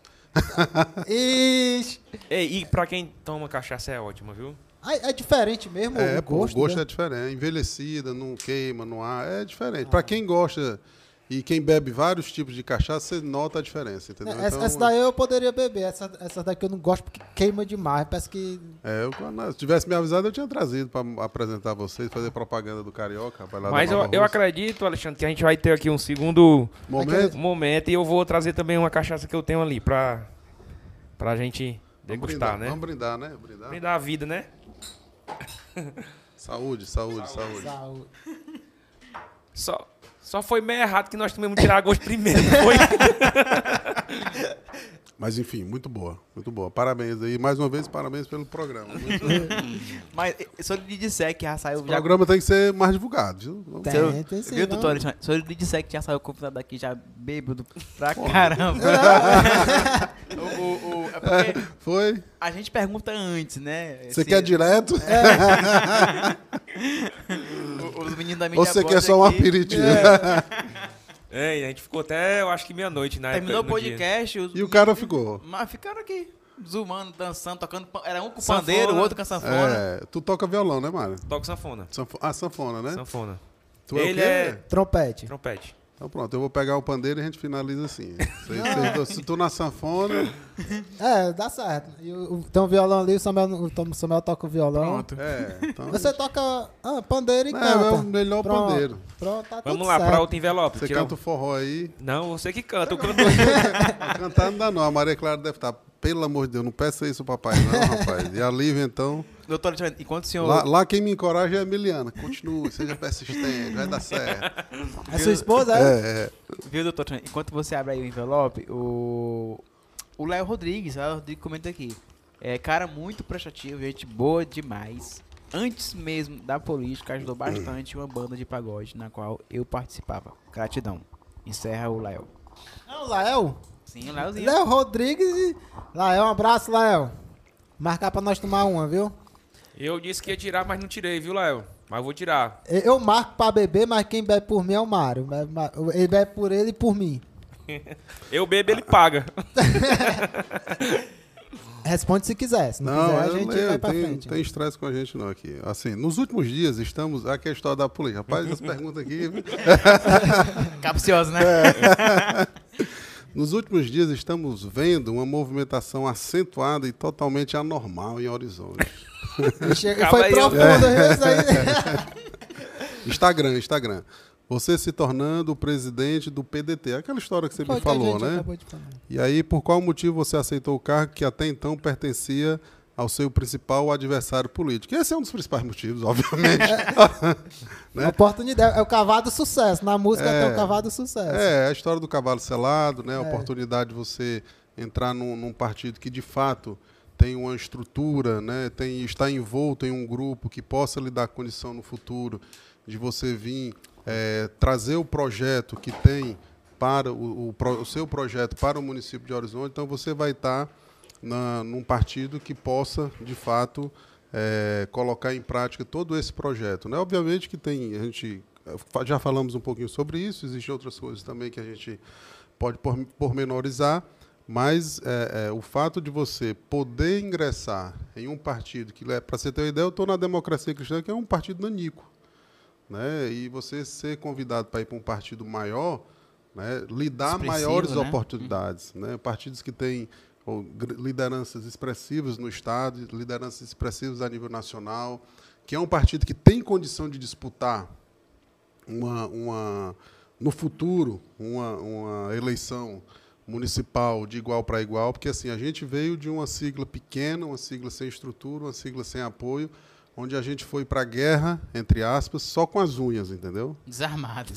Speaker 2: Ixi.
Speaker 1: E pra quem toma cachaça é ótima, viu?
Speaker 2: É diferente mesmo o gosto.
Speaker 4: o gosto
Speaker 2: né?
Speaker 4: é diferente. Envelhecida, não queima, não há, é diferente. Pra quem gosta e quem bebe vários tipos de cachaça, você nota a diferença, entendeu?
Speaker 2: Essa daí eu poderia beber. Essa daqui eu não gosto porque queima demais. Parece que.
Speaker 4: Se tivesse me avisado, eu tinha trazido pra apresentar vocês, fazer propaganda do Carioca. Rapaz, lá da
Speaker 1: Mas
Speaker 4: Nova
Speaker 1: eu
Speaker 4: Russa.
Speaker 1: acredito, Alexandre, que a gente vai ter aqui um segundo
Speaker 4: Momento,
Speaker 1: e eu vou trazer também uma cachaça que eu tenho ali pra gente
Speaker 4: vamos
Speaker 1: degustar,
Speaker 4: brindar,
Speaker 1: né?
Speaker 4: vamos brindar, né?
Speaker 1: Brindar a vida, né?
Speaker 4: Saúde.
Speaker 2: Saúde.
Speaker 1: Só foi meio errado que nós tivemos que tirar gosto primeiro, não foi?
Speaker 4: Mas enfim, muito boa, muito boa. Parabéns aí. Mais uma vez, parabéns pelo programa.
Speaker 3: Mas se eu lhe disser que já saiu...
Speaker 4: O programa tem que ser mais divulgado, viu?
Speaker 2: Tem sim.
Speaker 3: Viu,
Speaker 2: não.
Speaker 3: doutor Alexandre? Se eu lhe disser que já saiu convidado daqui já bêbado pra caramba. É porque
Speaker 4: Foi?
Speaker 3: a gente pergunta antes, né?
Speaker 4: Você quer direto?
Speaker 3: Os meninos da mídia
Speaker 4: Ou você
Speaker 3: Pod
Speaker 4: quer só um
Speaker 3: aqui
Speaker 4: aperitivo?
Speaker 1: É, e a gente ficou até, eu acho que meia-noite, né?
Speaker 3: Terminou o podcast.
Speaker 4: E o cara ficou.
Speaker 3: Mas ficaram aqui. zoomando, dançando, tocando. Era um com
Speaker 1: Sanfona.
Speaker 3: pandeiro, o outro com a sanfona.
Speaker 4: É, tu toca violão, né, Mário?
Speaker 1: Toco sanfona.
Speaker 4: Sanfona, né?
Speaker 1: Sanfona.
Speaker 4: Tu é o
Speaker 1: Ele
Speaker 4: quê?
Speaker 1: é
Speaker 2: Trompete.
Speaker 1: trompete.
Speaker 4: Então pronto, eu vou pegar o pandeiro e a gente finaliza assim. Se tu na sanfona,
Speaker 2: Dá certo. Tem um violão ali, o Samuel toca o violão.
Speaker 3: Pronto.
Speaker 4: então...
Speaker 2: Você toca pandeiro e
Speaker 4: É,
Speaker 2: canta.
Speaker 4: é o melhor
Speaker 2: Pronto.
Speaker 4: pandeiro.
Speaker 2: Pronto, tá
Speaker 1: Vamos
Speaker 2: tudo
Speaker 1: lá,
Speaker 2: certo.
Speaker 1: pra outro envelope.
Speaker 4: Você
Speaker 1: Tirar
Speaker 4: canta o forró aí.
Speaker 1: Não, você que canta. Eu canto.
Speaker 4: Cantar não dá não, a Maria Clara deve estar... Pelo amor de Deus, não peça isso ao papai não, rapaz. E a Lívia, então...
Speaker 3: Doutor Alexandre, enquanto o senhor...
Speaker 4: Lá quem me encoraja é a Emiliana. Continue, seja persistente, vai dar certo.
Speaker 2: É sua esposa, é?
Speaker 3: Viu, doutor Alexandre? Enquanto você abre aí o envelope, o Léo Rodrigues comenta aqui. É cara muito prestativo, gente boa demais. Antes mesmo da política, ajudou bastante uma banda de pagode na qual eu participava. Gratidão. Encerra o Léo.
Speaker 2: É o Lael?
Speaker 3: Sim, o Léozinho.
Speaker 2: Léo Rodrigues e... Lael, um abraço, Lael. Marcar pra nós tomar uma, viu?
Speaker 1: Eu disse que ia tirar, mas não tirei, viu, Léo? Mas eu vou tirar.
Speaker 2: Eu marco pra beber, mas quem bebe por mim é o Mário. Ele bebe por ele e por mim.
Speaker 1: Eu bebo, ele paga.
Speaker 2: Responde se quiser. Se não, quiser, a gente vai pra frente.
Speaker 4: Tem estresse com a gente não aqui. Assim, nos últimos dias estamos... Aqui é a história da polícia. Rapaz, essa pergunta aqui...
Speaker 3: Capcioso, né?
Speaker 4: Nos últimos dias estamos vendo uma movimentação acentuada e totalmente anormal em Horizonte.
Speaker 2: Foi profundo, isso aí.
Speaker 4: Instagram. Você se tornando o presidente do PDT. Aquela história que você me falou, né?
Speaker 2: Acabou de falar.
Speaker 4: E aí, por qual motivo você aceitou o cargo que até então pertencia ao seu principal adversário político? Esse é um dos principais motivos, obviamente. Né?
Speaker 2: Oportunidade. É o cavalo do sucesso. Na música tem o cavalo do sucesso.
Speaker 4: É, a história do cavalo selado, né? A oportunidade de você entrar num partido que, de fato, tem uma estrutura, né? Está envolto em um grupo que possa lhe dar condição no futuro de você vir trazer o projeto que tem para o seu projeto para o município de Horizonte. Então, você vai estar num partido que possa, de fato, colocar em prática todo esse projeto, né? Obviamente que a gente já falamos um pouquinho sobre isso, existem outras coisas também que a gente pode pormenorizar, mas o fato de você poder ingressar em um partido que, para você ter uma ideia, eu estou na Democracia Cristã, que é um partido nanico, né? E você ser convidado para ir para um partido maior, né, lhe dá maiores oportunidades, né? Partidos que têm lideranças expressivas no Estado, lideranças expressivas a nível nacional, que é um partido que tem condição de disputar no futuro uma eleição municipal de igual para igual, porque assim, a gente veio de uma sigla pequena, uma sigla sem estrutura, uma sigla sem apoio, onde a gente foi para a guerra, entre aspas, só com as unhas, entendeu?
Speaker 3: Desarmado.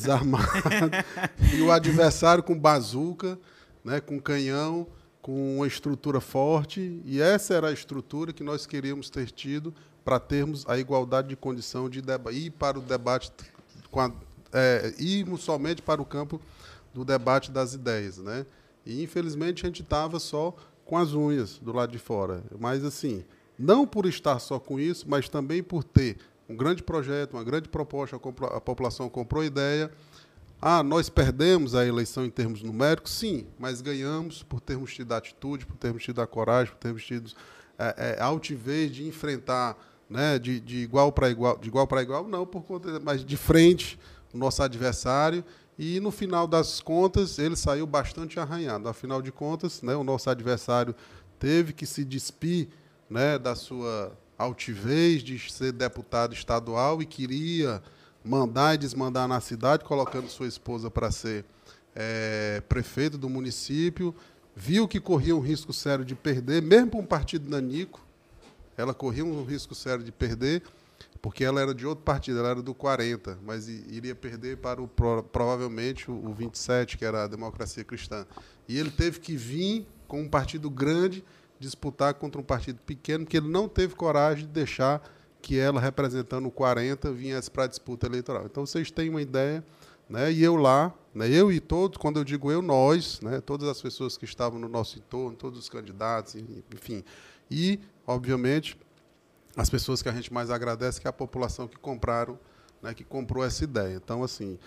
Speaker 4: E o adversário com bazuca, né, com canhão, com uma estrutura forte, e essa era a estrutura que nós queríamos ter tido para termos a igualdade de condição de ir para o debate, irmos somente para o campo do debate das ideias, né? E, infelizmente, a gente estava só com as unhas do lado de fora. Mas, assim, não por estar só com isso, mas também por ter um grande projeto, uma grande proposta, a população comprou a ideia. Nós perdemos a eleição em termos numéricos, sim, mas ganhamos por termos tido a atitude, por termos tido a coragem, por termos tido a altivez de enfrentar, né, de igual para igual, não por conta, mas de frente o nosso adversário. E, no final das contas, ele saiu bastante arranhado. Afinal de contas, né, o nosso adversário teve que se despir, né, da sua altivez de ser deputado estadual e queria mandar e desmandar na cidade, colocando sua esposa para ser prefeito do município. Viu que corria um risco sério de perder, mesmo para um partido nanico, ela corria um risco sério de perder, porque ela era de outro partido, ela era do 40, mas iria perder para provavelmente o 27, que era a Democracia Cristã. E ele teve que vir com um partido grande disputar contra um partido pequeno, porque ele não teve coragem de deixar que ela, representando o 40, viesse para a disputa eleitoral. Então, vocês têm uma ideia, né? E eu lá, né? Eu e todos, quando eu digo eu, nós, né? Todas as pessoas que estavam no nosso entorno, todos os candidatos, enfim. E, obviamente, as pessoas que a gente mais agradece, que é a população que compraram, né, que comprou essa ideia. Então, assim,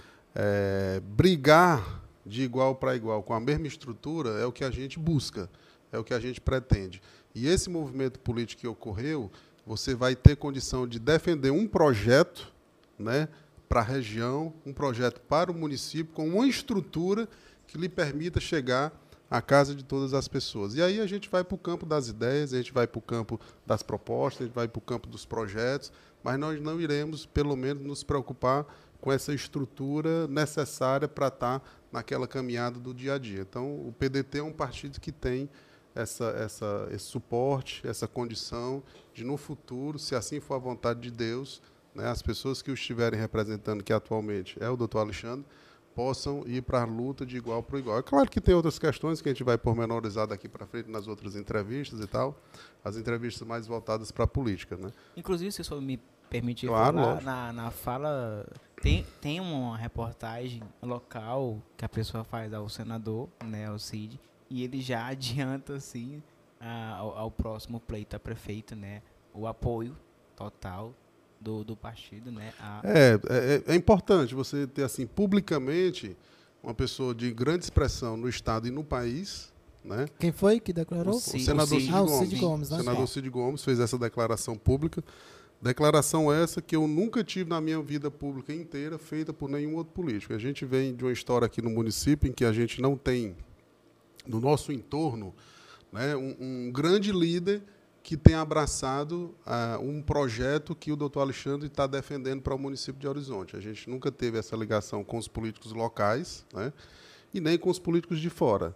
Speaker 4: brigar de igual para igual, com a mesma estrutura, é o que a gente busca, é o que a gente pretende. e esse movimento político que ocorreu, você vai ter condição de defender um projeto, né, para a região, um projeto para o município, com uma estrutura que lhe permita chegar à casa de todas as pessoas. E aí a gente vai para o campo das ideias, a gente vai para o campo das propostas, a gente vai para o campo dos projetos, mas nós não iremos, pelo menos, nos preocupar com essa estrutura necessária para estar naquela caminhada do dia a dia. Então, o PDT é um partido que tem esse suporte, essa condição de, no futuro, se assim for a vontade de Deus, né, as pessoas que o estiverem representando, que atualmente é o doutor Alexandre, possam ir para a luta de igual para igual. É claro que tem outras questões que a gente vai pormenorizar daqui para frente nas outras entrevistas e tal, as entrevistas mais voltadas para a política, né?
Speaker 3: Inclusive, se o senhor me permitir
Speaker 4: Claro,
Speaker 3: falar, na fala, tem uma reportagem local que a pessoa faz ao senador, né, ao Cid, e ele já adianta, assim, ao próximo pleito a prefeito, né, o apoio total do partido, né?
Speaker 4: É importante você ter, assim, publicamente, uma pessoa de grande expressão no Estado e no país, né?
Speaker 2: Quem foi que declarou?
Speaker 4: O senador Cid Gomes.
Speaker 2: O Cid Gomes, né?
Speaker 4: O senador Cid Gomes fez essa declaração pública. Declaração essa que eu nunca tive na minha vida pública inteira feita por nenhum outro político. A gente vem de uma história aqui no município em que a gente não tem, no nosso entorno, né, um grande líder que tem abraçado um projeto que o doutor Alexandre está defendendo para o município de Horizonte. A gente nunca teve essa ligação com os políticos locais, né, e nem com os políticos de fora.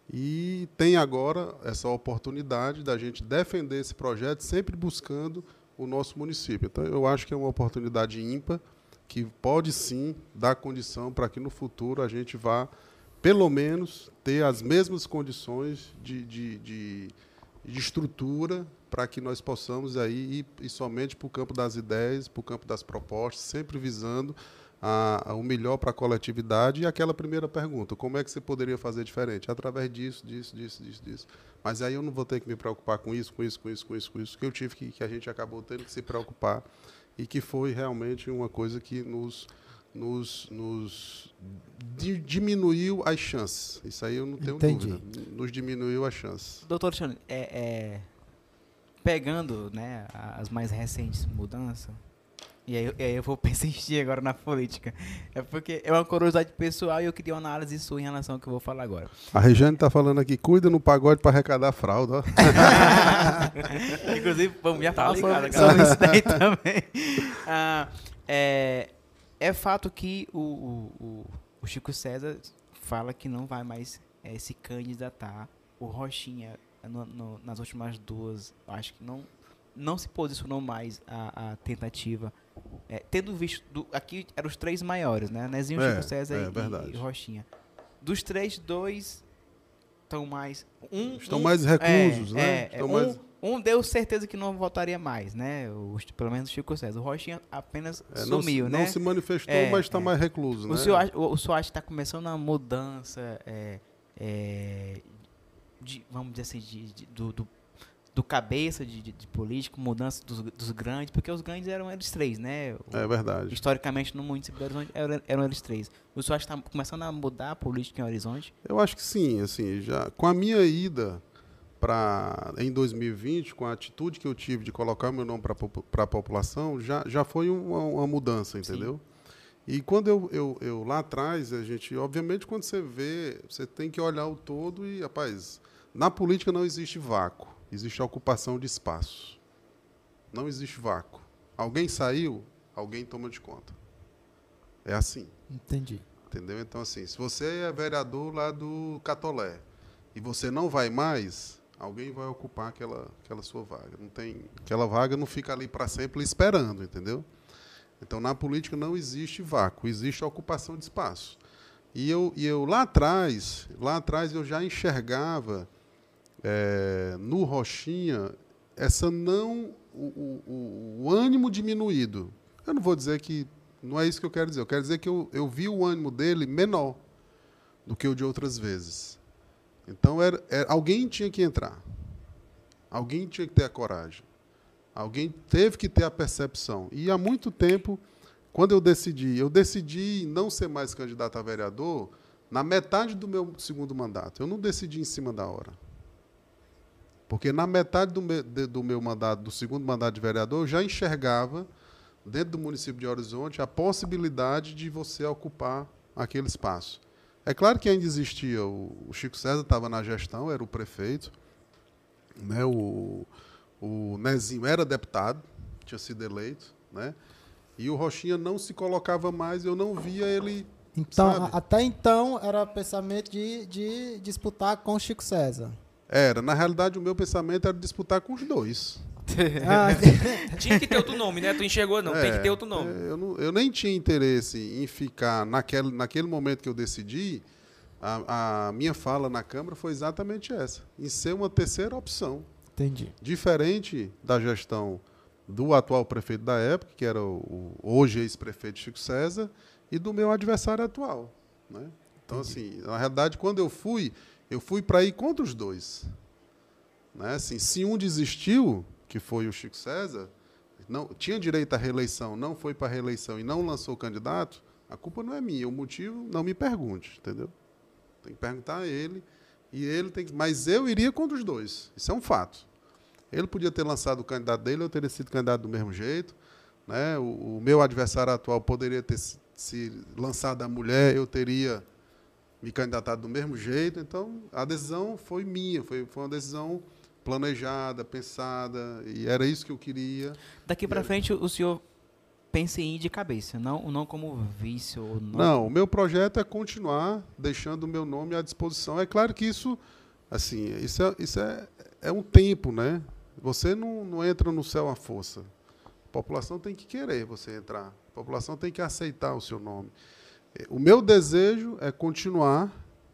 Speaker 4: E tem agora essa oportunidade da gente defender esse projeto, sempre buscando o nosso município. Então, eu acho que é uma oportunidade ímpar, que pode, sim, dar condição para que, no futuro, a gente vá, pelo menos, ter as mesmas condições de estrutura para que nós possamos aí ir somente para o campo das ideias, para o campo das propostas, sempre visando o melhor para a coletividade. E aquela primeira pergunta, como é que você poderia fazer diferente? Através disso. Mas aí eu não vou ter que me preocupar com isso, que eu tive que a gente acabou tendo que se preocupar, e que foi realmente uma coisa que nos diminuiu as chances. Isso aí eu não tenho dúvida. Nos diminuiu as chances.
Speaker 3: Doutor Alexandre, pegando, né, as mais recentes mudanças, e aí eu vou persistir agora na política, é porque é uma curiosidade pessoal e eu queria uma análise sua em relação ao que eu vou falar agora.
Speaker 4: A Regiane está falando aqui, cuida no pagode para arrecadar fralda. Ó.
Speaker 3: Inclusive, vamos já falar sobre isso daí também. É fato que o Chico César fala que não vai mais se candidatar. O Rochinha, nas últimas duas, acho que não se posicionou mais a tentativa. Tendo visto, aqui eram os três maiores, né? Nezinho, Chico César e Rochinha. Dos três, dois estão mais...
Speaker 4: Estão mais reclusos, né?
Speaker 3: Um deu certeza que não votaria mais, né? Pelo menos o Chico César. O Rochinha apenas sumiu, né?
Speaker 4: Não se manifestou, mas está mais recluso, né?
Speaker 3: O senhor acha que está começando uma mudança, vamos dizer assim, do cabeça de político, mudança dos grandes, porque os grandes eram eles três, né?
Speaker 4: É verdade.
Speaker 3: Historicamente, no município de Horizonte, eram eles três. O senhor acha que está começando a mudar a política em Horizonte?
Speaker 4: Eu acho que sim, assim, já com a minha ida em 2020, com a atitude que eu tive de colocar meu nome para a população, já foi uma mudança, entendeu? Sim. E quando eu lá atrás, a gente, obviamente, quando você vê, você tem que olhar o todo e, rapaz, na política não existe vácuo, existe ocupação de espaço. Não existe vácuo. Alguém saiu, alguém toma de conta. É assim.
Speaker 2: Entendi.
Speaker 4: Entendeu? Então, assim, se você é vereador lá do Catolé e você não vai mais, alguém vai ocupar aquela sua vaga. Aquela vaga não fica ali para sempre esperando, entendeu? Então, na política não existe vácuo, existe ocupação de espaço. E eu lá atrás eu já enxergava no Rochinha o ânimo diminuído. Eu não vou dizer que não é isso que eu quero dizer. Eu quero dizer que eu vi o ânimo dele menor do que o de outras vezes. Então, alguém tinha que entrar. Alguém tinha que ter a coragem. Alguém teve que ter a percepção. E há muito tempo, quando eu decidi não ser mais candidato a vereador na metade do meu segundo mandato. Eu não decidi em cima da hora. Porque na metade do meu mandato, do segundo mandato de vereador, eu já enxergava, dentro do município de Horizonte, a possibilidade de você ocupar aquele espaço. É claro que ainda existia, o Chico César estava na gestão, era o prefeito, né? O Nezinho era deputado, tinha sido eleito, né? E o Rochinha não se colocava mais, eu não via ele.
Speaker 2: Então,
Speaker 4: sabe?
Speaker 2: até então, era pensamento de disputar com o Chico César.
Speaker 4: Era, na realidade, o meu pensamento era disputar com os dois.
Speaker 1: Tinha que ter outro nome, né? Tu enxergou, não. Tem que ter outro nome.
Speaker 4: Eu nem tinha interesse em ficar naquele momento que eu decidi. A minha fala na Câmara foi exatamente essa, em ser uma terceira opção.
Speaker 2: Entendi.
Speaker 4: Diferente da gestão do atual prefeito da época, que era hoje ex-prefeito Chico César, e do meu adversário atual, né? Então, assim, na realidade, quando eu fui para ir contra os dois, né? Assim, se um desistiu, que foi o Chico César, não tinha direito à reeleição, não foi para a reeleição e não lançou candidato, a culpa não é minha, o motivo não me pergunte, entendeu? Tem que perguntar a ele, e ele tem que... Mas eu iria contra os dois, isso é um fato. Ele podia ter lançado o candidato dele, eu teria sido candidato do mesmo jeito, né? O meu adversário atual poderia ter se lançado a mulher, eu teria me candidatado do mesmo jeito. Então, a decisão foi minha, foi uma decisão planejada, pensada, e era isso que eu queria.
Speaker 3: Daqui para frente, o senhor pensa em ir de cabeça, não como vice ou
Speaker 4: Não, o meu projeto é continuar deixando o meu nome à disposição. É claro que isso, assim, isso é um tempo, né? Você não entra no céu à força. A população tem que querer você entrar. A população tem que aceitar o seu nome. O meu desejo é continuar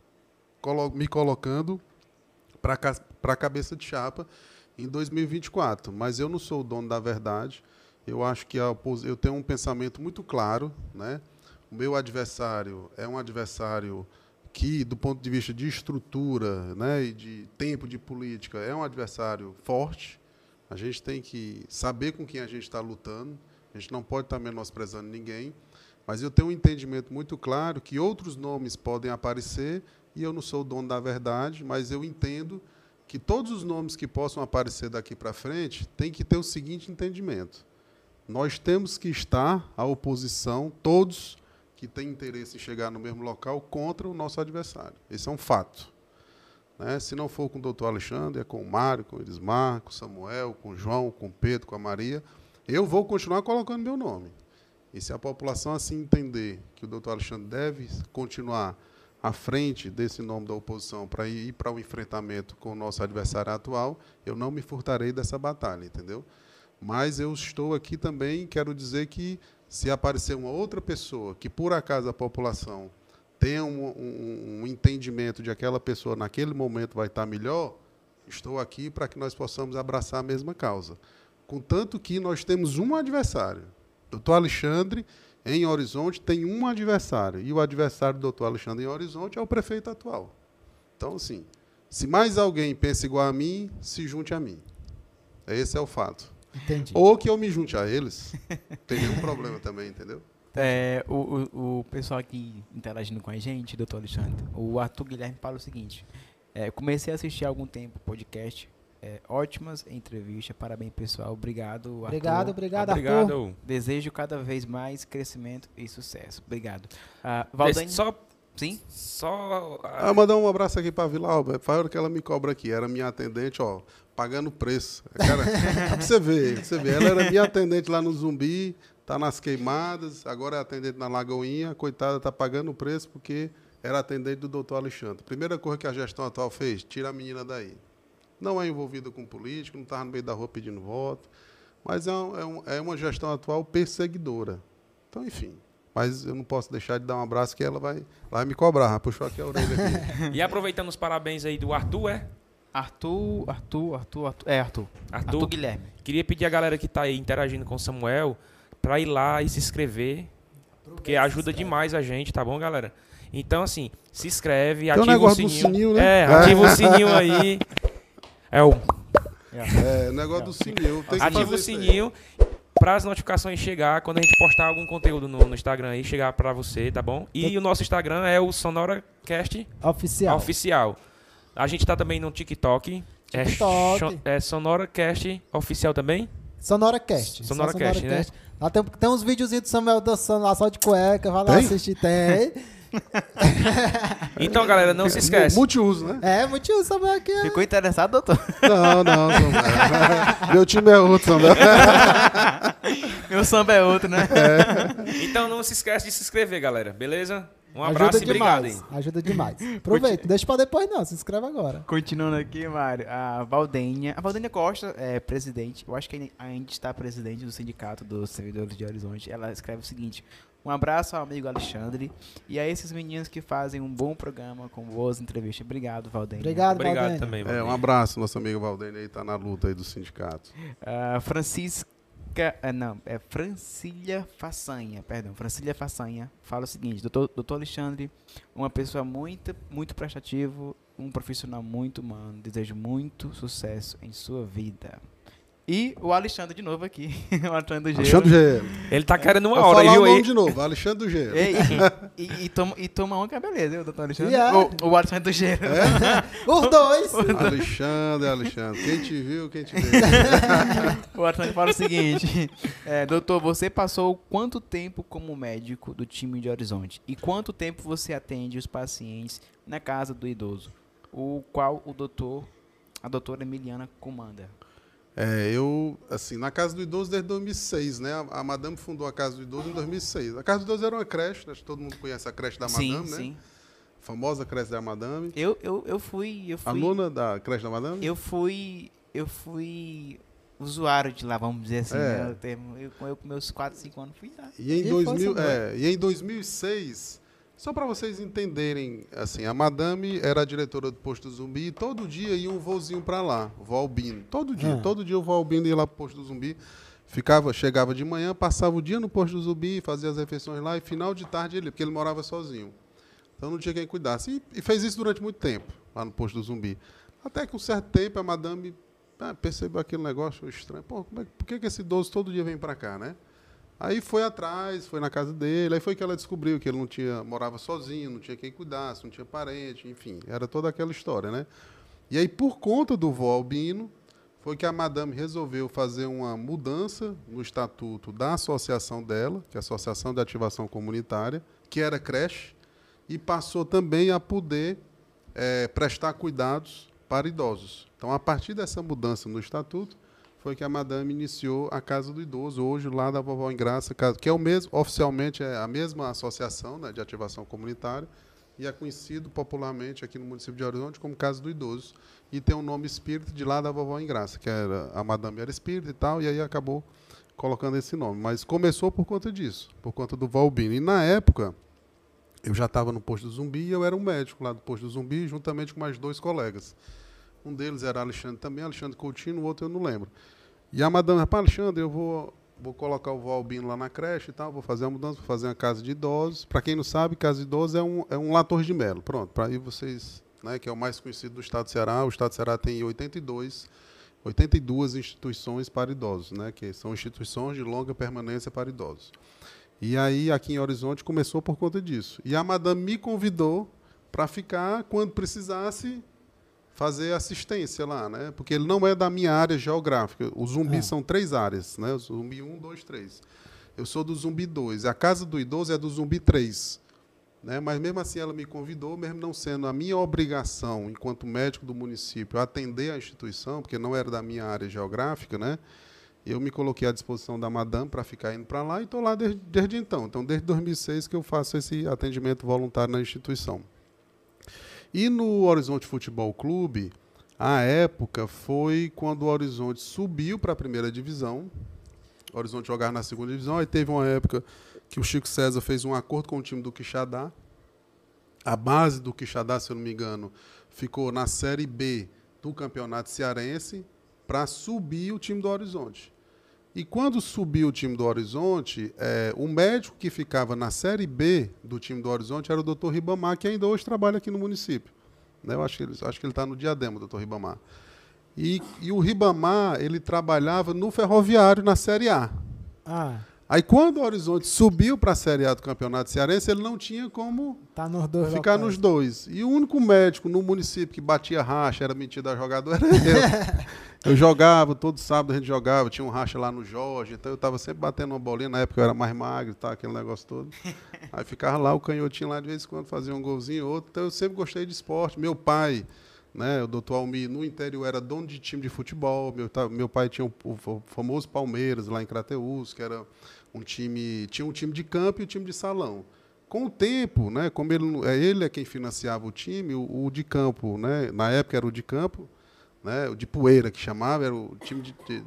Speaker 4: me colocando para a cabeça de chapa em 2024. Mas eu não sou o dono da verdade. Eu acho que eu tenho um pensamento muito claro, né? O meu adversário é um adversário que, do ponto de vista de estrutura, né, e de tempo de política, é um adversário forte. A gente tem que saber com quem a gente está lutando. A gente não pode estar menosprezando ninguém. Mas eu tenho um entendimento muito claro que outros nomes podem aparecer e eu não sou o dono da verdade, mas eu entendo que todos os nomes que possam aparecer daqui para frente têm que ter o seguinte entendimento. Nós temos que estar, a oposição, todos que têm interesse em chegar no mesmo local, contra o nosso adversário. Esse é um fato. Né? Se não for com o doutor Alexandre, é com o Mário, com o Elismar, com o Samuel, com o João, com o Pedro, com a Maria. Eu vou continuar colocando meu nome. E se a população assim entender que o doutor Alexandre deve continuar à frente desse nome da oposição para ir para o enfrentamento com o nosso adversário atual, eu não me furtarei dessa batalha, entendeu? Mas eu estou aqui também, quero dizer que se aparecer uma outra pessoa que, por acaso, a população tenha um entendimento de que aquela pessoa, naquele momento, vai estar melhor, estou aqui para que nós possamos abraçar a mesma causa. Contanto que nós temos um adversário. Doutor Alexandre, em Horizonte, tem um adversário. E o adversário do doutor Alexandre em Horizonte é o prefeito atual. Então, assim, se mais alguém pensa igual a mim, se junte a mim. Esse é o fato.
Speaker 2: Entendi.
Speaker 4: Ou que eu me junte a eles. Tem nenhum problema também, entendeu?
Speaker 3: O pessoal aqui interagindo com a gente, doutor Alexandre, o Arthur Guilherme fala o seguinte: comecei a assistir há algum tempo o podcast, ótimas entrevistas, parabéns pessoal, obrigado Arthur.
Speaker 2: Obrigado, Arthur.
Speaker 3: Desejo cada vez mais crescimento e sucesso. Obrigado. Valdane, sim?
Speaker 4: Mandar um abraço aqui para a Vilalba. Foi a hora que ela me cobra aqui. Era minha atendente, ó, pagando preço. Cara, pra você ver. Ela era minha atendente lá no Zumbi, tá nas Queimadas, agora é atendente na Lagoinha. Coitada, tá pagando o preço porque era atendente do doutor Alexandre. Primeira coisa que a gestão atual fez, tira a menina daí. Não é envolvida com político, não estava no meio da rua pedindo voto, mas é uma gestão atual perseguidora. Então, enfim. Mas eu não posso deixar de dar um abraço que ela vai me cobrar. Puxou aqui a orelha aqui.
Speaker 1: E aproveitando os parabéns aí do Arthur,
Speaker 3: Arthur Guilherme.
Speaker 1: Queria pedir a galera que está aí interagindo com o Samuel para ir lá e se inscrever, porque ajuda demais a gente, tá bom, galera? Então, assim, se inscreve, ativa o sininho.
Speaker 4: Do sininho, né?
Speaker 1: Ativa o sininho aí.
Speaker 4: O negócio do sininho. Tem que
Speaker 1: ativa o sininho para as notificações chegar quando a gente postar algum conteúdo no Instagram aí, chegar para você, tá bom? E o nosso Instagram é o SonoraCast
Speaker 2: Oficial.
Speaker 1: A gente tá também no TikTok.
Speaker 2: TikTok.
Speaker 1: É SonoraCast oficial também?
Speaker 2: SonoraCast. só
Speaker 1: SonoraCast, né?
Speaker 2: Lá tem uns videozinhos do Samuel dançando lá só de cueca. Vai lá
Speaker 4: Tem?
Speaker 2: assistir. Tem.
Speaker 1: Então, galera, não se esquece.
Speaker 4: Multiuso, né?
Speaker 2: É, muito o Samuel aqui.
Speaker 3: Ficou interessado, doutor?
Speaker 4: Não. Meu time é outro, Samuel.
Speaker 3: Meu samba é outro, né?
Speaker 1: Então não se esquece de se inscrever, galera. Beleza? Um abraço
Speaker 2: Ajuda
Speaker 1: e obrigado aí.
Speaker 2: demais. Ajuda demais. Aproveita, não deixa pra depois não, se inscreve agora.
Speaker 3: Continuando aqui, Mário, a Valdênia Costa é presidente, eu acho que ainda está presidente do Sindicato dos Servidores de Horizonte. Ela escreve o seguinte: um abraço ao amigo Alexandre e a esses meninos que fazem um bom programa com boas entrevistas. Obrigado, Valdênia.
Speaker 2: Obrigado,
Speaker 1: Obrigado
Speaker 2: Valdênia.
Speaker 1: também,
Speaker 4: Um
Speaker 1: Valdir.
Speaker 4: abraço, nosso amigo Valdênio aí, tá na luta aí do sindicato.
Speaker 3: Francília Façanha, Francília Façanha fala o seguinte: doutor Alexandre, uma pessoa muito prestativo, um profissional muito humano, desejo muito sucesso em sua vida. E o Alexandre de novo aqui, o Alexandre do Gelo.
Speaker 4: Alexandre Gelo.
Speaker 1: Ele tá querendo uma
Speaker 4: Vou
Speaker 1: hora,
Speaker 4: falar
Speaker 1: viu
Speaker 4: o nome
Speaker 1: aí?
Speaker 4: de novo, Alexandre do Gelo.
Speaker 3: E toma uma que é beleza, viu, doutor Alexandre?
Speaker 2: E é.
Speaker 3: O Alexandre do Gelo.
Speaker 2: Os dois.
Speaker 4: Alexandre. Quem te viu, quem te vê.
Speaker 3: O Alexandre fala o seguinte: doutor, você passou quanto tempo como médico do time de Horizonte? E quanto tempo você atende os pacientes na casa do idoso, o qual a doutora Emiliana comanda?
Speaker 4: Eu, assim, na Casa do Idoso desde 2006, né? A Madame fundou a Casa do Idoso em 2006. A Casa do Idoso era uma creche, acho que todo mundo conhece a creche da Madame, né?
Speaker 3: Sim.
Speaker 4: A famosa creche da Madame.
Speaker 3: Eu fui.
Speaker 4: Aluna da creche da Madame?
Speaker 3: Eu fui usuário de lá, vamos dizer assim, né? Eu com meus 4, 5 anos fui lá.
Speaker 4: E em,
Speaker 2: E
Speaker 4: 2000,
Speaker 2: foi
Speaker 4: e em 2006, só para vocês entenderem, assim, a Madame era a diretora do posto do Zumbi e todo dia ia um voozinho para lá, o voo Albino. Todo dia o voo Albino ia lá pro posto do Zumbi, chegava de manhã, passava o dia no posto do Zumbi, fazia as refeições lá e final de tarde ele, porque ele morava sozinho. Então não tinha quem cuidasse. E fez isso durante muito tempo, lá no posto do Zumbi. Até que um certo tempo a Madame percebeu aquele negócio estranho. Pô, por que esse idoso todo dia vem para cá, né? Aí foi atrás, foi na casa dele, aí foi que ela descobriu que ele morava sozinho, não tinha quem cuidasse, não tinha parente, enfim, era toda aquela história, né? E aí, por conta do voo Albino, foi que a Madame resolveu fazer uma mudança no estatuto da associação dela, que é a Associação de Ativação Comunitária, que era creche, e passou também a poder prestar cuidados para idosos. Então, a partir dessa mudança no estatuto, foi que a Madame iniciou a Casa do Idoso, hoje lá da Vovó Engraça, que é o mesmo, oficialmente é a mesma associação, né, de ativação comunitária, e é conhecido popularmente aqui no município de Horizonte como Casa do Idoso, e tem um nome espírita de lá da Vovó Engraça, que a Madame era espírita e tal, e aí acabou colocando esse nome. Mas começou por conta disso, por conta do Valbino. E na época, eu já estava no posto do Zumbi e eu era um médico lá do posto do Zumbi, juntamente com mais 2 colegas. Um deles era Alexandre também, Alexandre Coutinho, o outro eu não lembro. E a Madame, rapaz, Alexandre, eu vou colocar o voo Albino lá na creche e tal, vou fazer a mudança, vou fazer uma casa de idosos. Para quem não sabe, casa de idosos é um La Torre de Melo. Pronto, para aí vocês, né, que é o mais conhecido do Estado do Ceará. O Estado do Ceará tem 82 instituições para idosos, né, que são instituições de longa permanência para idosos. E aí, aqui em Horizonte, começou por conta disso. E a Madame me convidou para ficar, quando precisasse, fazer assistência lá, né? Porque ele não é da minha área geográfica. Os zumbis são 3 áreas, né? O zumbi 1, 2, 3. Eu sou do zumbi 2. A Casa do Idoso é do zumbi 3. Né? Mas mesmo assim ela me convidou, mesmo não sendo a minha obrigação, enquanto médico do município, atender a instituição, porque não era da minha área geográfica, né? Eu me coloquei à disposição da Madame para ficar indo para lá e estou lá desde então. Então, desde 2006 que eu faço esse atendimento voluntário na instituição. E no Horizonte Futebol Clube, a época foi quando o Horizonte subiu para a primeira divisão. O Horizonte jogava na segunda divisão. Aí teve uma época que o Chico César fez um acordo com o time do Quixadá. A base do Quixadá, se eu não me engano, ficou na Série B do Campeonato Cearense para subir o time do Horizonte. E quando subiu o time do Horizonte, o médico que ficava na Série B do time do Horizonte era o Dr. Ribamar, que ainda hoje trabalha aqui no município. Né? Eu acho que ele está no Diadema, o Dr. Ribamar. E o Ribamar, ele trabalhava no Ferroviário, na Série A. Aí, quando o Horizonte subiu para a Série A do Campeonato Cearense, ele não tinha como
Speaker 2: Tá nos dois
Speaker 4: ficar
Speaker 2: locais.
Speaker 4: nos dois. E o único médico no município que batia racha, era metido a jogador, era eu. Eu jogava, todo sábado a gente jogava, tinha um racha lá no Jorge, então eu estava sempre batendo uma bolinha, na época eu era mais magro, tá, aquele negócio todo. Aí ficava lá, o canhotinho lá de vez em quando fazia um golzinho ou outro, então eu sempre gostei de esporte. Meu pai, né, o doutor Almir, no interior era dono de time de futebol, meu pai tinha o famoso Palmeiras lá em Crateús, que era tinha um time de campo e um time de salão. Com o tempo, né, como ele é quem financiava o time, o de campo, né, na época era o de campo, né, o de poeira que chamava, era o time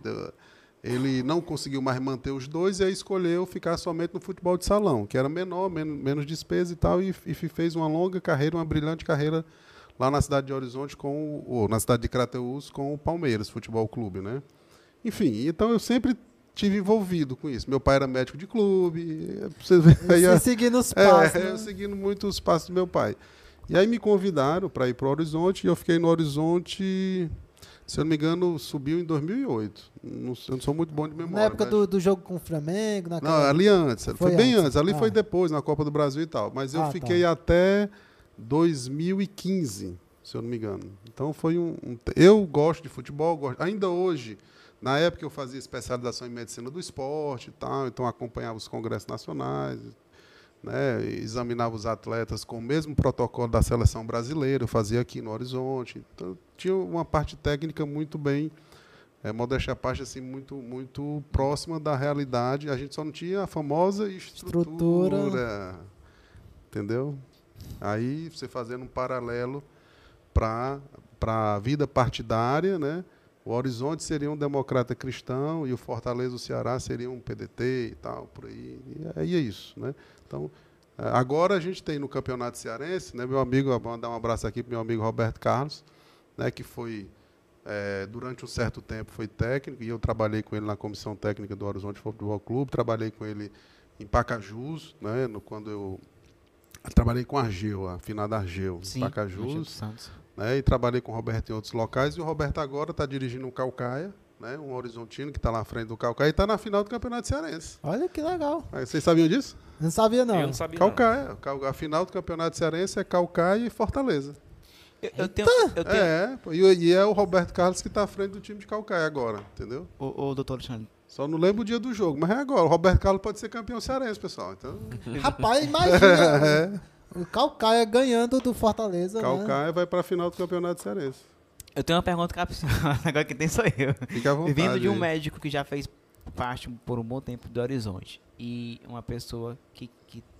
Speaker 4: ele não conseguiu mais manter os dois e aí escolheu ficar somente no futebol de salão, que era menor, menos despesa e tal, e fez uma longa carreira, uma brilhante carreira lá na cidade de Horizonte, ou na cidade de Crateús, com o Palmeiras Futebol Clube, né? Enfim, então eu sempre tive envolvido com isso. Meu pai era médico de clube. Você
Speaker 2: seguindo os passos.
Speaker 4: Eu seguindo muito os passos do meu pai. E aí me convidaram para ir para o Horizonte, e eu fiquei no Horizonte, se eu não me engano, subiu em 2008. Eu não sou muito bom de memória.
Speaker 2: Na época do jogo com o Flamengo?
Speaker 4: Não, ali antes. Foi bem antes. Ali
Speaker 2: Ah.
Speaker 4: foi depois, na Copa do Brasil e tal. Mas eu fiquei até 2015, se eu não me engano. Então foi eu gosto de futebol, ainda hoje. Na época eu fazia especialização em medicina do esporte e tal, então acompanhava os congressos nacionais, né, examinava os atletas com o mesmo protocolo da seleção brasileira, eu fazia aqui no Horizonte. Então tinha uma parte técnica muito bem, modéstia à parte, assim, muito, muito próxima da realidade. A gente só não tinha a famosa estrutura. Entendeu? Aí você fazendo um paralelo para a vida partidária, né? O Horizonte seria um democrata cristão e o Fortaleza, o Ceará, seria um PDT e tal, por aí. E aí é isso, né? Então, agora a gente tem no Campeonato Cearense, né, meu amigo, vou mandar um abraço aqui para o meu amigo Roberto Carlos, né, que foi, durante um certo tempo, foi técnico, e eu trabalhei com ele na comissão técnica do Horizonte Futebol Clube, trabalhei com ele em Pacajus, né, quando eu trabalhei com a Argeu, a finada Argeu, em Pacajus. Né, e trabalhei com o Roberto em outros locais, e o Roberto agora está dirigindo o Caucaia, né, um horizontino que está lá à frente do Caucaia, e está na final do Campeonato Cearense.
Speaker 2: Olha que legal.
Speaker 4: Vocês sabiam disso?
Speaker 2: Não sabia, não.
Speaker 1: Eu não sabia.
Speaker 4: Caucaia. A final do Campeonato Cearense é Caucaia e Fortaleza.
Speaker 3: Eu tenho...
Speaker 4: E é o Roberto Carlos que está à frente do time de Caucaia agora, entendeu?
Speaker 3: O doutor Alexandre.
Speaker 4: Só não lembro o dia do jogo, mas é agora. O Roberto Carlos pode ser campeão cearense, pessoal. Então...
Speaker 2: Rapaz, imagina. O Caucaia ganhando do Fortaleza.
Speaker 4: Caucaia
Speaker 2: né?
Speaker 4: vai para a final do Campeonato Cearense.
Speaker 3: Eu tenho uma pergunta capciosa, agora que tem sou eu.
Speaker 4: Fica à vontade.
Speaker 3: Vindo de um
Speaker 4: aí.
Speaker 3: médico que já fez parte por um bom tempo do Horizonte e uma pessoa que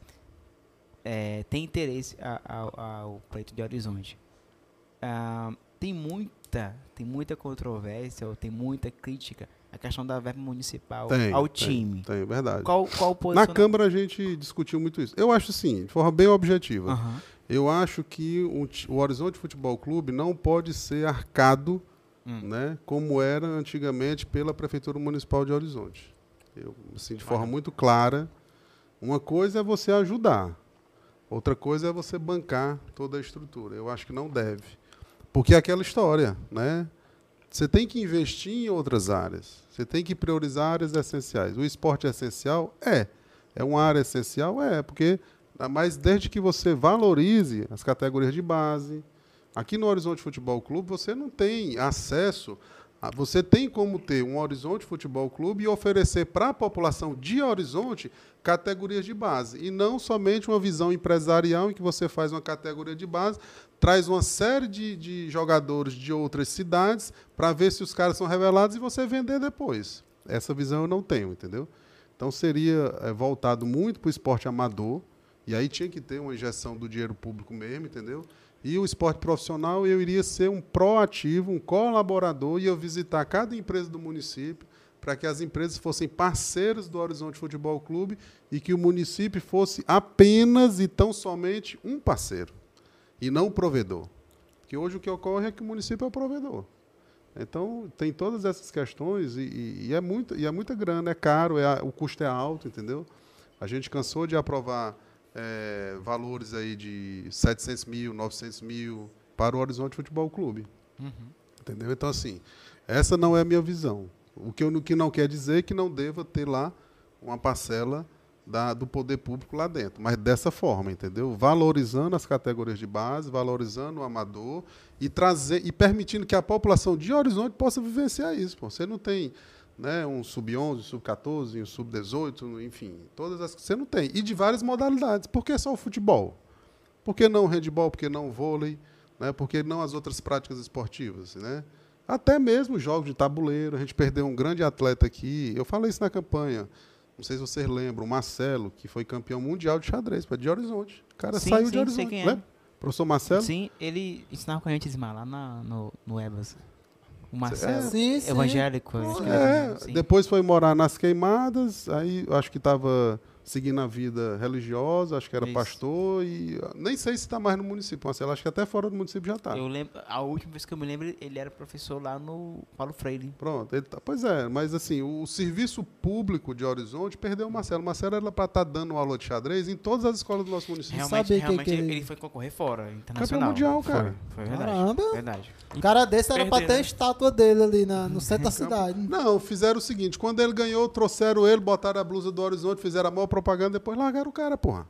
Speaker 3: tem interesse ao pleito de Horizonte, tem muita controvérsia ou tem muita crítica a questão da verba municipal ao time.
Speaker 4: Tem, verdade.
Speaker 3: Qual
Speaker 4: Na
Speaker 3: posicionamento?
Speaker 4: Câmara a gente discutiu muito isso. Eu acho assim, de forma bem objetiva.
Speaker 3: Aham.
Speaker 4: Eu acho que o Horizonte Futebol Clube não pode ser arcado, né, como era antigamente pela Prefeitura Municipal de Horizonte. Assim, de forma muito clara, uma coisa é você ajudar, outra coisa é você bancar toda a estrutura. Eu acho que não deve. Porque é aquela história, né? Você tem que investir em outras áreas. Você tem que priorizar áreas essenciais. O esporte é essencial? É uma área essencial? Porque... Mas desde que você valorize as categorias de base. Aqui no Horizonte Futebol Clube, você não tem acesso... Você tem como ter um Horizonte Futebol Clube e oferecer para a população de Horizonte categorias de base. E não somente uma visão empresarial em que você faz uma categoria de base, traz uma série de jogadores de outras cidades para ver se os caras são revelados e você vender depois. Essa visão eu não tenho, entendeu? Então seria voltado muito para o esporte amador, e aí tinha que ter uma injeção do dinheiro público mesmo, entendeu? E o esporte profissional, eu iria ser um proativo, um colaborador, e eu visitar cada empresa do município para que as empresas fossem parceiras do Horizonte Futebol Clube e que o município fosse apenas e tão somente um parceiro, e não um provedor. Porque hoje o que ocorre é que o município é o provedor. Então, tem todas essas questões e é muita grana, é caro, o custo é alto, entendeu? A gente cansou de aprovar... valores aí de 700 mil, 900 mil para o Horizonte Futebol Clube. Entendeu? Então, assim, essa não é a minha visão. O que não quer dizer que não deva ter lá uma parcela do poder público lá dentro, mas dessa forma, entendeu? Valorizando as categorias de base, valorizando o amador e permitindo que a população de Horizonte possa vivenciar isso. Pô. Você não tem, né, um sub-11, sub-14, um sub-18, enfim, você não tem. E de várias modalidades. Por que só o futebol? Por que não o handebol? Por que não o vôlei? Né? Por que não as outras práticas esportivas? Né? Até mesmo jogos de tabuleiro. A gente perdeu um grande atleta aqui. Eu falei isso na campanha. Não sei se vocês lembram, o Marcelo, que foi campeão mundial de xadrez, de Horizonte. O cara saiu de Horizonte.
Speaker 3: Sei quem é.
Speaker 4: Lembra? Professor Marcelo?
Speaker 3: Sim, ele ensinava com a gente lá no EBAS. O Marcelo,
Speaker 2: Sim.
Speaker 3: evangélico.
Speaker 4: Depois foi morar nas Queimadas, aí acho que estava seguindo a vida religiosa, acho que era pastor, e nem sei se está mais no município, Marcelo, acho que até fora do município já está.
Speaker 3: Eu lembro, a última vez que eu me lembro, ele era professor lá no Paulo Freire.
Speaker 4: Pronto, pois é, mas assim, o serviço público de Horizonte perdeu o Marcelo. O Marcelo era para estar dando aula de xadrez em todas as escolas do nosso município.
Speaker 3: Realmente ele foi concorrer fora, internacional.
Speaker 4: Campeão mundial, cara.
Speaker 3: Foi verdade.
Speaker 2: Caramba.
Speaker 3: Verdade.
Speaker 2: Um cara desse era pra ter a estátua dele ali no centro da cidade.
Speaker 4: Não, fizeram o seguinte, quando ele ganhou, trouxeram ele, botaram a blusa do Horizonte, fizeram a maior propaganda, depois largaram o cara, porra.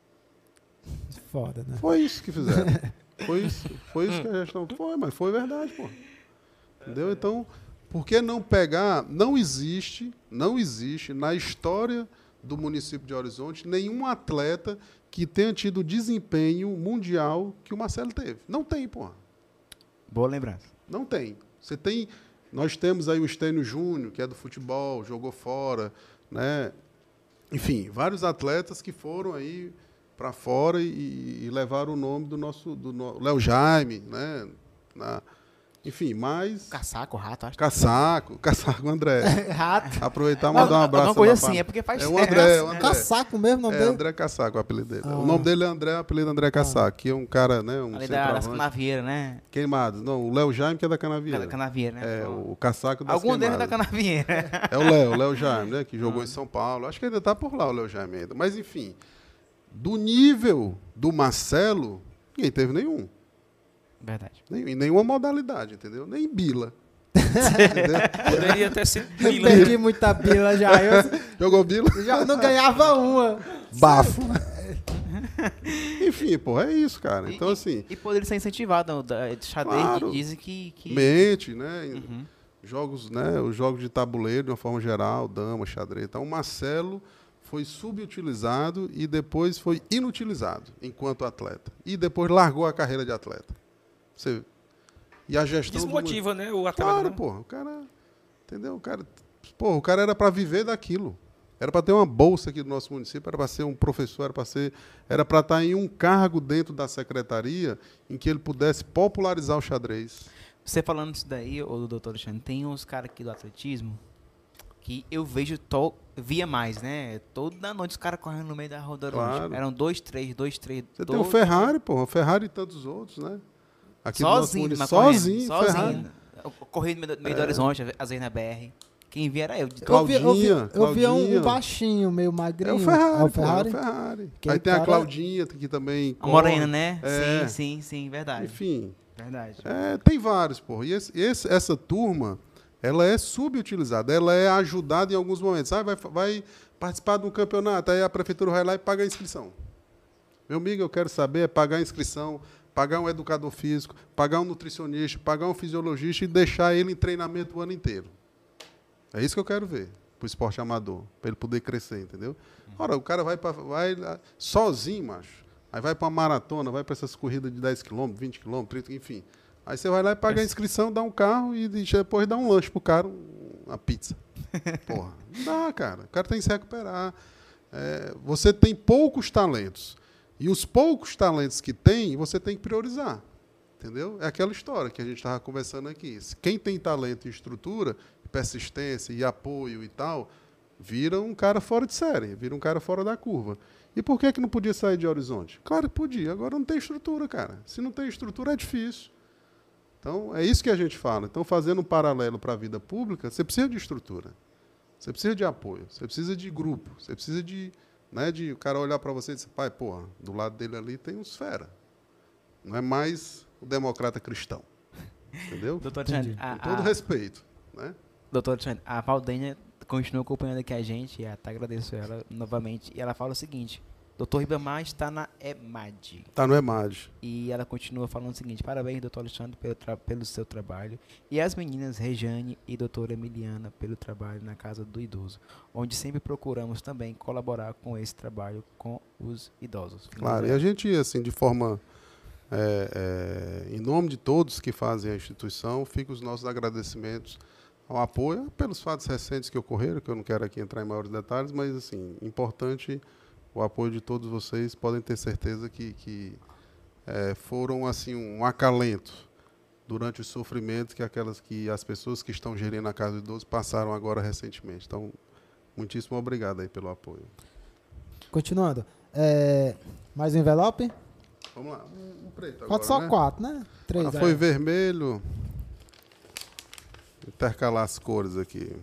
Speaker 2: Foda, né?
Speaker 4: Foi isso que fizeram. Foi isso que a gestão... Foi, mas foi verdade, porra. Entendeu? Então, por que não pegar... Não existe na história do município de Horizonte nenhum atleta que tenha tido o desempenho mundial que o Marcelo teve. Não tem, porra.
Speaker 3: Boa lembrança.
Speaker 4: Não tem. Nós temos aí o Estênio Júnior, que é do futebol, jogou fora, né? Enfim, vários atletas que foram aí para fora e levaram o nome do Léo Jaime, né? Enfim, mais...
Speaker 3: Caçaco, Rato, acho.
Speaker 4: Caçaco André.
Speaker 2: Rato.
Speaker 4: Aproveitar e mandar um abraço.
Speaker 3: Uma coisa assim, é porque faz
Speaker 4: o André.
Speaker 2: Caçaco mesmo, o nome dele?
Speaker 4: André Caçaco, o apelido dele. O nome dele é André, o apelido é André Caçaco, que é um cara, né?
Speaker 3: Ali das Canavieiras, né?
Speaker 4: Queimados. Não, o Léo Jaime, que é da Canavieira.
Speaker 3: É da Canavieira, né?
Speaker 4: É, o Caçaco das
Speaker 3: Algum deles
Speaker 4: Queimadas.
Speaker 3: da Canavieira.
Speaker 4: É o Léo Jaime, né? Que jogou em São Paulo. Acho que ainda está por lá o Léo Jaime ainda. Mas, enfim, do nível do Marcelo, ninguém teve nenhum.
Speaker 3: Verdade.
Speaker 4: Em nenhuma modalidade, entendeu? Nem bila. Entendeu?
Speaker 1: Poderia até ser
Speaker 2: Eu
Speaker 1: bila.
Speaker 2: perdi muita bila já.
Speaker 4: Jogou bila?
Speaker 2: Eu já não ganhava uma.
Speaker 4: Bafo. Enfim, pô, é isso, cara. Então, assim...
Speaker 3: E poderia ser incentivado de xadrez,
Speaker 4: Claro.
Speaker 3: dizem que...
Speaker 4: Mente, né? Jogos, né? Os jogos de tabuleiro, de uma forma geral, dama, xadrez. Então, o Marcelo foi subutilizado e depois foi inutilizado enquanto atleta. E depois largou a carreira de atleta. E a gestão...
Speaker 1: Desmotiva, né? O atleta.
Speaker 4: Claro, pô. O cara... Entendeu? O cara era para viver daquilo. Era para ter uma bolsa aqui do nosso município, era para ser um professor, era para estar em um cargo dentro da secretaria em que ele pudesse popularizar o xadrez.
Speaker 3: Você falando isso daí, ô doutor Alexandre, tem uns caras aqui do atletismo que eu via mais, né? Toda noite os caras correndo no meio da roda.
Speaker 4: Claro.
Speaker 3: Eram 2, 3.
Speaker 4: Você tem o Ferrari, pô, o Ferrari e tantos outros, né? Aqui
Speaker 3: Sozinho,
Speaker 4: do nosso município,
Speaker 3: sozinho.
Speaker 4: Ferrari.
Speaker 3: Correndo no meio do horizonte, às vezes na BR. Quem via era eu.
Speaker 2: Eu via um baixinho, meio magrinho.
Speaker 4: É o Ferrari,
Speaker 2: É o Ferrari?
Speaker 4: Pô, é o Ferrari.
Speaker 2: Aquele
Speaker 4: Aí tem a
Speaker 2: cara-
Speaker 4: Claudinha, que também...
Speaker 3: A morena, né?
Speaker 4: É.
Speaker 3: Sim, verdade.
Speaker 4: Enfim,
Speaker 3: Verdade.
Speaker 4: tem vários, pô. E essa turma, ela é subutilizada, ela é ajudada em alguns momentos. Ah, vai participar de um campeonato, aí a prefeitura vai lá e paga a inscrição. Meu amigo, eu quero saber é pagar a inscrição, pagar um educador físico, pagar um nutricionista, pagar um fisiologista e deixar ele em treinamento o ano inteiro. É isso que eu quero ver, pro esporte amador, para ele poder crescer, entendeu? Ora, o cara vai sozinho, macho. Aí vai para uma maratona, vai para essas corridas de 10 km, 20 km, 30, enfim. Aí você vai lá e paga a inscrição, dá um carro e depois dá um lanche pro cara, uma pizza. Porra, não dá, cara. O cara tem que se recuperar. Você tem poucos talentos. E os poucos talentos que tem, você tem que priorizar. Entendeu? É aquela história que a gente estava conversando aqui. Quem tem talento e estrutura, persistência e apoio e tal, vira um cara fora de série, vira um cara fora da curva. E por que não podia sair de Horizonte? Claro que podia, agora não tem estrutura, cara. Se não tem estrutura, é difícil. Então, é isso que a gente fala. Então, fazendo um paralelo para a vida pública, você precisa de estrutura. Você precisa de apoio, você precisa de grupo, você precisa de o cara olhar para você e dizer, pai, porra, do lado dele ali tem uns fera. Não é mais o democrata cristão. Entendeu?
Speaker 3: Doutor Alexandre,
Speaker 4: Com todo respeito. Né?
Speaker 3: Doutor Alexandre, a Valdênia continua acompanhando aqui a gente, e até agradeço ela novamente. E ela fala o seguinte: Dr. Ribamar está na EMAD.
Speaker 4: Tá no EMAD.
Speaker 3: E ela continua falando o seguinte: parabéns, doutor Alexandre, pelo seu trabalho. E as meninas Rejane e doutora Emiliana pelo trabalho na Casa do Idoso, onde sempre procuramos também colaborar com esse trabalho com os idosos.
Speaker 4: Claro, e a gente, assim, de forma... em nome de todos que fazem a instituição, ficam os nossos agradecimentos ao apoio pelos fatos recentes que ocorreram, que eu não quero aqui entrar em maiores detalhes, mas, assim, importante o apoio de todos vocês. Podem ter certeza que foram, assim, um acalento durante os sofrimentos que as pessoas que estão gerindo a Casa do Idoso passaram agora recentemente. Então, muitíssimo obrigado aí pelo apoio.
Speaker 2: Continuando. Mais um envelope?
Speaker 4: Vamos lá, um preto agora,
Speaker 2: Falta só
Speaker 4: né?
Speaker 2: 4, né? 3.
Speaker 4: Foi vermelho. Intercalar as cores aqui.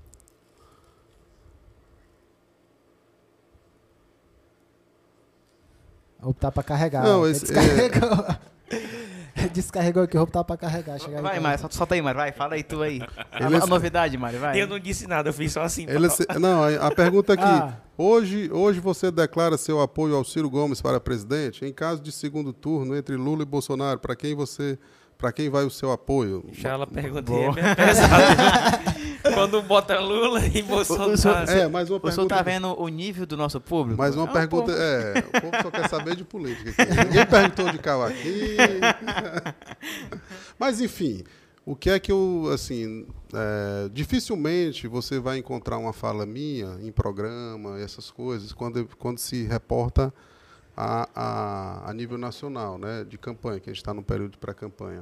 Speaker 2: O roubo tá pra carregar.
Speaker 4: Não,
Speaker 2: Ele
Speaker 4: esse-
Speaker 2: descarregou. Descarregou aqui, o roubo tá pra carregar. Chega aí,
Speaker 3: Vai,
Speaker 2: cara.
Speaker 3: Mário, solta aí, Mário, vai, fala aí tu aí.
Speaker 4: Ele-
Speaker 3: A novidade, Mário, vai.
Speaker 1: Eu não disse nada, eu fiz só assim.
Speaker 4: Não, a pergunta aqui.
Speaker 2: Ah.
Speaker 4: Hoje você declara seu apoio ao Ciro Gomes para presidente? Em caso de segundo turno entre Lula e Bolsonaro, para quem vai o seu apoio?
Speaker 1: Já ela perguntei, é bem pesado. Quando bota Lula e Bolsonaro.
Speaker 4: Mais uma
Speaker 3: O senhor
Speaker 4: pergunta.
Speaker 3: tá vendo o nível do nosso público?
Speaker 4: Mais uma
Speaker 3: É um
Speaker 4: pergunta.
Speaker 3: pouco-
Speaker 4: O povo só quer saber de política aqui. Ninguém perguntou de Cavaquinho. Mas, enfim, o que é que eu, assim, dificilmente você vai encontrar uma fala minha em programa, essas coisas, quando se reporta a nível nacional, né, de campanha, que a gente está no período de pré-campanha.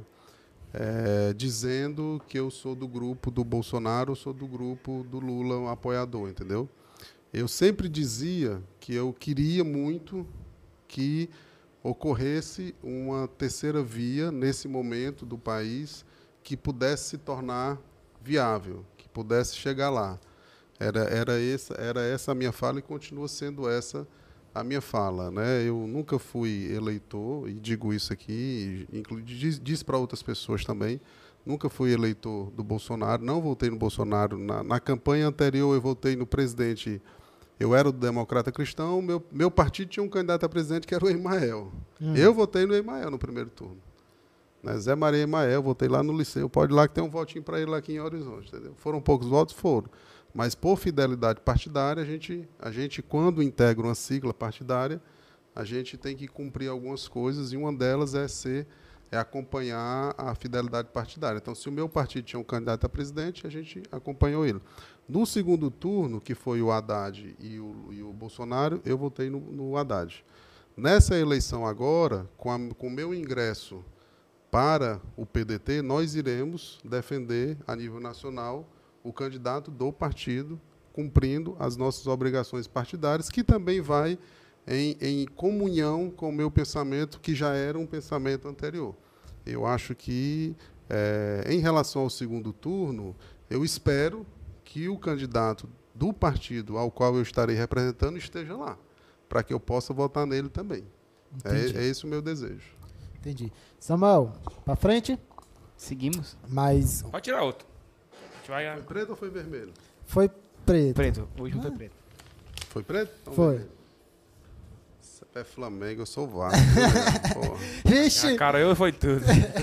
Speaker 4: Dizendo que eu sou do grupo do Bolsonaro, ou sou do grupo do Lula, um apoiador, entendeu? Eu sempre dizia que eu queria muito que ocorresse uma terceira via nesse momento do país que pudesse se tornar viável, que pudesse chegar lá. Era essa a minha fala e continua sendo essa a minha fala, né? Eu nunca fui eleitor, e digo isso aqui, diz para outras pessoas também, nunca fui eleitor do Bolsonaro, não votei no Bolsonaro. Na campanha anterior eu votei no presidente, eu era do Democrata Cristão, meu partido tinha um candidato a presidente que era o Emael. Eu votei no Emael no primeiro turno. Né? Zé Maria Emael, votei lá no Liceu, pode ir lá que tem um votinho para ele aqui em Horizonte. Entendeu? Foram poucos votos? Foram. Mas, por fidelidade partidária, a gente, quando integra uma sigla partidária, a gente tem que cumprir algumas coisas, e uma delas é acompanhar a fidelidade partidária. Então, se o meu partido tinha um candidato a presidente, a gente acompanhou ele. No segundo turno, que foi o Haddad e o Bolsonaro, eu votei no Haddad. Nessa eleição agora, com o meu ingresso para o PDT, nós iremos defender, a nível nacional, o candidato do partido, cumprindo as nossas obrigações partidárias, que também vai em comunhão com o meu pensamento, que já era um pensamento anterior. Eu acho que, em relação ao segundo turno, eu espero que o candidato do partido ao qual eu estarei representando esteja lá, para que eu possa votar nele também. É esse o meu desejo.
Speaker 2: Entendi. Samuel, pra frente.
Speaker 3: Seguimos?
Speaker 2: Mas
Speaker 1: Pode tirar outro. A gente vai...
Speaker 4: Foi preto ou foi vermelho?
Speaker 2: foi preto.
Speaker 3: Preto, o último foi preto.
Speaker 4: Foi preto? Então,
Speaker 2: Foi.
Speaker 4: vermelho. Você é Flamengo, eu sou Vasco. Porra.
Speaker 2: Vixe!
Speaker 1: A cara, eu foi tudo.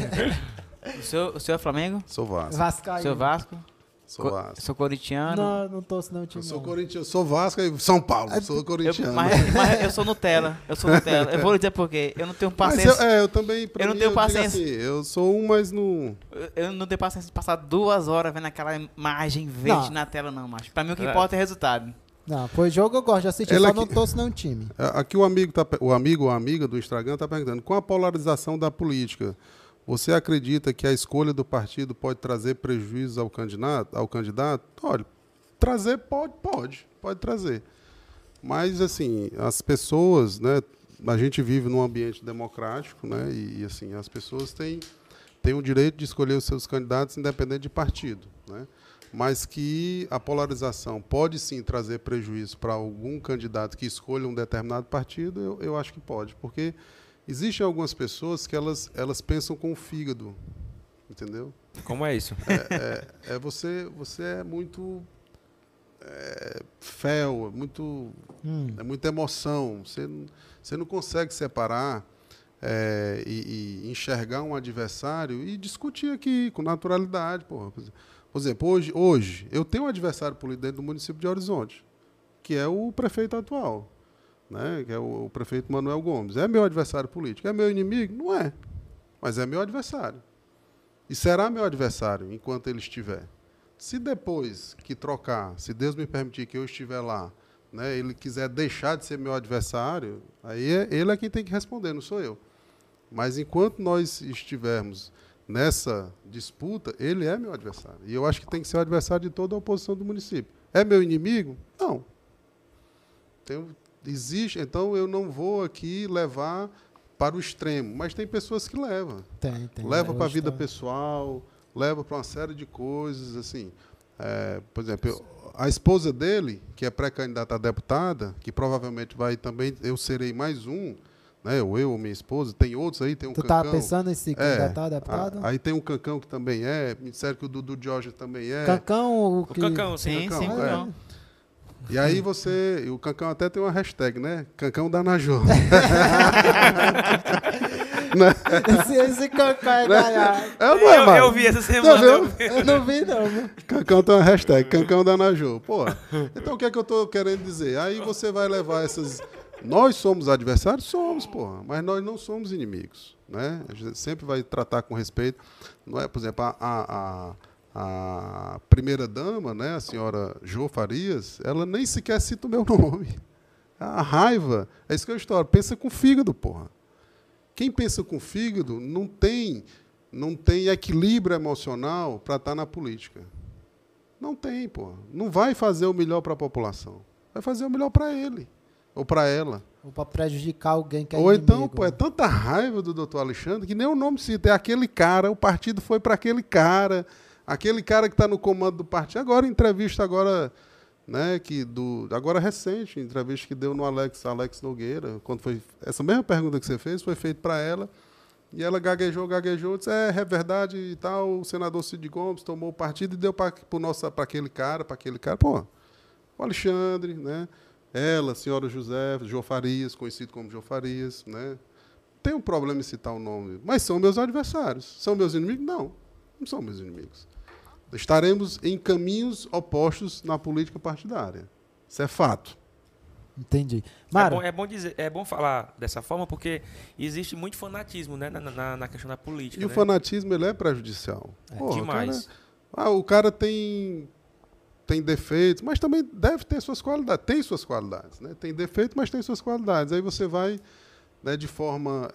Speaker 3: O senhor é Flamengo?
Speaker 4: Sou Vasco.
Speaker 2: Vascaíno.
Speaker 3: O senhor Vasco?
Speaker 4: Sou Vasco.
Speaker 3: Sou corintiano?
Speaker 2: Não torço não, time
Speaker 4: Eu sou
Speaker 2: não.
Speaker 4: corintiano, eu sou Vasco e São Paulo. Sou corintiano.
Speaker 3: Mas eu sou Nutella. Eu sou Nutella. Eu vou lhe dizer por quê. Eu não tenho
Speaker 4: Mas
Speaker 3: paciência.
Speaker 4: eu também, pra
Speaker 3: Eu não
Speaker 4: mim,
Speaker 3: tenho
Speaker 4: digo
Speaker 3: paciência.
Speaker 4: assim, eu sou um, mas não...
Speaker 3: Eu não tenho paciência de passar 2 horas vendo aquela imagem verde
Speaker 2: Não.
Speaker 3: na tela, não, macho. Pra mim o que importa é o resultado.
Speaker 2: Não, foi jogo eu gosto de assistir,
Speaker 4: Ela
Speaker 2: só
Speaker 4: que-
Speaker 2: não torço não time.
Speaker 4: Aqui o amigo ou a amiga do Instagram está perguntando, com a polarização da política, você acredita que a escolha do partido pode trazer prejuízos ao candidato? Olha, trazer pode trazer. Mas, assim, as pessoas, né, a gente vive num ambiente democrático, né, e assim, as pessoas têm o direito de escolher os seus candidatos independente de partido, né? Mas que a polarização pode sim trazer prejuízo para algum candidato que escolha um determinado partido, eu acho que pode, porque existem algumas pessoas que elas pensam com o fígado, entendeu?
Speaker 1: Como é isso?
Speaker 4: Você é muito fel, é muita emoção. Você não consegue separar e enxergar um adversário e discutir aqui com naturalidade. Porra. Por exemplo, hoje eu tenho um adversário político dentro do município de Horizonte, que é o prefeito atual, né? Que é o prefeito Manuel Gomes. É meu adversário político. É meu inimigo? Não é. Mas é meu adversário. E será meu adversário enquanto ele estiver. Se depois que trocar, se Deus me permitir que eu estiver lá, né, ele quiser deixar de ser meu adversário, aí ele é quem tem que responder, não sou eu. Mas enquanto nós estivermos nessa disputa, ele é meu adversário. E eu acho que tem que ser o adversário de toda a oposição do município. É meu inimigo? Não. Existe, então eu não vou aqui levar para o extremo, mas tem pessoas que levam.
Speaker 2: Tem.
Speaker 4: Leva para a vida pessoal, leva para uma série de coisas, assim. Por exemplo, a esposa dele, que é pré-candidata a deputada, que provavelmente vai também, eu serei mais um, né? Ou minha esposa, tem outros aí, tem um Cancão.
Speaker 2: Tu tá pensando em se candidatar a deputado?
Speaker 4: Aí tem um Cancão que também me disseram que o Dudu Jorge também é.
Speaker 2: Cancão,
Speaker 1: O Cancão, sim.
Speaker 3: Cancão.
Speaker 4: E aí o Cancão até tem uma hashtag, né? Cancão da Najô.
Speaker 2: esse Cancão é da
Speaker 1: Eu vi essa semana.
Speaker 2: Eu não vi, não.
Speaker 4: Cancão tem uma hashtag, Cancão da Najô. Pô, então o que é que eu estou querendo dizer? Aí você vai levar essas... Nós somos adversários? Somos, porra. Mas nós não somos inimigos, né? A gente sempre vai tratar com respeito. Não é, por exemplo, a primeira-dama, né, a senhora Jô Farias, ela nem sequer cita o meu nome. A raiva, é isso que eu estou. Pensa com o fígado, porra. Quem pensa com o fígado não tem equilíbrio emocional para estar na política. Não tem, porra. Não vai fazer o melhor para a população. Vai fazer o melhor para ele ou para ela.
Speaker 2: Ou para prejudicar alguém que é
Speaker 4: Ou
Speaker 2: inimigo.
Speaker 4: então, pô, é tanta raiva do doutor Alexandre que nem o nome cita. É aquele cara, o partido foi para aquele cara que está no comando do partido. Agora, entrevista agora, né, agora recente, entrevista que deu no Alex Nogueira, quando foi essa mesma pergunta que você fez, foi feita para ela, e ela gaguejou, disse, é verdade e tal, o senador Cid Gomes tomou o partido e deu para aquele cara. Pô, o Alexandre, né? Ela, a senhora Jô Farias, conhecido como Jô Farias, né? Tem um problema em citar o nome, mas são meus adversários. São meus inimigos? Não são meus inimigos. Estaremos em caminhos opostos na política partidária. Isso é fato.
Speaker 2: Entendi. Mário,
Speaker 1: É bom falar dessa forma, porque existe muito fanatismo, né, na questão da política.
Speaker 4: E
Speaker 1: né?
Speaker 4: o fanatismo ele é prejudicial.
Speaker 1: Demais.
Speaker 4: O cara tem defeitos, mas também deve ter suas qualidades. Tem suas qualidades. Né? Tem defeitos, mas tem suas qualidades. Aí você vai, né, de forma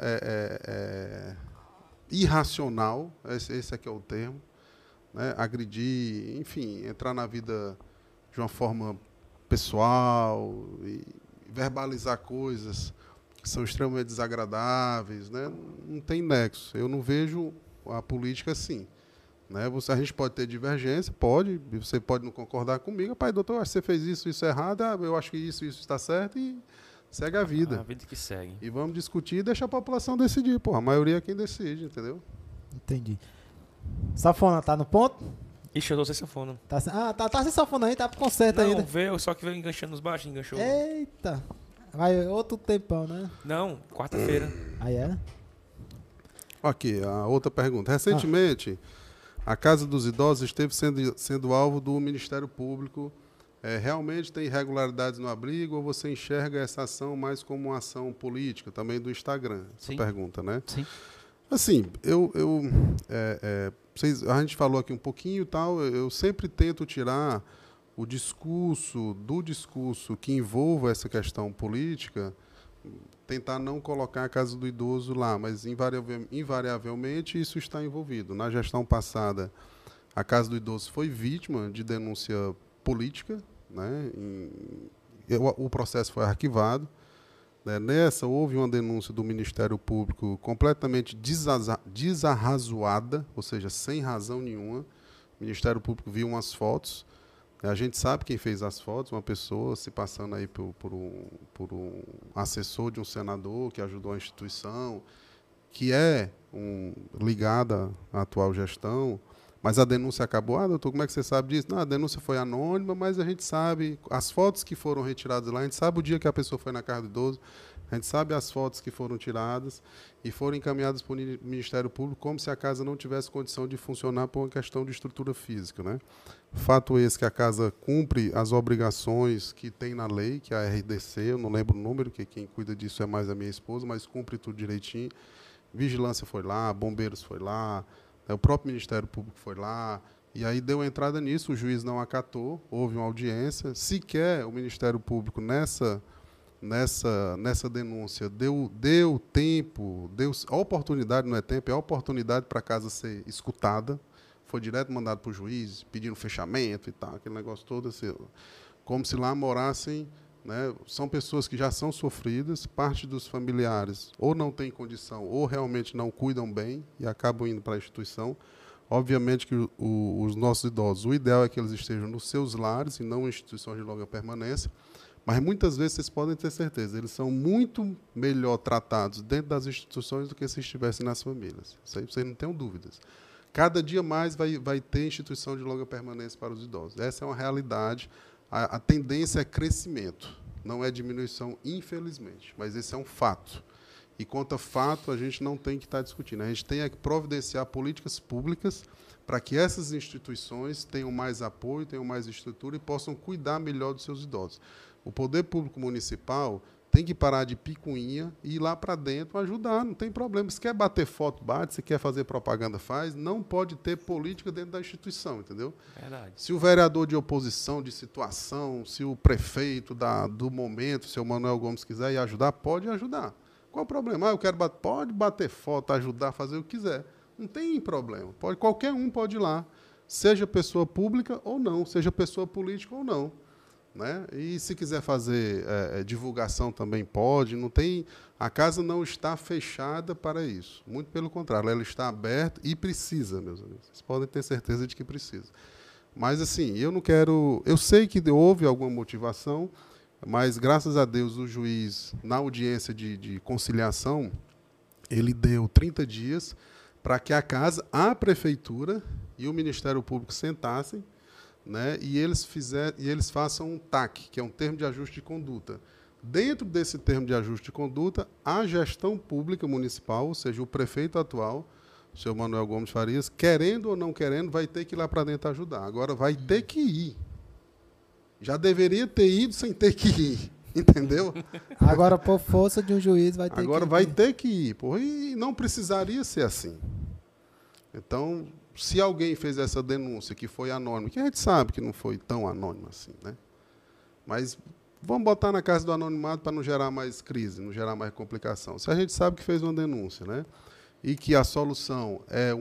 Speaker 4: irracional, esse aqui é o termo, né, agredir, enfim, entrar na vida de uma forma pessoal e verbalizar coisas que são extremamente desagradáveis, né? Não tem nexo. Eu não vejo a política assim. Né? A gente pode ter divergência, você pode não concordar comigo, pai, doutor, acho que você fez isso é errado, eu acho que isso está certo e segue a vida.
Speaker 1: A vida que segue.
Speaker 4: E vamos discutir e deixar a população decidir, a maioria é quem decide, entendeu?
Speaker 2: Entendi. Safona, tá no ponto?
Speaker 1: Ixi, eu tô sem sanfona.
Speaker 2: Tá sem safona aí, tá pro concerto ainda.
Speaker 1: Só que veio enganchando os baixos, enganchou.
Speaker 2: Eita. Vai outro tempão, né?
Speaker 1: Não, quarta-feira.
Speaker 2: Aí é?
Speaker 4: Aqui, a outra pergunta. Recentemente, a Casa dos Idosos esteve sendo alvo do Ministério Público. Realmente tem irregularidades no abrigo ou você enxerga essa ação mais como uma ação política, também do Instagram? Essa pergunta, né?
Speaker 3: Sim.
Speaker 4: Assim, a gente falou aqui um pouquinho e tal, eu sempre tento tirar do discurso que envolva essa questão política, tentar não colocar a Casa do Idoso lá, mas invariavelmente isso está envolvido. Na gestão passada, a Casa do Idoso foi vítima de denúncia política, né? O processo foi arquivado. Nessa, houve uma denúncia do Ministério Público completamente desarrazoada, ou seja, sem razão nenhuma. O Ministério Público viu umas fotos. A gente sabe quem fez as fotos, uma pessoa se passando aí por um assessor de um senador que ajudou a instituição, que é ligada à atual gestão, Mas a denúncia acabou. Ah, doutor, como é que você sabe disso? Não, a denúncia foi anônima, mas a gente sabe as fotos que foram retiradas lá, a gente sabe o dia que a pessoa foi na casa do idoso, a gente sabe as fotos que foram tiradas e foram encaminhadas para o Ministério Público como se a casa não tivesse condição de funcionar por uma questão de estrutura física, né? Fato esse que a casa cumpre as obrigações que tem na lei, que é a RDC, eu não lembro o número, que quem cuida disso é mais a minha esposa, mas cumpre tudo direitinho. Vigilância foi lá, bombeiros foi lá, o próprio Ministério Público foi lá, e aí deu entrada nisso, o juiz não acatou, houve uma audiência. Sequer o Ministério Público, nessa denúncia, deu tempo, deu a oportunidade, não é tempo, é a oportunidade para a casa ser escutada. Foi direto mandado para o juiz, pedindo fechamento e tal, aquele negócio todo, assim, como se lá morassem, né, são pessoas que já são sofridas, parte dos familiares ou não tem condição ou realmente não cuidam bem e acabam indo para a instituição. Obviamente que os nossos idosos, o ideal é que eles estejam nos seus lares e não em instituições de longa permanência, mas muitas vezes vocês podem ter certeza, eles são muito melhor tratados dentro das instituições do que se estivessem nas famílias. Isso aí vocês não tenham dúvidas. Cada dia mais vai ter instituição de longa permanência para os idosos. Essa é uma realidade. A tendência é crescimento, não é diminuição, infelizmente, mas esse é um fato. E quanto a fato, a gente não tem que estar discutindo. A gente tem que providenciar políticas públicas para que essas instituições tenham mais apoio, tenham mais estrutura e possam cuidar melhor dos seus idosos. O poder público municipal tem que parar de picuinha e ir lá para dentro ajudar, não tem problema. Se quer bater foto, bate. Se quer fazer propaganda, faz. Não pode ter política dentro da instituição, entendeu?
Speaker 1: Verdade.
Speaker 4: Se o vereador de oposição, de situação, se o prefeito do momento, se o Manuel Gomes quiser ir ajudar, pode ajudar. Qual o problema? Eu quero bater. Pode bater foto, ajudar, fazer o que quiser. Não tem problema. Qualquer um pode ir lá, seja pessoa pública ou não, seja pessoa política ou não. Né? E se quiser fazer divulgação também pode, não tem, a casa não está fechada para isso, muito pelo contrário, ela está aberta e precisa, meus amigos, vocês podem ter certeza de que precisa. Mas assim, eu sei que houve alguma motivação, mas graças a Deus o juiz, na audiência de conciliação, ele deu 30 dias para que a casa, a prefeitura e o Ministério Público sentassem, né, e eles façam um TAC, que é um termo de ajuste de conduta. Dentro desse termo de ajuste de conduta, a gestão pública municipal, ou seja, o prefeito atual, o senhor Manuel Gomes Farias, querendo ou não querendo, vai ter que ir lá para dentro ajudar. Agora vai ter que ir. Já deveria ter ido sem ter que ir, entendeu?
Speaker 2: Agora, por força de um juiz, vai ter que ir.
Speaker 4: Agora vai ter que ir. Porra, e não precisaria ser assim. Então, se alguém fez essa denúncia que foi anônima, que a gente sabe que não foi tão anônima assim, né? Mas vamos botar na casa do anonimato para não gerar mais crise, não gerar mais complicação. Se a gente sabe que fez uma denúncia, né, e que a solução é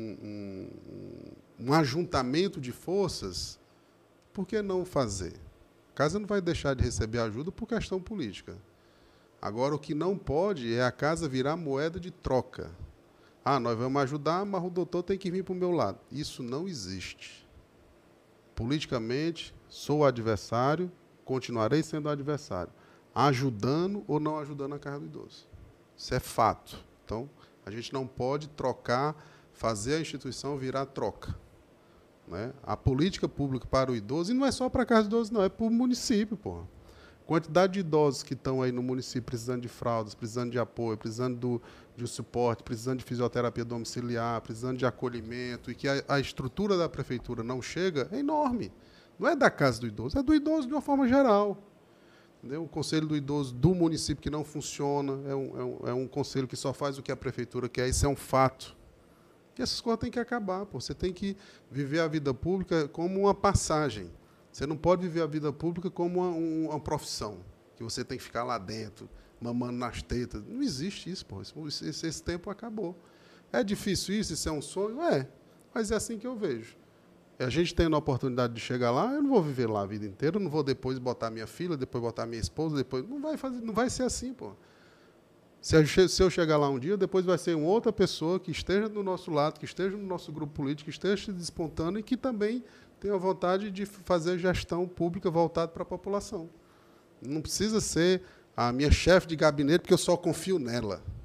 Speaker 4: um ajuntamento de forças, por que não fazer? A casa não vai deixar de receber ajuda por questão política. Agora, o que não pode é a casa virar moeda de troca. Ah, nós vamos ajudar, mas o doutor tem que vir para o meu lado. Isso não existe. Politicamente, sou adversário, continuarei sendo adversário, ajudando ou não ajudando a casa do idoso. Isso é fato. Então, a gente não pode trocar, fazer a instituição virar troca. Né? A política pública para o idoso, e não é só para a casa do idoso, não, é para o município, porra. Quantidade de idosos que estão aí no município precisando de fraldas, precisando de apoio, precisando de suporte, precisando de fisioterapia domiciliar, precisando de acolhimento, e que a estrutura da prefeitura não chega, é enorme. Não é da casa do idoso, é do idoso de uma forma geral. Entendeu? O conselho do idoso do município que não funciona, é um conselho que só faz o que a prefeitura quer, isso é um fato. E essas coisas têm que acabar. Pô. Você tem que viver a vida pública como uma passagem. Você não pode viver a vida pública como uma profissão, que você tem que ficar lá dentro, mamando nas tetas. Não existe isso, pô. Esse tempo acabou. É difícil isso? Isso é um sonho? É, mas é assim que eu vejo. A gente tendo a oportunidade de chegar lá, eu não vou viver lá a vida inteira, eu não vou depois botar minha filha, depois botar minha esposa, depois... Não vai ser assim, pô. Se eu chegar lá um dia, depois vai ser uma outra pessoa que esteja do nosso lado, que esteja no nosso grupo político, que esteja se despontando e que também tenha vontade de fazer gestão pública voltada para a população. Não precisa ser a minha chefe de gabinete, porque eu só confio nela.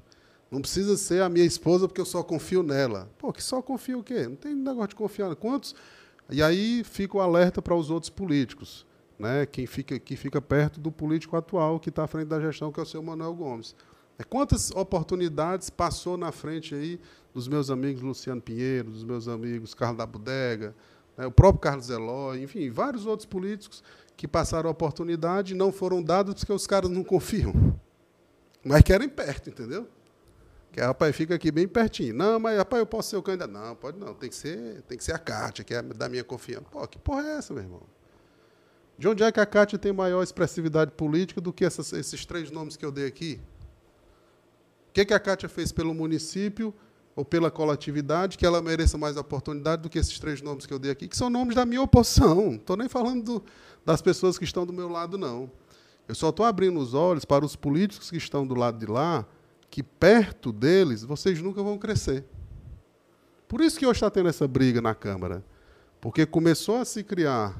Speaker 4: Não precisa ser a minha esposa porque eu só confio nela. Pô, que só confio o quê? Não tem negócio de confiar. Quantos? E aí fica o alerta para os outros políticos, né? Que fica perto do político atual que está à frente da gestão, que é o seu Manuel Gomes. Quantas oportunidades passou na frente aí dos meus amigos Luciano Pinheiro, dos meus amigos Carlos da Bodega, né? O próprio Carlos Eloy, enfim, vários outros políticos que passaram a oportunidade e não foram dados porque os caras não confiam. Mas querem perto, entendeu? Que rapaz, fica aqui bem pertinho. Não, mas rapaz, eu posso ser o candidato. Não, pode não. Tem que ser a Cátia, que é da minha confiança. Pô, que porra é essa, meu irmão? De onde é que a Cátia tem maior expressividade política do que esses 3 nomes que eu dei aqui? O que a Cátia fez pelo município ou pela coletividade que ela mereça mais oportunidade do que esses 3 nomes que eu dei aqui, que são nomes da minha oposição? Não estou nem falando das pessoas que estão do meu lado, não. Eu só estou abrindo os olhos para os políticos que estão do lado de lá, que perto deles vocês nunca vão crescer. Por isso que hoje está tendo essa briga na Câmara. Porque começou a se criar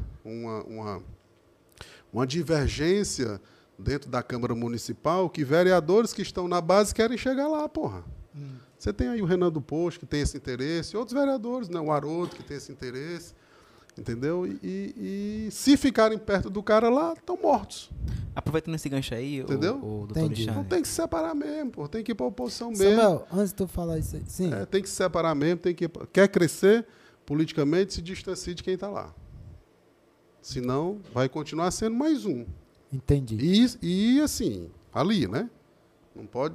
Speaker 4: uma divergência dentro da Câmara Municipal que vereadores que estão na base querem chegar lá, porra. Você tem aí o Renan do Posto, que tem esse interesse, outros vereadores, né? O Haroldo, que tem esse interesse. Entendeu? E se ficarem perto do cara lá, estão mortos.
Speaker 3: Aproveitando esse gancho aí,
Speaker 4: entendeu?
Speaker 3: o doutor
Speaker 2: Entendi.
Speaker 3: Alexandre.
Speaker 4: Não tem que se separar mesmo, pô. Tem que ir para a oposição mesmo.
Speaker 2: Samuel, antes de tu falar isso aí. Sim.
Speaker 4: Tem que se separar mesmo, quer crescer politicamente, se distancie de quem está lá. Senão, vai continuar sendo mais um.
Speaker 2: Entendi.
Speaker 4: E assim, ali, né? Não pode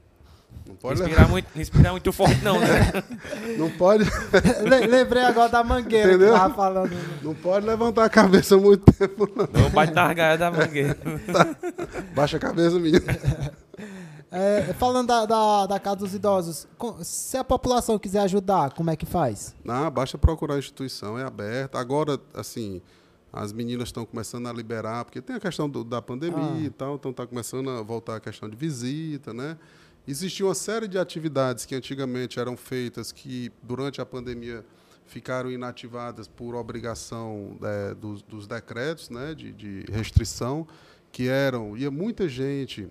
Speaker 1: Inspirar muito forte, não, né?
Speaker 4: Não pode.
Speaker 2: Lembrei agora da mangueira.
Speaker 4: Entendeu?
Speaker 2: Que tava falando.
Speaker 4: Não pode levantar a cabeça muito tempo, não.
Speaker 1: Não bate na argaia da mangueira.
Speaker 4: Baixa a cabeça, menino.
Speaker 2: Falando da Casa dos Idosos, se a população quiser ajudar, como é que faz?
Speaker 4: Não, basta procurar a instituição, é aberta. Agora, assim, as meninas estão começando a liberar, porque tem a questão da pandemia e tal, então está começando a voltar a questão de visita, né? Existia uma série de atividades que antigamente eram feitas que, durante a pandemia, ficaram inativadas por obrigação dos decretos, né, de restrição, que ia muita gente,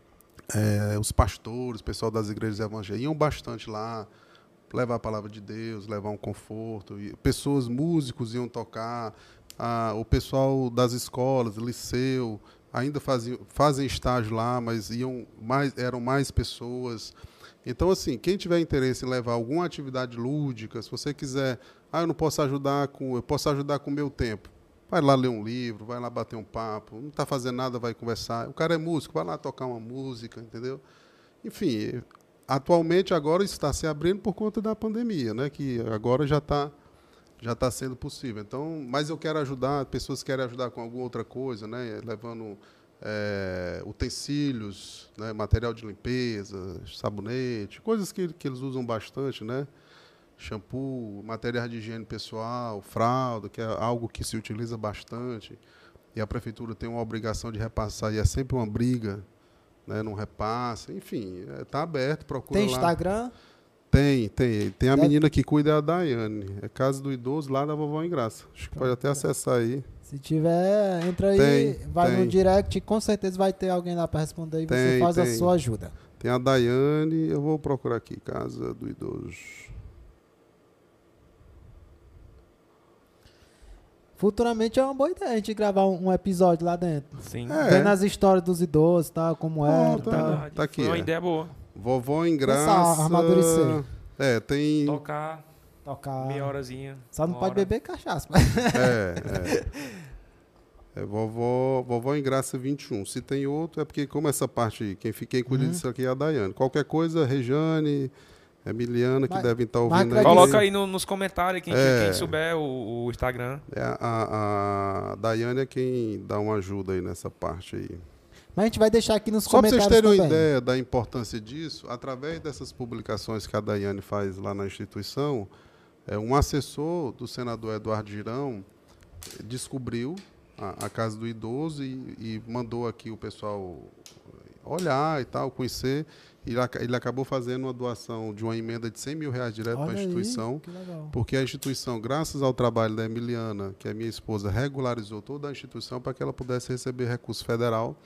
Speaker 4: os pastores, o pessoal das igrejas evangélicas, iam bastante lá, levar a palavra de Deus, levar um conforto, pessoas, músicos iam tocar, o pessoal das escolas, liceu, ainda fazem estágio lá, mas eram mais pessoas. Então, assim, quem tiver interesse em levar alguma atividade lúdica, se você quiser, eu não posso ajudar eu posso ajudar com o meu tempo. Vai lá ler um livro, vai lá bater um papo, não está fazendo nada, vai conversar. O cara é músico, vai lá tocar uma música, entendeu? Enfim, atualmente agora está se abrindo por conta da pandemia, né? Que agora já está sendo possível. Então, mas eu quero ajudar, pessoas querem ajudar com alguma outra coisa, né? Levando utensílios, né? Material de limpeza, sabonete, coisas que eles usam bastante, né? Shampoo, materiais de higiene pessoal, fralda, que é algo que se utiliza bastante. E a prefeitura tem uma obrigação de repassar, e é sempre uma briga, né? Não repassa. Enfim, está aberto, procura lá.
Speaker 2: Tem Instagram?
Speaker 4: Tem a menina que cuida, é a Daiane. É Casa do Idoso, lá da Vovó em Graça. Acho que pode até acessar aí.
Speaker 2: Se tiver, entra aí, vai no direct, com certeza vai ter alguém lá para responder e você faz a sua ajuda.
Speaker 4: Tem a Daiane, eu vou procurar aqui, Casa do Idoso.
Speaker 2: Futuramente é uma boa ideia a gente gravar um episódio lá dentro.
Speaker 1: Sim.
Speaker 2: Vendo as histórias dos idosos, tal, como era.
Speaker 4: Tá aqui.
Speaker 1: Foi uma ideia boa.
Speaker 4: Vovó em Graça.
Speaker 2: Amadurecer.
Speaker 4: Tem...
Speaker 1: Tocar meia horazinha.
Speaker 2: Só não pode beber cachaça.
Speaker 4: Vovó em Graça 21. Se tem outro, é porque como essa parte, quem cuida disso aqui é a Daiane. Qualquer coisa, Rejane, Emiliana, que devem estar ouvindo aí.
Speaker 1: Coloca aí nos comentários, quem souber o Instagram.
Speaker 4: A Daiane é quem dá uma ajuda aí nessa parte aí.
Speaker 2: Mas a gente vai deixar aqui nos
Speaker 4: comentários. Só para vocês terem uma ideia da importância disso, através dessas publicações que a Daiane faz lá na instituição, um assessor do senador Eduardo Girão descobriu a Casa do Idoso e mandou aqui o pessoal olhar e tal, conhecer. E ele acabou fazendo uma doação de uma emenda de R$100 mil direto para a instituição, porque a instituição, graças ao trabalho da Emiliana, que é minha esposa, regularizou toda a instituição para que ela pudesse receber recurso federal.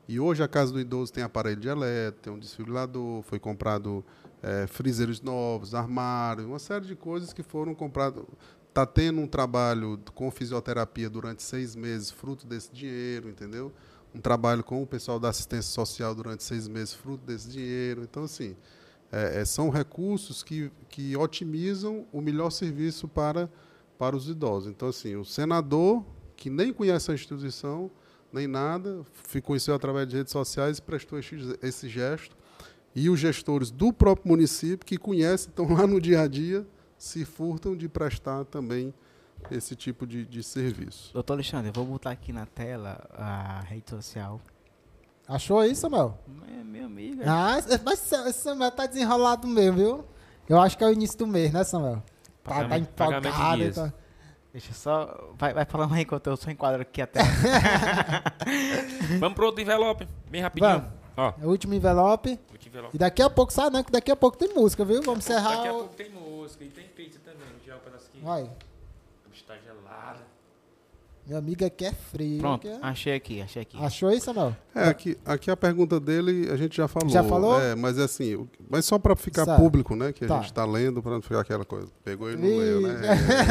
Speaker 4: E hoje a Casa do Idoso tem aparelho de elétrico, tem um desfibrilador, foi comprado freezers novos, armário, uma série de coisas que foram compradas. Está tendo um trabalho com fisioterapia durante 6 meses, fruto desse dinheiro, entendeu? Um trabalho com o pessoal da assistência social durante 6 meses, fruto desse dinheiro. Então, assim, são recursos que otimizam o melhor serviço para os idosos. Então, assim, o senador, que nem conhece a instituição, nem nada, conheceu através de redes sociais e prestou esse gesto. E os gestores do próprio município, que conhecem, estão lá no dia a dia, se furtam de prestar também esse tipo de serviço.
Speaker 3: Doutor Alexandre, eu vou botar aqui na tela a rede social.
Speaker 2: Achou aí, Samuel?
Speaker 3: Meu amigo.
Speaker 2: Mas esse Samuel tá desenrolado mesmo, viu? Eu acho que é o início do mês, né, Samuel? Tá
Speaker 1: Pagamento
Speaker 2: empolgado.
Speaker 1: de dias.
Speaker 2: Tá...
Speaker 3: Deixa eu só... Vai falando aí enquanto eu só enquadro aqui a tela.
Speaker 1: Vamos pro outro envelope, bem rapidinho.
Speaker 2: Vamos.
Speaker 1: Ó,
Speaker 2: É o último envelope.
Speaker 1: outro envelope.
Speaker 2: E daqui a pouco, sabe, né? Que daqui a pouco tem música, viu? Vamos encerrar.
Speaker 1: Daqui a pouco tem música e tem pizza também. Já o pedaço aqui.
Speaker 2: Vai.
Speaker 1: O bicho tá gelado.
Speaker 2: Meu amigo aqui é frio.
Speaker 3: Pronto,
Speaker 2: aqui é-
Speaker 3: achei aqui.
Speaker 2: Achou aí, Samuel?
Speaker 4: Aqui a pergunta dele a gente já falou.
Speaker 2: Já falou?
Speaker 4: Mas assim, mas só para ficar
Speaker 2: Certo.
Speaker 4: público, né? Que a
Speaker 2: Tá.
Speaker 4: gente está lendo, para não ficar aquela coisa. Pegou ele no
Speaker 2: Ih.
Speaker 4: meio, né?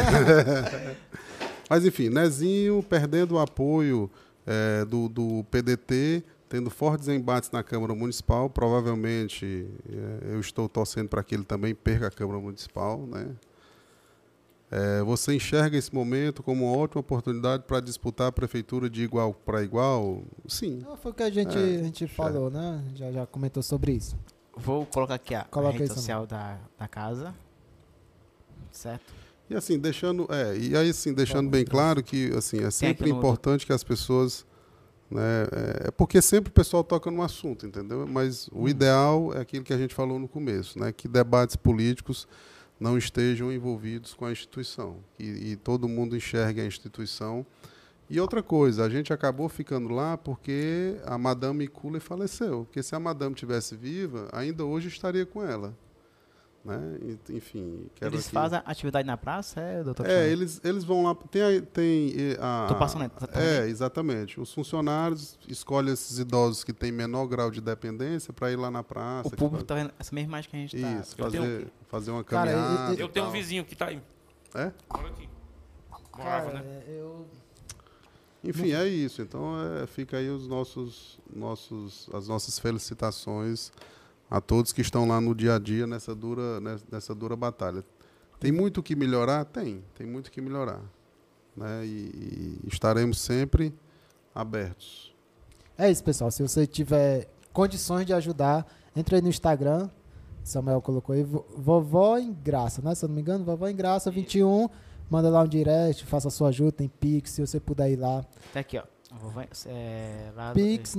Speaker 4: Mas enfim, Nezinho perdendo o apoio do PDT, tendo fortes embates na Câmara Municipal. Provavelmente eu estou torcendo para que ele também perca a Câmara Municipal, né? Você enxerga esse momento como uma ótima oportunidade para disputar a prefeitura de igual para igual? Sim.
Speaker 2: Não, foi o que a gente falou, né? Já comentou sobre isso.
Speaker 3: Vou colocar aqui a
Speaker 2: Coloca
Speaker 3: rede
Speaker 2: aí, Samuel.
Speaker 3: social da casa. Certo?
Speaker 4: E assim, deixando bem claro que assim, é sempre
Speaker 3: no-
Speaker 4: importante que as pessoas, né, porque sempre o pessoal toca no assunto, entendeu? Mas o ideal é aquilo que a gente falou no começo, né, que debates políticos não estejam envolvidos com a instituição e todo mundo enxergue a instituição. E outra coisa, a gente acabou ficando lá porque a Madame Cooler faleceu, porque se a Madame tivesse viva, ainda hoje estaria com ela. Né? Enfim,
Speaker 3: Eles
Speaker 4: aqui...
Speaker 3: fazem atividade na praça, doutor?
Speaker 4: Eles vão lá. Tem a.
Speaker 3: Tô passando aí.
Speaker 4: Exatamente. Os funcionários escolhem esses idosos que têm menor grau de dependência para ir lá na praça.
Speaker 3: O público tá vendo essa mesma imagem que a gente tá.
Speaker 4: Isso, fazer uma
Speaker 2: Cara,
Speaker 4: caminhada.
Speaker 1: Eu
Speaker 4: e
Speaker 1: tenho um
Speaker 4: tal.
Speaker 1: vizinho que tá aí.
Speaker 4: É?
Speaker 1: Olha aqui. Morava,
Speaker 2: Cara,
Speaker 1: né?
Speaker 4: Enfim, é isso. Então, fica aí as nossas felicitações a todos que estão lá no dia a dia nessa dura batalha. Tem muito o que melhorar? Tem muito o que melhorar. Né? E estaremos sempre abertos.
Speaker 2: É isso, pessoal. Se você tiver condições de ajudar, entre aí no Instagram. Samuel colocou aí, Vovó em Graça, né? Se eu não me engano, Vovó em Graça 21. Manda lá um direct, faça a sua ajuda, tem Pix, se você puder ir lá.
Speaker 3: Tá aqui, ó. Lá
Speaker 2: Pix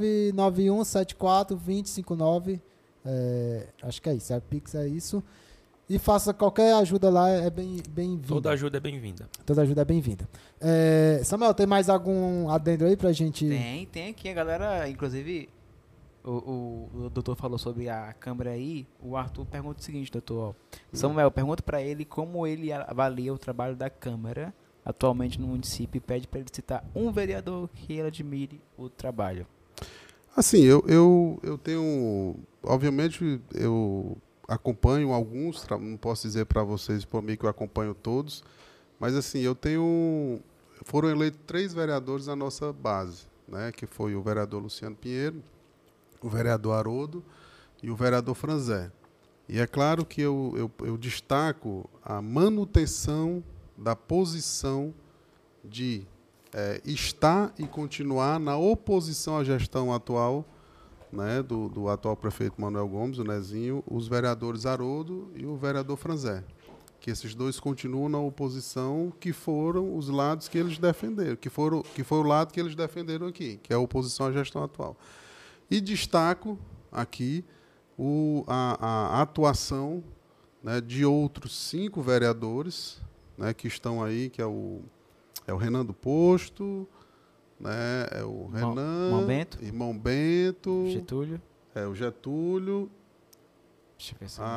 Speaker 2: 991742059. Acho que é isso. Pix é isso. E faça qualquer ajuda lá, é bem-vinda.
Speaker 1: Toda ajuda é bem-vinda.
Speaker 2: Toda ajuda é bem-vinda. Samuel, tem mais algum adendo aí pra gente?
Speaker 3: Tem aqui a galera, inclusive, o doutor falou sobre a Câmara aí, o Arthur pergunta o seguinte, doutor, ó, Samuel, pergunta para ele como ele avalia o trabalho da Câmara atualmente no município e pede para ele citar um vereador que ele admire o trabalho.
Speaker 4: Assim, eu tenho, obviamente, eu acompanho alguns, não posso dizer para vocês, por mim, que eu acompanho todos, mas assim, foram eleitos 3 vereadores na nossa base, né, que foi o vereador Luciano Pinheiro, o vereador Haroldo e o vereador Franzé. E é claro que eu destaco a manutenção da posição de estar e continuar na oposição à gestão atual, né, do atual prefeito Manuel Gomes, o Nezinho, os vereadores Haroldo e o vereador Franzé. Que esses dois continuam na oposição, que foram os lados que eles defenderam, que foi o lado que eles defenderam aqui, que é a oposição à gestão atual. E destaco aqui a atuação, né, de outros 5 vereadores, né, que estão aí, que é o Renan do Posto, né, é o Renan, Irmão Bento,
Speaker 3: Getúlio.
Speaker 4: O Getúlio,
Speaker 3: Deixa eu ver se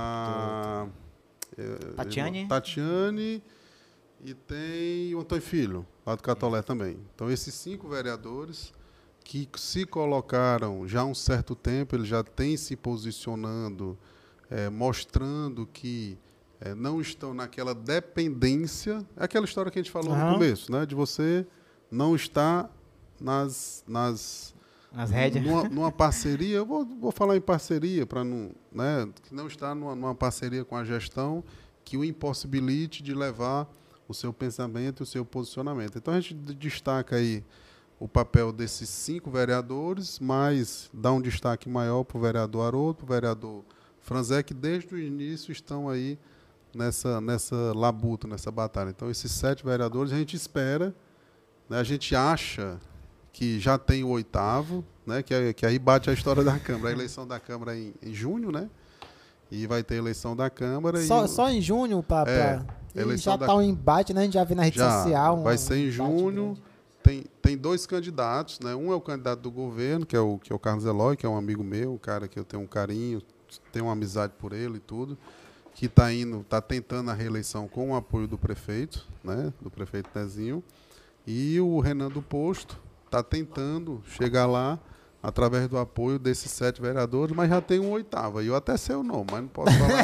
Speaker 4: Tatiane e tem o Antônio Filho, lá do Catolé também. Então, esses 5 vereadores que se colocaram já há um certo tempo, eles já têm se posicionando, mostrando que não estão naquela dependência. É aquela história que a gente falou no começo, né? De você não estar nas
Speaker 3: rédeas.
Speaker 4: numa parceria. Eu vou falar em parceria, para não, né? Que não está numa parceria com a gestão que o impossibilite de levar o seu pensamento e o seu posicionamento. Então, a gente destaca aí o papel desses 5 vereadores, mas dá um destaque maior para o vereador Haroldo, para o vereador Franzé, que desde o início estão aí nessa labuta, nessa batalha. Então, esses 7 vereadores, a gente espera, né, a gente acha que já tem o 8º, né, que aí bate a história da Câmara. A eleição da Câmara em junho, né? E vai ter eleição da Câmara.
Speaker 2: Só em junho, já está um embate, né? A gente já vê na rede social.
Speaker 4: Vai ser em junho. Tem 2 candidatos, né? Um é o candidato do governo, que é o Carlos Eloy, que é um amigo meu, um cara que eu tenho um carinho, tenho uma amizade por ele e tudo, que está tentando a reeleição com o apoio do prefeito, né? Do prefeito Nezinho. E o Renan do Posto está tentando chegar lá através do apoio desses 7 vereadores, mas já tem um 8º. E eu até sei o nome, mas não posso falar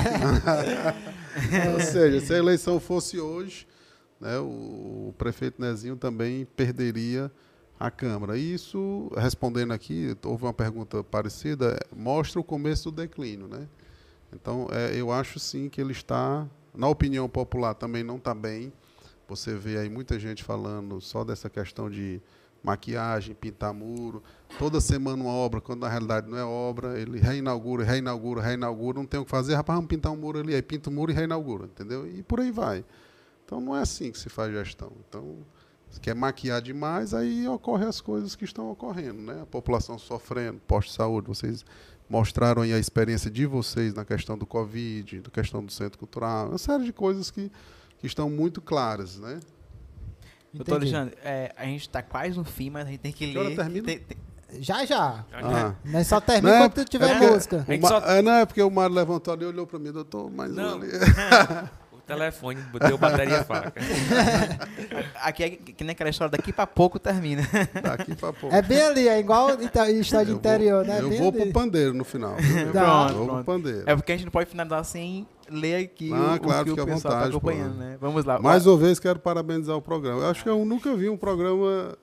Speaker 4: aqui. Ou seja, se a eleição fosse hoje, né, o prefeito Nezinho também perderia a Câmara. E isso, respondendo aqui, houve uma pergunta parecida, mostra o começo do declínio, né? Então, eu acho sim que ele está, na opinião popular, também não está bem. Você vê aí muita gente falando só dessa questão de maquiagem, pintar muro, toda semana uma obra, quando na realidade não é obra, ele reinaugura, não tem o que fazer, rapaz, vamos pintar um muro ali, aí pinta o muro e reinaugura, entendeu? E por aí vai. Então não é assim que se faz gestão. Então, se quer maquiar demais, aí ocorrem as coisas que estão ocorrendo, né? A população sofrendo, posto de saúde, vocês mostraram aí a experiência de vocês na questão do Covid, na questão do centro cultural, uma série de coisas que estão muito claras, né?
Speaker 3: Doutor Alexandre, a gente está quase no fim, mas a gente tem que ler.
Speaker 4: hora termina?
Speaker 2: Já.
Speaker 4: Ah.
Speaker 2: Mas só termina quando tiver música.
Speaker 4: Não, é porque o Mário levantou ali e olhou para mim, doutor, mas não ali.
Speaker 1: O telefone, deu bateria fraca.
Speaker 3: Aqui é que nem aquela história, daqui para pouco termina.
Speaker 4: Daqui para pouco.
Speaker 2: É bem ali, é igual história de interior, né?
Speaker 4: Eu
Speaker 2: Bem
Speaker 4: vou
Speaker 2: ali.
Speaker 4: pro pandeiro no final. Vou pro pandeiro.
Speaker 3: É porque a gente não pode finalizar sem ler aqui
Speaker 4: claro,
Speaker 3: o que o pessoal está acompanhando, né? Vamos lá.
Speaker 4: Mais uma vez, quero parabenizar o programa. Eu acho que eu nunca vi um programa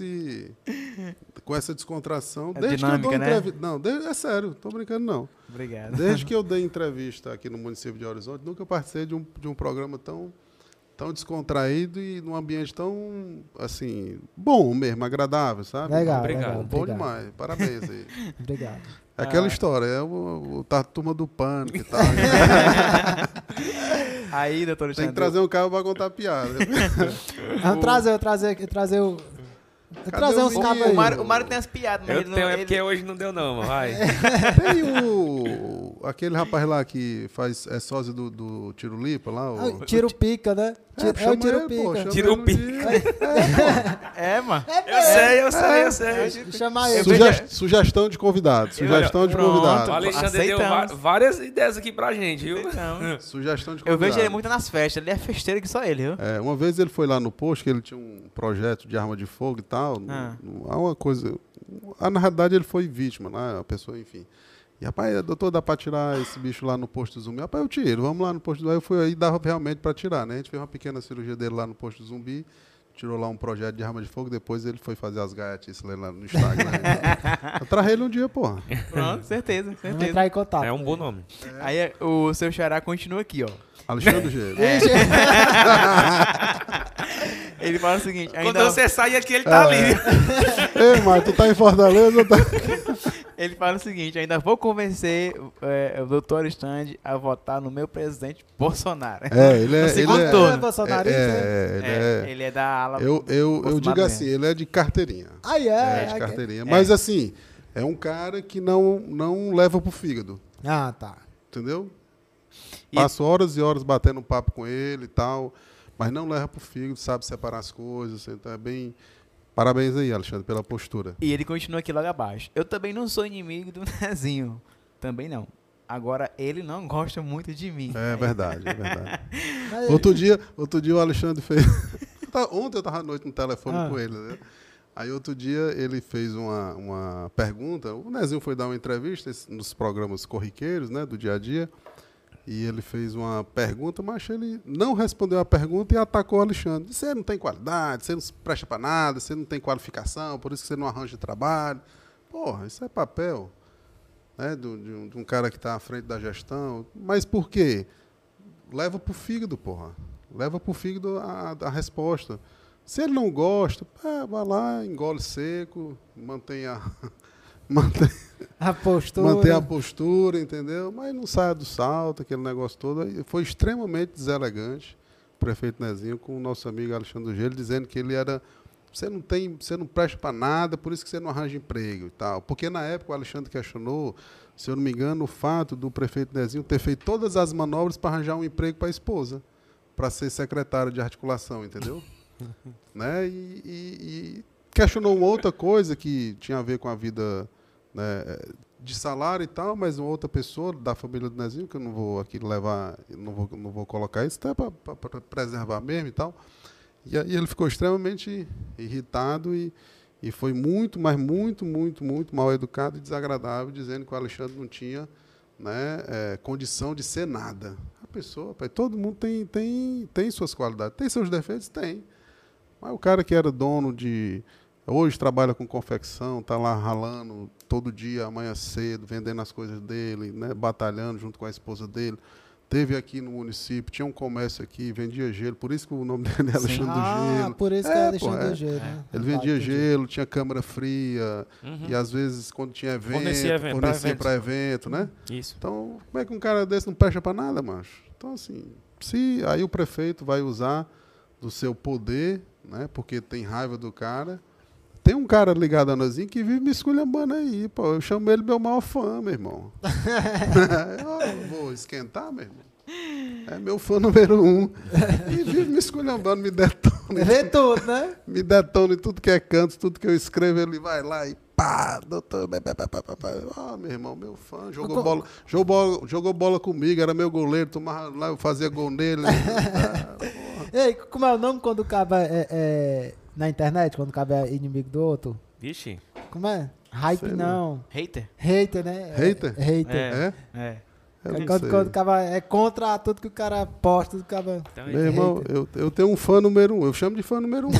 Speaker 4: com essa descontração.
Speaker 3: É
Speaker 4: desde
Speaker 3: dinâmica,
Speaker 4: que eu dou
Speaker 3: né?
Speaker 4: entrevista. Não, é sério, tô brincando não.
Speaker 3: Obrigado.
Speaker 4: Desde que eu dei entrevista aqui no município de Horizonte, nunca participei de um programa tão descontraído e num ambiente tão, assim, bom mesmo, agradável, sabe?
Speaker 2: Legal,
Speaker 1: Obrigado.
Speaker 4: Bom demais, parabéns aí.
Speaker 2: Obrigado.
Speaker 4: É aquela história, a turma do pânico e tal.
Speaker 3: Aí, doutor Alexandre.
Speaker 4: Tem que trazer um cara para contar piada.
Speaker 2: Vamos trazer uns
Speaker 4: o
Speaker 2: cabos aí.
Speaker 3: O Mário tem as piadas, mas
Speaker 1: Eu
Speaker 3: ele não...
Speaker 1: tenho, porque hoje não deu não, vai.
Speaker 4: Tem aquele rapaz lá que é sósia do Tiro Lipa lá.
Speaker 2: Tiro pica, né? É o tiro pica.
Speaker 1: Tiro pica.
Speaker 3: mano.
Speaker 1: Eu sei.
Speaker 2: Chamar ele.
Speaker 4: Sugestão de convidado. Sugestão de
Speaker 3: Pronto.
Speaker 1: O
Speaker 4: convidado.
Speaker 1: Alexandre deu
Speaker 3: Aceitamos.
Speaker 1: várias ideias aqui pra gente, viu?
Speaker 3: Então,
Speaker 4: Sugestão de
Speaker 3: eu
Speaker 4: convidado.
Speaker 3: vejo ele muito nas festas, ele é festeiro que só ele, viu?
Speaker 4: Uma vez ele foi lá no posto, que ele tinha um projeto de arma de fogo e tal. Há uma coisa... Na realidade, ele foi vítima, né? A pessoa, enfim. E, rapaz, doutor, dá pra tirar esse bicho lá no posto Zumbi? Rapaz, eu tiro, vamos lá no posto Zumbi. Aí eu fui aí, dava realmente pra tirar, né? A gente fez uma pequena cirurgia dele lá no posto Zumbi, tirou lá um projeto de arma de fogo, depois ele foi fazer as gaiatices lá no Instagram. Eu traje ele um dia, porra.
Speaker 3: Pronto, certeza.
Speaker 2: Vamos entrar em contato.
Speaker 1: É um bom nome.
Speaker 3: Aí o seu xará continua aqui, ó.
Speaker 4: Alexandre Gelo.
Speaker 3: Ele fala o seguinte,
Speaker 1: Quando você sair aqui, ele tá ali.
Speaker 4: Ei, Mário, tu tá em Fortaleza? Tá...
Speaker 3: Ele fala o seguinte, ainda vou convencer o doutor Alexandre a votar no meu presidente Bolsonaro.
Speaker 4: Ele é...
Speaker 3: segundo turno.
Speaker 2: É bolsonarista,
Speaker 3: Ele é da ala
Speaker 4: Eu digo
Speaker 3: Bolsonaro
Speaker 4: assim, ele é de carteirinha.
Speaker 2: de
Speaker 4: Carteirinha. Mas assim, é um cara que não leva pro fígado.
Speaker 2: Ah, tá.
Speaker 4: Entendeu? Passo horas e horas batendo papo com ele e tal, mas não leva pro fígado, sabe separar as coisas. Então é bem... Parabéns aí, Alexandre, pela postura.
Speaker 3: E ele continua aqui logo abaixo. Eu também não sou inimigo do Nezinho. Também não. Agora, ele não gosta muito de mim.
Speaker 4: É verdade.
Speaker 2: Mas-
Speaker 4: Outro dia o Alexandre fez... Ontem eu estava à noite no telefone com ele, né? Aí outro dia ele fez uma pergunta, o Nezinho foi dar uma entrevista nos programas corriqueiros, né, do dia a dia, e ele fez uma pergunta, mas ele não respondeu a pergunta e atacou o Alexandre. Você não tem qualidade, você não presta para nada, você não tem qualificação, por isso que você não arranja trabalho. Porra, isso é papel, né, de um cara que está à frente da gestão. Mas por quê? Leva pro fígado, porra. Leva pro fígado a resposta. Se ele não gosta, vai lá, engole seco, mantenha
Speaker 2: A postura.
Speaker 4: mantém a postura, entendeu? Mas não saia do salto, aquele negócio todo. Aí foi extremamente deselegante o prefeito Nezinho com o nosso amigo Alexandre do Gelo, dizendo que ele era... Você não presta para nada, por isso que você não arranja emprego e tal. Porque na época o Alexandre questionou, se eu não me engano, o fato do prefeito Nezinho ter feito todas as manobras para arranjar um emprego para a esposa, para ser secretário de articulação, entendeu? Né? E questionou uma outra coisa que tinha a ver com a vida, né, de salário e tal, mas uma outra pessoa da família do Nezinho, que eu não vou aqui levar, não vou colocar isso, até para preservar mesmo e tal. E aí ele ficou extremamente irritado e foi muito, mas muito, muito, muito mal educado e desagradável, dizendo que o Alexandre não tinha, né, condição de ser nada. A pessoa, todo mundo tem suas qualidades. Tem seus defeitos? Tem. Mas o cara que era dono de... Hoje trabalha com confecção, está lá ralando todo dia, amanhã cedo, vendendo as coisas dele, né, batalhando junto com a esposa dele. Teve aqui no município, tinha um comércio aqui, vendia gelo, por isso que o nome dele é Alexandre do Gelo.
Speaker 2: Por isso que é Alexandre do Gelo. Né?
Speaker 4: Ele vendia gelo, tinha câmara fria, e às vezes, quando tinha evento, fornecia para evento, né?
Speaker 1: Isso.
Speaker 4: Então, como é que um cara desse não presta para nada, macho? Então, assim, aí o prefeito vai usar do seu poder, né? Porque tem raiva do cara. Tem um cara ligado a nozinho que vive me esculhambando aí, pô. Eu chamo ele meu maior fã, meu irmão. Eu vou esquentar, meu irmão. É meu fã número 1. E vive me esculhambando, me detona.
Speaker 2: Vê tudo, né?
Speaker 4: Me detona em tudo que é canto, tudo que eu escrevo, ele vai lá e pá, doutor. Meu irmão, meu fã. Jogou bola comigo, era meu goleiro, tomava lá, eu fazia gol nele.
Speaker 2: Ei, como é o nome quando o cara na internet, quando o cara é inimigo do outro?
Speaker 1: Vixe.
Speaker 2: Como é? Hype
Speaker 4: Sei
Speaker 2: não.
Speaker 3: Hater?
Speaker 2: Hater, né?
Speaker 4: Hater?
Speaker 2: Hater.
Speaker 3: É.
Speaker 4: Eu não
Speaker 2: Quando
Speaker 4: sei.
Speaker 2: o cara é contra tudo que o cara posta, o cara...
Speaker 1: Então,
Speaker 4: Meu irmão, eu tenho um fã número 1, eu chamo de fã número 1.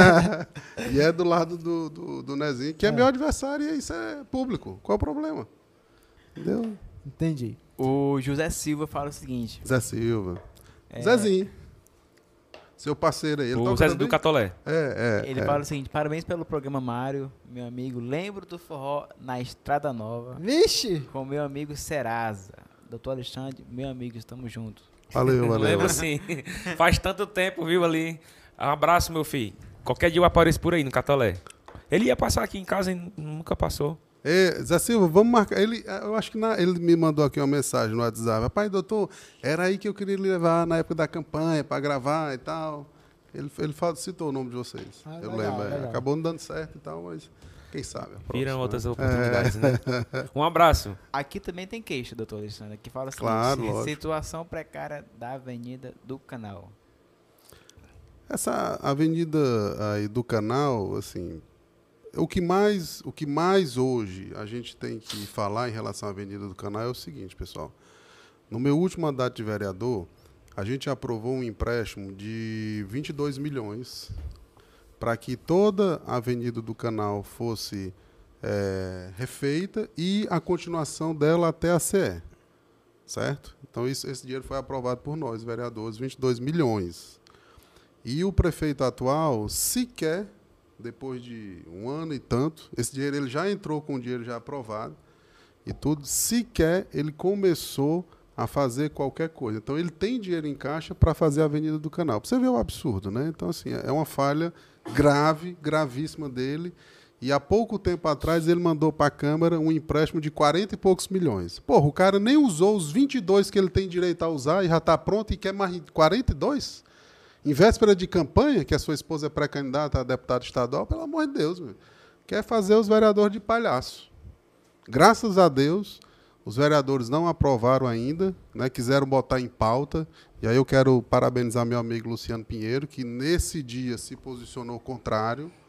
Speaker 4: E é do lado do Nezinho, que é meu adversário, e isso é público. Qual é o problema? Entendeu?
Speaker 2: Entendi.
Speaker 3: O José Silva fala o seguinte.
Speaker 4: Zé Silva. Zezinho. Seu parceiro aí. Ele
Speaker 1: o
Speaker 4: toca
Speaker 1: Zé
Speaker 4: também?
Speaker 1: do Catolé.
Speaker 3: Ele fala o seguinte: parabéns pelo programa, Mário, meu amigo. Lembro do forró na Estrada Nova
Speaker 2: Vixe!
Speaker 3: com meu amigo Serasa. Doutor Alexandre, meu amigo, estamos juntos.
Speaker 4: Valeu.
Speaker 1: Lembro sim. Faz tanto tempo, viu, ali. Um abraço, meu filho. Qualquer dia eu apareço por aí no Catolé. Ele ia passar aqui em casa e nunca passou.
Speaker 4: Zé Silva, vamos marcar. Eu acho que ele me mandou aqui uma mensagem no WhatsApp. Rapaz, doutor, era aí que eu queria levar na época da campanha para gravar e tal. Ele citou o nome de vocês. Eu
Speaker 2: legal,
Speaker 4: lembro.
Speaker 2: legal.
Speaker 4: Acabou não dando certo e tal, mas quem sabe.
Speaker 1: Viram outras oportunidades, né? Um abraço.
Speaker 3: Aqui também tem queixa, doutor Alexandre, que fala o seguinte:
Speaker 4: Claro, lógico.
Speaker 3: situação precária da Avenida do Canal.
Speaker 4: Essa avenida aí do Canal, assim, o que mais hoje a gente tem que falar em relação à Avenida do Canal é o seguinte, pessoal. No meu último mandato de vereador, a gente aprovou um empréstimo de 22 milhões para que toda a Avenida do Canal fosse refeita e a continuação dela até a CE, certo? Então esse dinheiro foi aprovado por nós, vereadores, 22 milhões. E o prefeito atual sequer, depois de um ano e tanto, esse dinheiro ele já entrou com o dinheiro já aprovado e tudo, sequer ele começou a fazer qualquer coisa. Então, ele tem dinheiro em caixa para fazer a Avenida do Canal. Para você ver o absurdo, né? Então, assim, é uma falha gravíssima dele. E há pouco tempo atrás, ele mandou para a Câmara um empréstimo de 40 e poucos milhões. Porra, o cara nem usou os 22 que ele tem direito a usar e já está pronto e quer mais 42? Em véspera de campanha, que a sua esposa é pré-candidata a deputado estadual, pelo amor de Deus, meu, quer fazer os vereadores de palhaço. Graças a Deus, os vereadores não aprovaram ainda, né, quiseram botar em pauta, e aí eu quero parabenizar meu amigo Luciano Pinheiro, que nesse dia se posicionou contrário,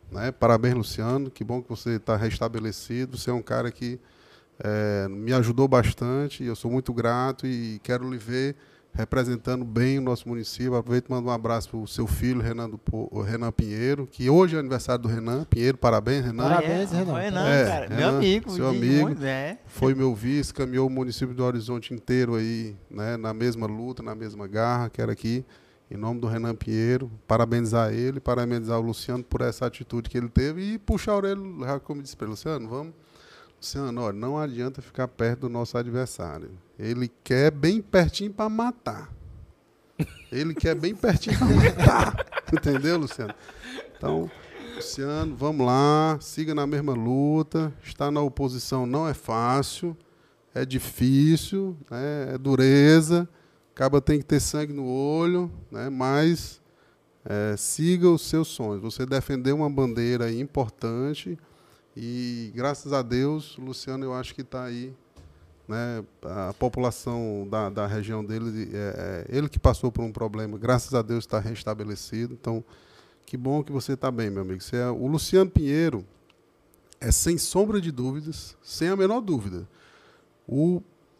Speaker 4: né? Parabéns, Luciano. Que bom que você está restabelecido. Você é um cara que me ajudou bastante. Eu sou muito grato e quero lhe ver representando bem o nosso município. Aproveito e mando um abraço para o seu filho, Renan Pinheiro, que hoje é aniversário do Renan Pinheiro. Parabéns, Renan.
Speaker 2: Parabéns, Renan.
Speaker 3: Renan, cara. Meu
Speaker 4: Renan,
Speaker 3: amigo.
Speaker 4: seu amigo.
Speaker 3: É.
Speaker 4: Foi meu vice, caminhou o município do Horizonte inteiro aí, né, na mesma luta, na mesma garra. Quero aqui, em nome do Renan Pinheiro, parabenizar ele, parabenizar o Luciano por essa atitude que ele teve e puxar a orelha, como disse para ele, Luciano, vamos. Luciano, olha, não adianta ficar perto do nosso adversário. Ele quer bem pertinho para matar. Ele quer bem pertinho para matar. Entendeu, Luciano? Então, Luciano, vamos lá, siga na mesma luta. Estar na oposição não é fácil, é difícil, né, é dureza. Acaba tem que ter sangue no olho, né, mas siga os seus sonhos. Você defendeu uma bandeira aí importante. E, graças a Deus, o Luciano, eu acho que está aí, né, a população da região dele, ele que passou por um problema, graças a Deus está restabelecido. Então, que bom que você está bem, meu amigo. O Luciano Pinheiro é, sem sombra de dúvidas, sem a menor dúvida, o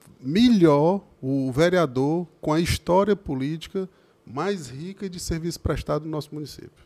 Speaker 4: vereador com a história política mais rica de serviço prestado no nosso município.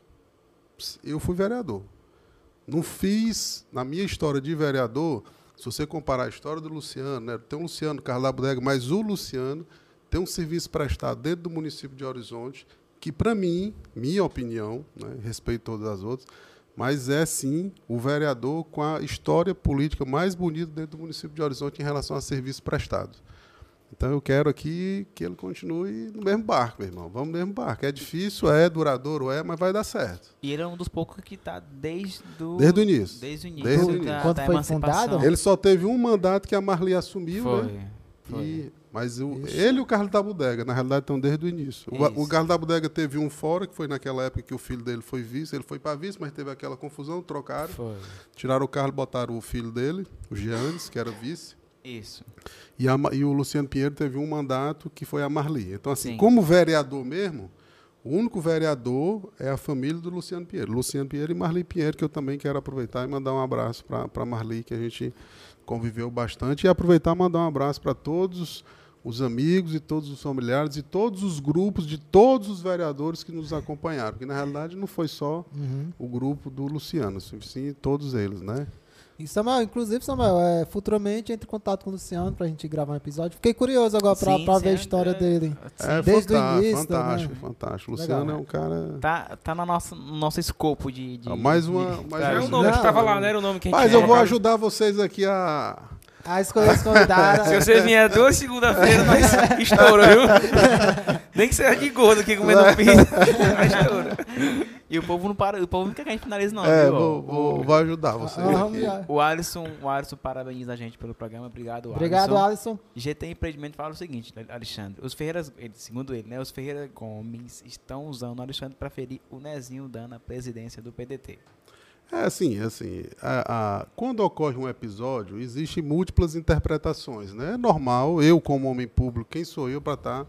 Speaker 4: Eu fui vereador. Não fiz, na minha história de vereador, se você comparar a história do Luciano, né, tem um Luciano Carlos da Bodega, mas o Luciano tem um serviço prestado dentro do município de Horizonte, que, para mim, minha opinião, né, respeito todas as outras, mas é, sim, o vereador com a história política mais bonita dentro do município de Horizonte em relação a serviço prestado. Então, eu quero aqui que ele continue no mesmo barco, meu irmão. Vamos no mesmo barco. É difícil, duradouro, mas vai dar certo.
Speaker 3: E ele é um dos poucos que está desde o início.
Speaker 4: Desde o
Speaker 2: início. Quando foi fundado?
Speaker 4: Ele só teve um mandato que a Marli assumiu,
Speaker 3: foi,
Speaker 4: né?
Speaker 3: Foi.
Speaker 4: Mas ele e o Carlos da Bodega, na realidade, estão desde o início. O Carlos da Bodega teve um fora, que foi naquela época que o filho dele foi vice. Ele foi para vice, mas teve aquela confusão, trocaram.
Speaker 3: Foi.
Speaker 4: Tiraram o Carlos, botaram o filho dele, o Giannis, que era vice.
Speaker 3: Isso.
Speaker 4: E o Luciano Pinheiro teve um mandato que foi a Marli. Então, assim,
Speaker 3: Sim.
Speaker 4: como vereador mesmo, o único vereador é a família do Luciano Pinheiro. Luciano Pinheiro e Marli Pinheiro, que eu também quero aproveitar e mandar um abraço para a Marli, que a gente conviveu bastante. E aproveitar e mandar um abraço para todos os amigos e todos os familiares e todos os grupos de todos os vereadores que nos acompanharam. Porque, na realidade, não foi só o grupo do Luciano, sim todos eles, né?
Speaker 2: E Samuel, inclusive, futuramente entre em contato com o Luciano pra gente gravar um episódio. Fiquei curioso agora pra ver a história dele. Desde o início.
Speaker 4: Fantástico,
Speaker 2: né?
Speaker 4: fantástico. O Luciano é um cara...
Speaker 3: Tá no nosso escopo de
Speaker 4: mais uma...
Speaker 1: É o nome que estava lá, não era o nome que a gente
Speaker 4: Mas eu vou ajudar vocês aqui a
Speaker 2: escolher os convidados.
Speaker 1: Se você vier 2 segunda-feiras, nós estoura, viu? Nem que seja de gordo aqui comendo pizza, mas estoura.
Speaker 3: E o povo não para, o povo não quer que a gente finalize, não.
Speaker 4: Vou ajudar vocês.
Speaker 3: O Alisson parabeniza a gente pelo programa. Obrigado, Alisson.
Speaker 2: Obrigado, Alisson.
Speaker 3: GT Empreendimento fala o seguinte, Alexandre. Os Ferreiras, segundo ele, né? Os Ferreira Gomes estão usando o Alexandre para ferir o Nezinho dando a presidência do PDT.
Speaker 4: Quando ocorre um episódio, existem múltiplas interpretações, né? É normal, eu como homem público, quem sou eu para estar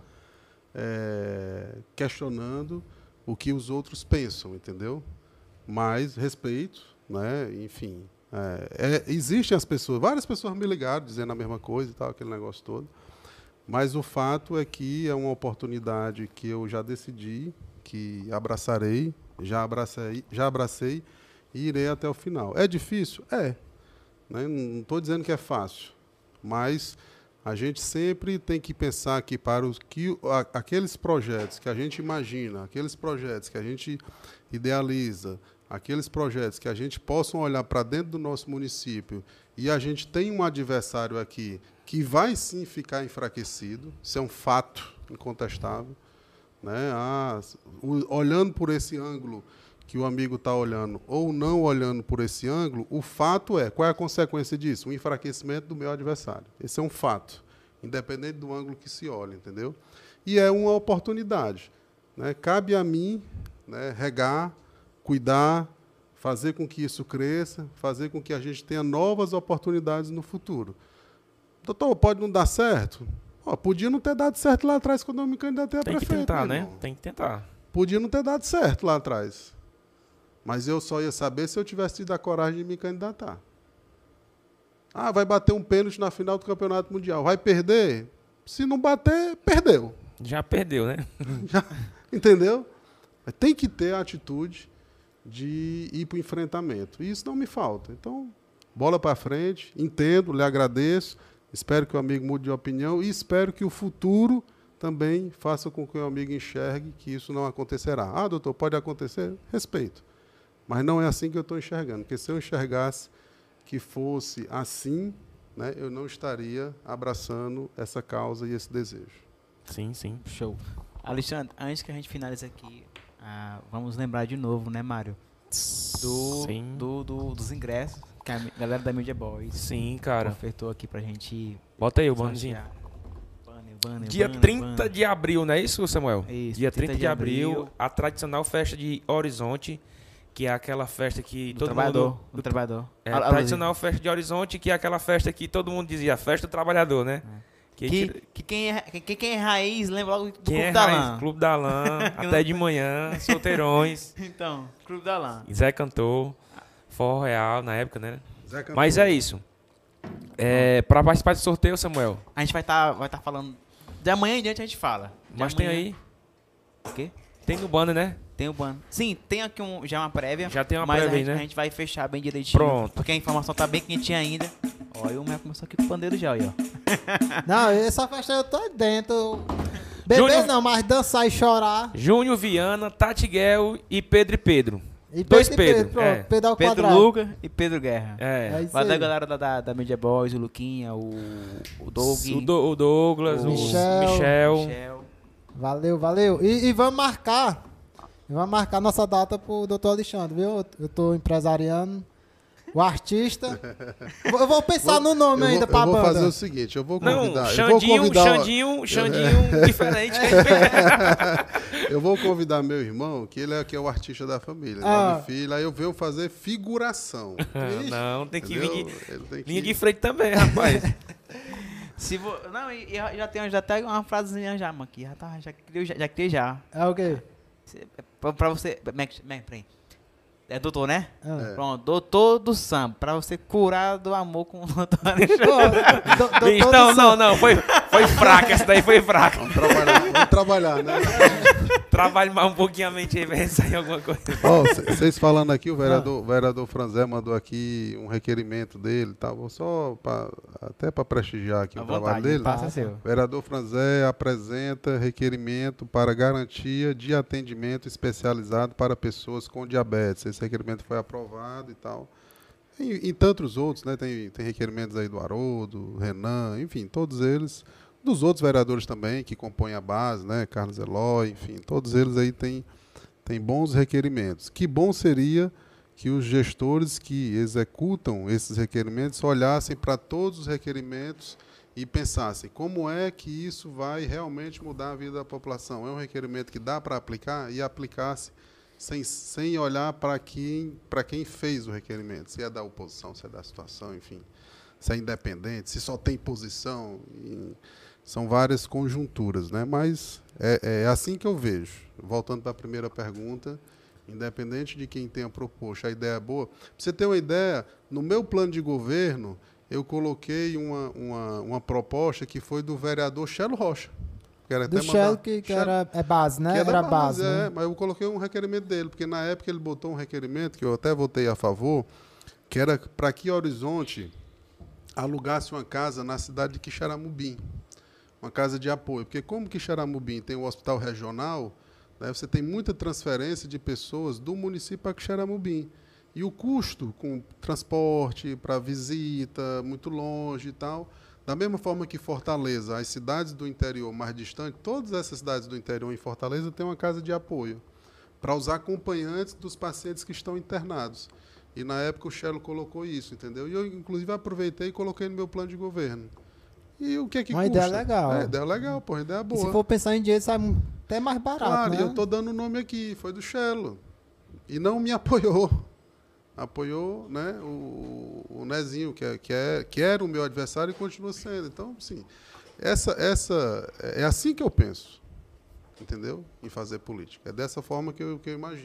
Speaker 4: questionando o que os outros pensam, entendeu? Mas respeito, né? Enfim, existem várias pessoas me ligaram dizendo a mesma coisa e tal, aquele negócio todo. Mas o fato é que é uma oportunidade que eu já decidi, que abracei e irei até o final. É difícil? Né? Não estou dizendo que é fácil, mas a gente sempre tem que pensar que aqueles projetos que a gente imagina, aqueles projetos que a gente idealiza, aqueles projetos que a gente possa olhar para dentro do nosso município e a gente tem um adversário aqui que vai sim ficar enfraquecido, isso é um fato incontestável, né? Olhando por esse ângulo que o amigo está olhando ou não olhando por esse ângulo, o fato qual é a consequência disso? O enfraquecimento do meu adversário. Esse é um fato, independente do ângulo que se olha, entendeu? E é uma oportunidade, né? Cabe a mim, né, regar, cuidar, fazer com que isso cresça, fazer com que a gente tenha novas oportunidades no futuro. Doutor, pode não dar certo? Podia não ter dado certo lá atrás quando eu me candidatei a prefeito.
Speaker 1: Tem que tentar, né? Tem que tentar.
Speaker 4: Podia não ter dado certo lá atrás. Mas eu só ia saber se eu tivesse tido a coragem de me candidatar. Ah, vai bater um pênalti na final do Campeonato Mundial. Vai perder? Se não bater, perdeu.
Speaker 1: Já perdeu, né?
Speaker 4: Entendeu? Mas tem que ter a atitude de ir para o enfrentamento. E isso não me falta. Então, bola para frente, entendo, lhe agradeço, espero que o amigo mude de opinião e espero que o futuro também faça com que o amigo enxergue que isso não acontecerá. Ah, doutor, pode acontecer? Respeito. Mas não é assim que eu estou enxergando, porque se eu enxergasse que fosse assim, né, eu não estaria abraçando essa causa e esse desejo.
Speaker 1: Sim, sim.
Speaker 3: Show. Alexandre, antes que a gente finalize aqui, vamos lembrar de novo, né, Mário?
Speaker 1: Sim.
Speaker 3: Dos ingressos que a galera da Media Boys
Speaker 1: Sim, cara.
Speaker 3: ofertou aqui pra gente.
Speaker 1: Bota aí o bannerzinho.
Speaker 3: Banner,
Speaker 1: Dia 30 de abril, não é isso, Samuel?
Speaker 3: Isso,
Speaker 1: Dia 30 de abril, a tradicional festa de Horizonte, que é aquela festa que todo mundo...
Speaker 3: Do trabalhador.
Speaker 1: É, a tradicional festa de Horizonte, que é aquela festa que todo mundo dizia, festa do trabalhador, né?
Speaker 3: Quem é raiz lembra logo do
Speaker 1: Quem
Speaker 3: Clube
Speaker 1: é
Speaker 3: da
Speaker 1: raiz?
Speaker 3: Lã.
Speaker 1: Clube da Lã, até de manhã, solteirões,
Speaker 3: Então, Clube da Lã.
Speaker 1: Zé cantou, Forró Real na época, né?
Speaker 4: Zé Cantor.
Speaker 1: Mas é isso. Pra participar do sorteio, Samuel,
Speaker 3: A gente vai tá falando. De amanhã em diante a gente fala. De
Speaker 1: mas tem
Speaker 3: amanhã-
Speaker 1: aí,
Speaker 3: O quê?
Speaker 1: tem no banner, né?
Speaker 3: Tem o banner. Sim, tem aqui já uma prévia.
Speaker 1: Já tem uma
Speaker 3: mas
Speaker 1: prévia aí,
Speaker 3: a
Speaker 1: né?
Speaker 3: gente vai fechar bem direitinho.
Speaker 1: Pronto.
Speaker 3: Porque a informação tá bem quentinha ainda. Ó, o Mel começou aqui com o pandeiro já, aí, ó.
Speaker 2: Não, essa festa eu tô dentro. Beber
Speaker 1: Júnior-
Speaker 2: não, mas dançar e chorar.
Speaker 1: Júnior Viana, Tatiguel e Pedro e Pedro.
Speaker 2: E
Speaker 1: Dois
Speaker 2: Pedro,
Speaker 1: Pedro,
Speaker 2: pronto,
Speaker 1: é.
Speaker 2: Pedro ao
Speaker 3: Pedro
Speaker 2: quadrado.
Speaker 3: Luca e Pedro Guerra.
Speaker 1: É.
Speaker 2: isso
Speaker 3: Vai da
Speaker 2: aí.
Speaker 3: galera da Media Boys, o Luquinha, o Doug,
Speaker 1: O Douglas,
Speaker 3: o
Speaker 1: o
Speaker 2: Michel.
Speaker 1: Michel.
Speaker 2: Valeu, valeu. E vamos marcar. Vamos marcar nossa data pro Dr. Alexandre, viu? Eu tô empresariando. O artista. Eu vou pensar no nome ainda pra
Speaker 4: eu vou
Speaker 2: banda.
Speaker 4: fazer o seguinte, eu vou
Speaker 1: Não,
Speaker 4: convidar... eu vou convidar,
Speaker 1: Xandinho diferente.
Speaker 4: eu vou convidar meu irmão, que ele é, que é o artista da família, nome filho, aí eu venho fazer figuração.
Speaker 1: Não, tem que vir
Speaker 4: Entendeu?
Speaker 1: de,
Speaker 4: Ele tem que-
Speaker 1: linha de frente também, rapaz.
Speaker 3: Não, e já tem até uma frasezinha já, mano, aqui. Já criei já.
Speaker 2: É o quê?
Speaker 3: Pra você. Peraí. É doutor, né?
Speaker 2: Ah.
Speaker 3: Pronto, doutor do samba. Pra você curar do amor com o doutor Alexandre.
Speaker 1: Não, foi fraca, essa daí foi fraca.
Speaker 4: Vamos trabalhar, né?
Speaker 1: Trabalhe mais um pouquinho a mente aí, vai sair alguma coisa.
Speaker 4: Ó, vocês falando aqui, o vereador Franzé mandou aqui um requerimento dele, tá? Vou só até para prestigiar aqui
Speaker 3: À
Speaker 4: o trabalho
Speaker 3: vontade,
Speaker 4: dele.
Speaker 3: passa seu.
Speaker 4: Vereador Franzé apresenta requerimento para garantia de atendimento especializado para pessoas com diabetes. Esse requerimento foi aprovado e tal. Em tantos outros, né? Tem requerimentos aí do Haroldo, Renan, enfim, todos eles. Dos outros vereadores também, que compõem a base, né? Carlos Eloy, enfim, todos eles aí têm bons requerimentos. Que bom seria que os gestores que executam esses requerimentos olhassem para todos os requerimentos e pensassem como é que isso vai realmente mudar a vida da população. É um requerimento que dá para aplicar e aplicasse sem olhar para quem fez o requerimento, se é da oposição, se é da situação, enfim, se é independente, se só tem posição. São várias conjunturas, né? Mas é assim que eu vejo. Voltando para a primeira pergunta, independente de quem tenha proposto, a ideia é boa. Para você ter uma ideia, no meu plano de governo, eu coloquei uma proposta que foi do vereador Chelo Rocha. Quero
Speaker 2: Do
Speaker 4: até
Speaker 2: Shell,
Speaker 4: mandar-
Speaker 2: que
Speaker 4: Chelo-
Speaker 2: é base, né?
Speaker 4: que
Speaker 2: Era base,
Speaker 4: é,
Speaker 2: né?
Speaker 4: mas eu coloquei um requerimento dele, porque na época ele botou um requerimento, que eu até votei a favor, que era para que Horizonte alugasse uma casa na cidade de Quixaramubim, uma casa de apoio. Porque como Quixaramubim tem um hospital regional, né, você tem muita transferência de pessoas do município para Quixaramubim. E o custo com transporte, para visita, muito longe e tal, da mesma forma que Fortaleza, as cidades do interior mais distantes, todas essas cidades do interior em Fortaleza têm uma casa de apoio para os acompanhantes dos pacientes que estão internados. E na época o Chelo colocou isso, entendeu? E eu, inclusive, aproveitei e coloquei no meu plano de governo. E o que é que
Speaker 2: Uma
Speaker 4: custa?
Speaker 2: ideia legal.
Speaker 4: É, ideia legal, pô, ideia
Speaker 2: E
Speaker 4: boa.
Speaker 2: se for pensar em dinheiro, sai até mais barato,
Speaker 4: Claro,
Speaker 2: né?
Speaker 4: e eu estou dando o nome aqui, foi do Chelo. E não me apoiou. Apoiou, né, o Nezinho, que era o meu adversário e continua sendo. Então, sim, é assim que eu penso, entendeu? Em fazer política. É dessa forma que eu imagino.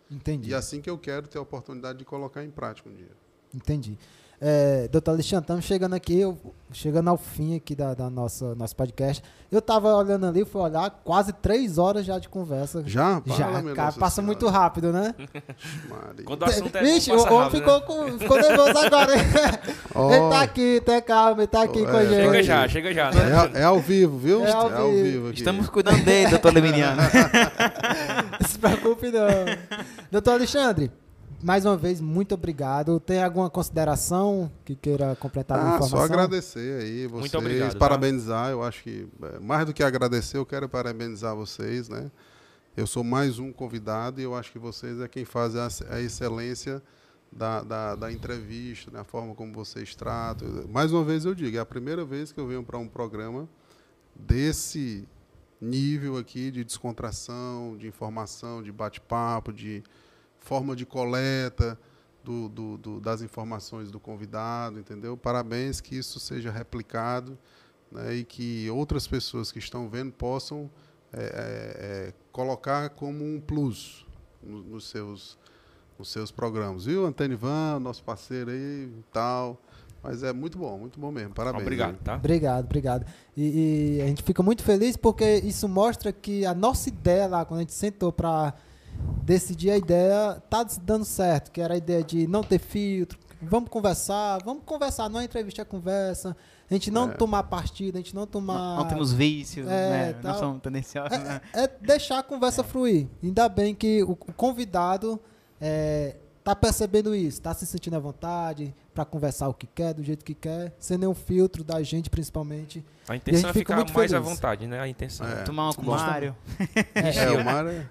Speaker 2: Entendi.
Speaker 4: E assim que eu quero ter a oportunidade de colocar em prática um dia.
Speaker 2: Entendi. Doutor Alexandre, estamos chegando aqui, chegando ao fim aqui da nosso podcast. Eu tava olhando ali, fui olhar, quase 3 horas já de conversa.
Speaker 4: Já?
Speaker 2: Já, cara, passa muito rápido, né?
Speaker 4: Maria.
Speaker 1: Quando o assunto é
Speaker 2: Vixe,
Speaker 1: bom,
Speaker 2: o
Speaker 1: passa
Speaker 2: homem
Speaker 1: rápido,
Speaker 2: ficou nervoso agora.
Speaker 4: Ó,
Speaker 2: Ele tá aqui, tem calma, ele tá aqui com a gente.
Speaker 1: Chega já, né?
Speaker 4: é ao vivo, viu?
Speaker 2: É ao vivo.
Speaker 4: aqui.
Speaker 3: Estamos cuidando dele, doutor Leminiano.
Speaker 2: Não se preocupe não. Doutor Alexandre, mais uma vez, muito obrigado. Tem alguma consideração que queira completar a informação?
Speaker 4: Só agradecer aí vocês,
Speaker 1: Muito obrigado,
Speaker 4: parabenizar. Eu acho que, mais do que agradecer, eu quero parabenizar vocês, né? Eu sou mais um convidado e eu acho que vocês é quem faz a excelência da entrevista, né? A forma como vocês tratam. Mais uma vez eu digo, é a primeira vez que eu venho para um programa desse nível aqui de descontração, de informação, de bate-papo, de forma de coleta das informações do convidado, entendeu? Parabéns, que isso seja replicado, né, e que outras pessoas que estão vendo possam colocar como um plus nos seus programas. Viu, Antenivan, nosso parceiro aí e tal. Mas é muito bom mesmo. Parabéns.
Speaker 1: Obrigado, tá?
Speaker 2: Obrigado. E a gente fica muito feliz porque isso mostra que a nossa ideia lá, quando a gente sentou para decidir a ideia, tá dando certo, que era a ideia de não ter filtro, vamos conversar, não é entrevista, é conversa, a gente não tomar partido, a gente não tomar...
Speaker 3: Não temos vícios, né?
Speaker 2: tal.
Speaker 3: Não somos tendenciosos, né?
Speaker 2: É deixar a conversa fluir. Ainda bem que o convidado tá percebendo isso, tá se sentindo à vontade para conversar o que quer, do jeito que quer, sem nenhum filtro da gente, principalmente.
Speaker 1: A intenção é
Speaker 2: fica
Speaker 1: ficar
Speaker 2: muito
Speaker 1: mais à
Speaker 2: feliz.
Speaker 1: vontade, né? A intenção.
Speaker 3: Tomar uma com o Mário.
Speaker 4: O Mário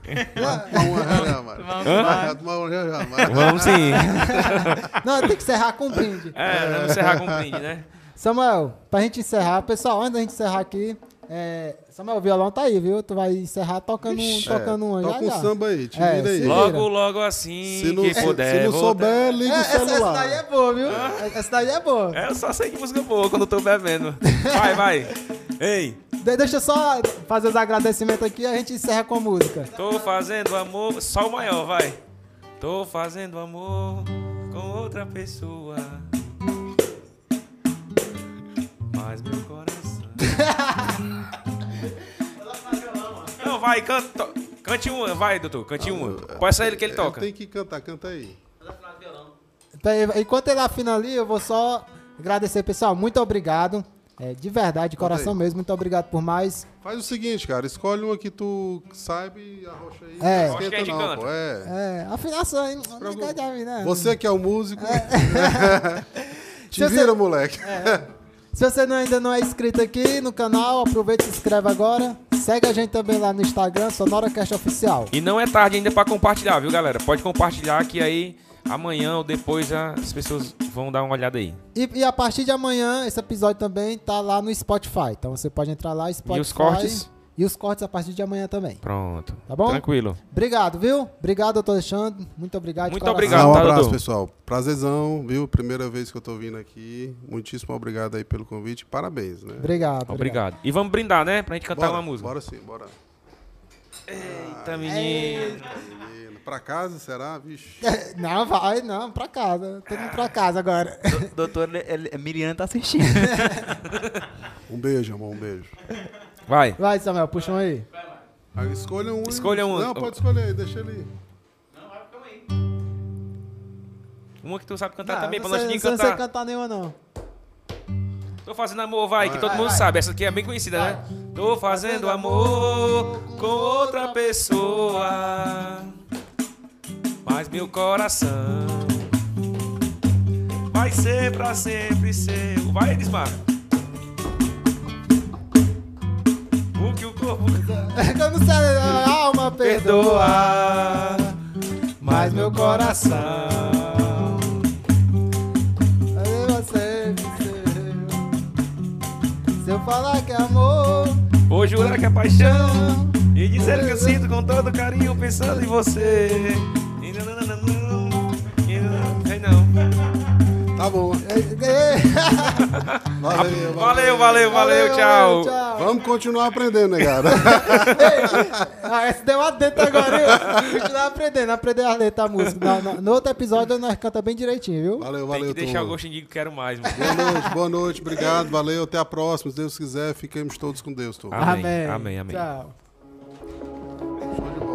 Speaker 1: Vamos sim.
Speaker 2: Não, tem que encerrar com um brinde.
Speaker 1: Vamos encerrar com um brinde, né?
Speaker 2: Samuel, pra gente encerrar, pessoal, antes da gente encerrar aqui, Samuel, o violão tá aí, viu? Tu vai encerrar tocando um
Speaker 4: Toca um samba aí, te
Speaker 2: É,
Speaker 4: vira aí.
Speaker 2: se-
Speaker 1: Logo assim,
Speaker 4: Se não,
Speaker 1: que
Speaker 4: se
Speaker 1: puder.
Speaker 4: não
Speaker 1: vou
Speaker 4: souber, liga o
Speaker 2: Essa
Speaker 4: celular.
Speaker 2: daí é boa, viu? Essa daí é boa.
Speaker 1: Eu só sei que música boa quando eu tô bebendo. Vai. Ei,
Speaker 2: Deixa eu só fazer os agradecimentos aqui e a gente encerra com a música.
Speaker 1: tô fazendo amor. Só o maior, vai. Tô fazendo amor com outra pessoa. Mas meu coração. Não, vai, cante uma, vai, doutor, cante uma. Pode ser ele que ele toca.
Speaker 4: Tem que cantar, canta aí.
Speaker 2: Enquanto ele afina ali, eu vou só agradecer, pessoal. Muito obrigado. De verdade, de coração mesmo. Muito obrigado por mais.
Speaker 4: Faz o seguinte, cara, escolhe uma que tu saiba e arrocha aí.
Speaker 2: É.
Speaker 4: Não
Speaker 1: Acho que a
Speaker 4: esquenta
Speaker 1: gente
Speaker 4: não,
Speaker 1: canta.
Speaker 4: pô.
Speaker 2: Afinação, hein?
Speaker 4: Preocupa. Você que é o músico. Te
Speaker 2: Se
Speaker 4: vira,
Speaker 2: você-
Speaker 4: moleque.
Speaker 2: Se você ainda não é inscrito aqui no canal, aproveita e se inscreve agora. Segue a gente também lá no Instagram, SonoraCast Oficial.
Speaker 1: E não é tarde ainda pra compartilhar, viu, galera? Pode compartilhar que aí amanhã ou depois as pessoas vão dar uma olhada aí.
Speaker 2: E a partir de amanhã, esse episódio também tá lá no Spotify. Então você pode entrar lá, Spotify.
Speaker 1: E os cortes?
Speaker 2: E os cortes a partir de amanhã também.
Speaker 1: Pronto.
Speaker 2: Tá bom?
Speaker 1: Tranquilo.
Speaker 2: Obrigado, viu? Obrigado, doutor Alexandre. Muito obrigado. de
Speaker 1: Muito
Speaker 2: coração.
Speaker 1: obrigado.
Speaker 4: Um
Speaker 1: tá,
Speaker 4: abraço,
Speaker 1: doutor?
Speaker 4: pessoal. Prazerzão, viu? Primeira vez que eu tô vindo aqui. Muitíssimo obrigado aí pelo convite. Parabéns, né?
Speaker 2: Obrigado.
Speaker 1: E vamos brindar, né? Pra gente cantar
Speaker 4: Bora,
Speaker 1: uma música.
Speaker 4: Bora sim, bora.
Speaker 1: Eita, menino.
Speaker 4: Menino, pra casa, será? Vixe.
Speaker 2: Não, pra casa. Todo mundo pra casa agora.
Speaker 3: Doutor Miriam tá assistindo.
Speaker 4: Um beijo, amor, um beijo.
Speaker 1: Vai.
Speaker 2: Vai, Samuel, puxa um aí.
Speaker 4: Escolha um.
Speaker 1: Escolha um.
Speaker 4: Não, pode escolher aí, deixa ele.
Speaker 1: Uma que tu sabe cantar
Speaker 2: Não,
Speaker 1: também, pra
Speaker 2: você-
Speaker 1: nós ninguém
Speaker 2: você não sei
Speaker 1: cantar.
Speaker 2: cantar nenhuma, não.
Speaker 1: Tô fazendo amor, vai, que todo mundo sabe. Essa aqui é bem conhecida, né? Tô fazendo amor com outra pessoa, mas meu coração vai ser pra sempre seu. Vai, Elismar. O que o corpo
Speaker 2: Eu não sei, a alma perdoa,
Speaker 1: perdoa, mas meu coração
Speaker 2: você, se eu falar que é amor,
Speaker 1: vou jurar que é paixão e dizer que eu sinto com todo carinho pensando em você. E não, sei não.
Speaker 4: Tá bom.
Speaker 1: Valeu, tchau.
Speaker 2: Vamos
Speaker 4: continuar aprendendo, né, cara?
Speaker 2: Esse deu uma dentro agora, viu? Continuar aprendendo a letra da música. No outro episódio nós canta bem direitinho, viu?
Speaker 4: Valeu,
Speaker 1: Tem que deixar o
Speaker 4: turma.
Speaker 1: gostinho de que quero mais, mano.
Speaker 4: Boa noite, obrigado, valeu, até a próxima, se Deus quiser, fiquemos todos com Deus, turma.
Speaker 1: Amém.
Speaker 2: Amém.
Speaker 1: Amém.
Speaker 2: Tchau.
Speaker 4: Show de bola.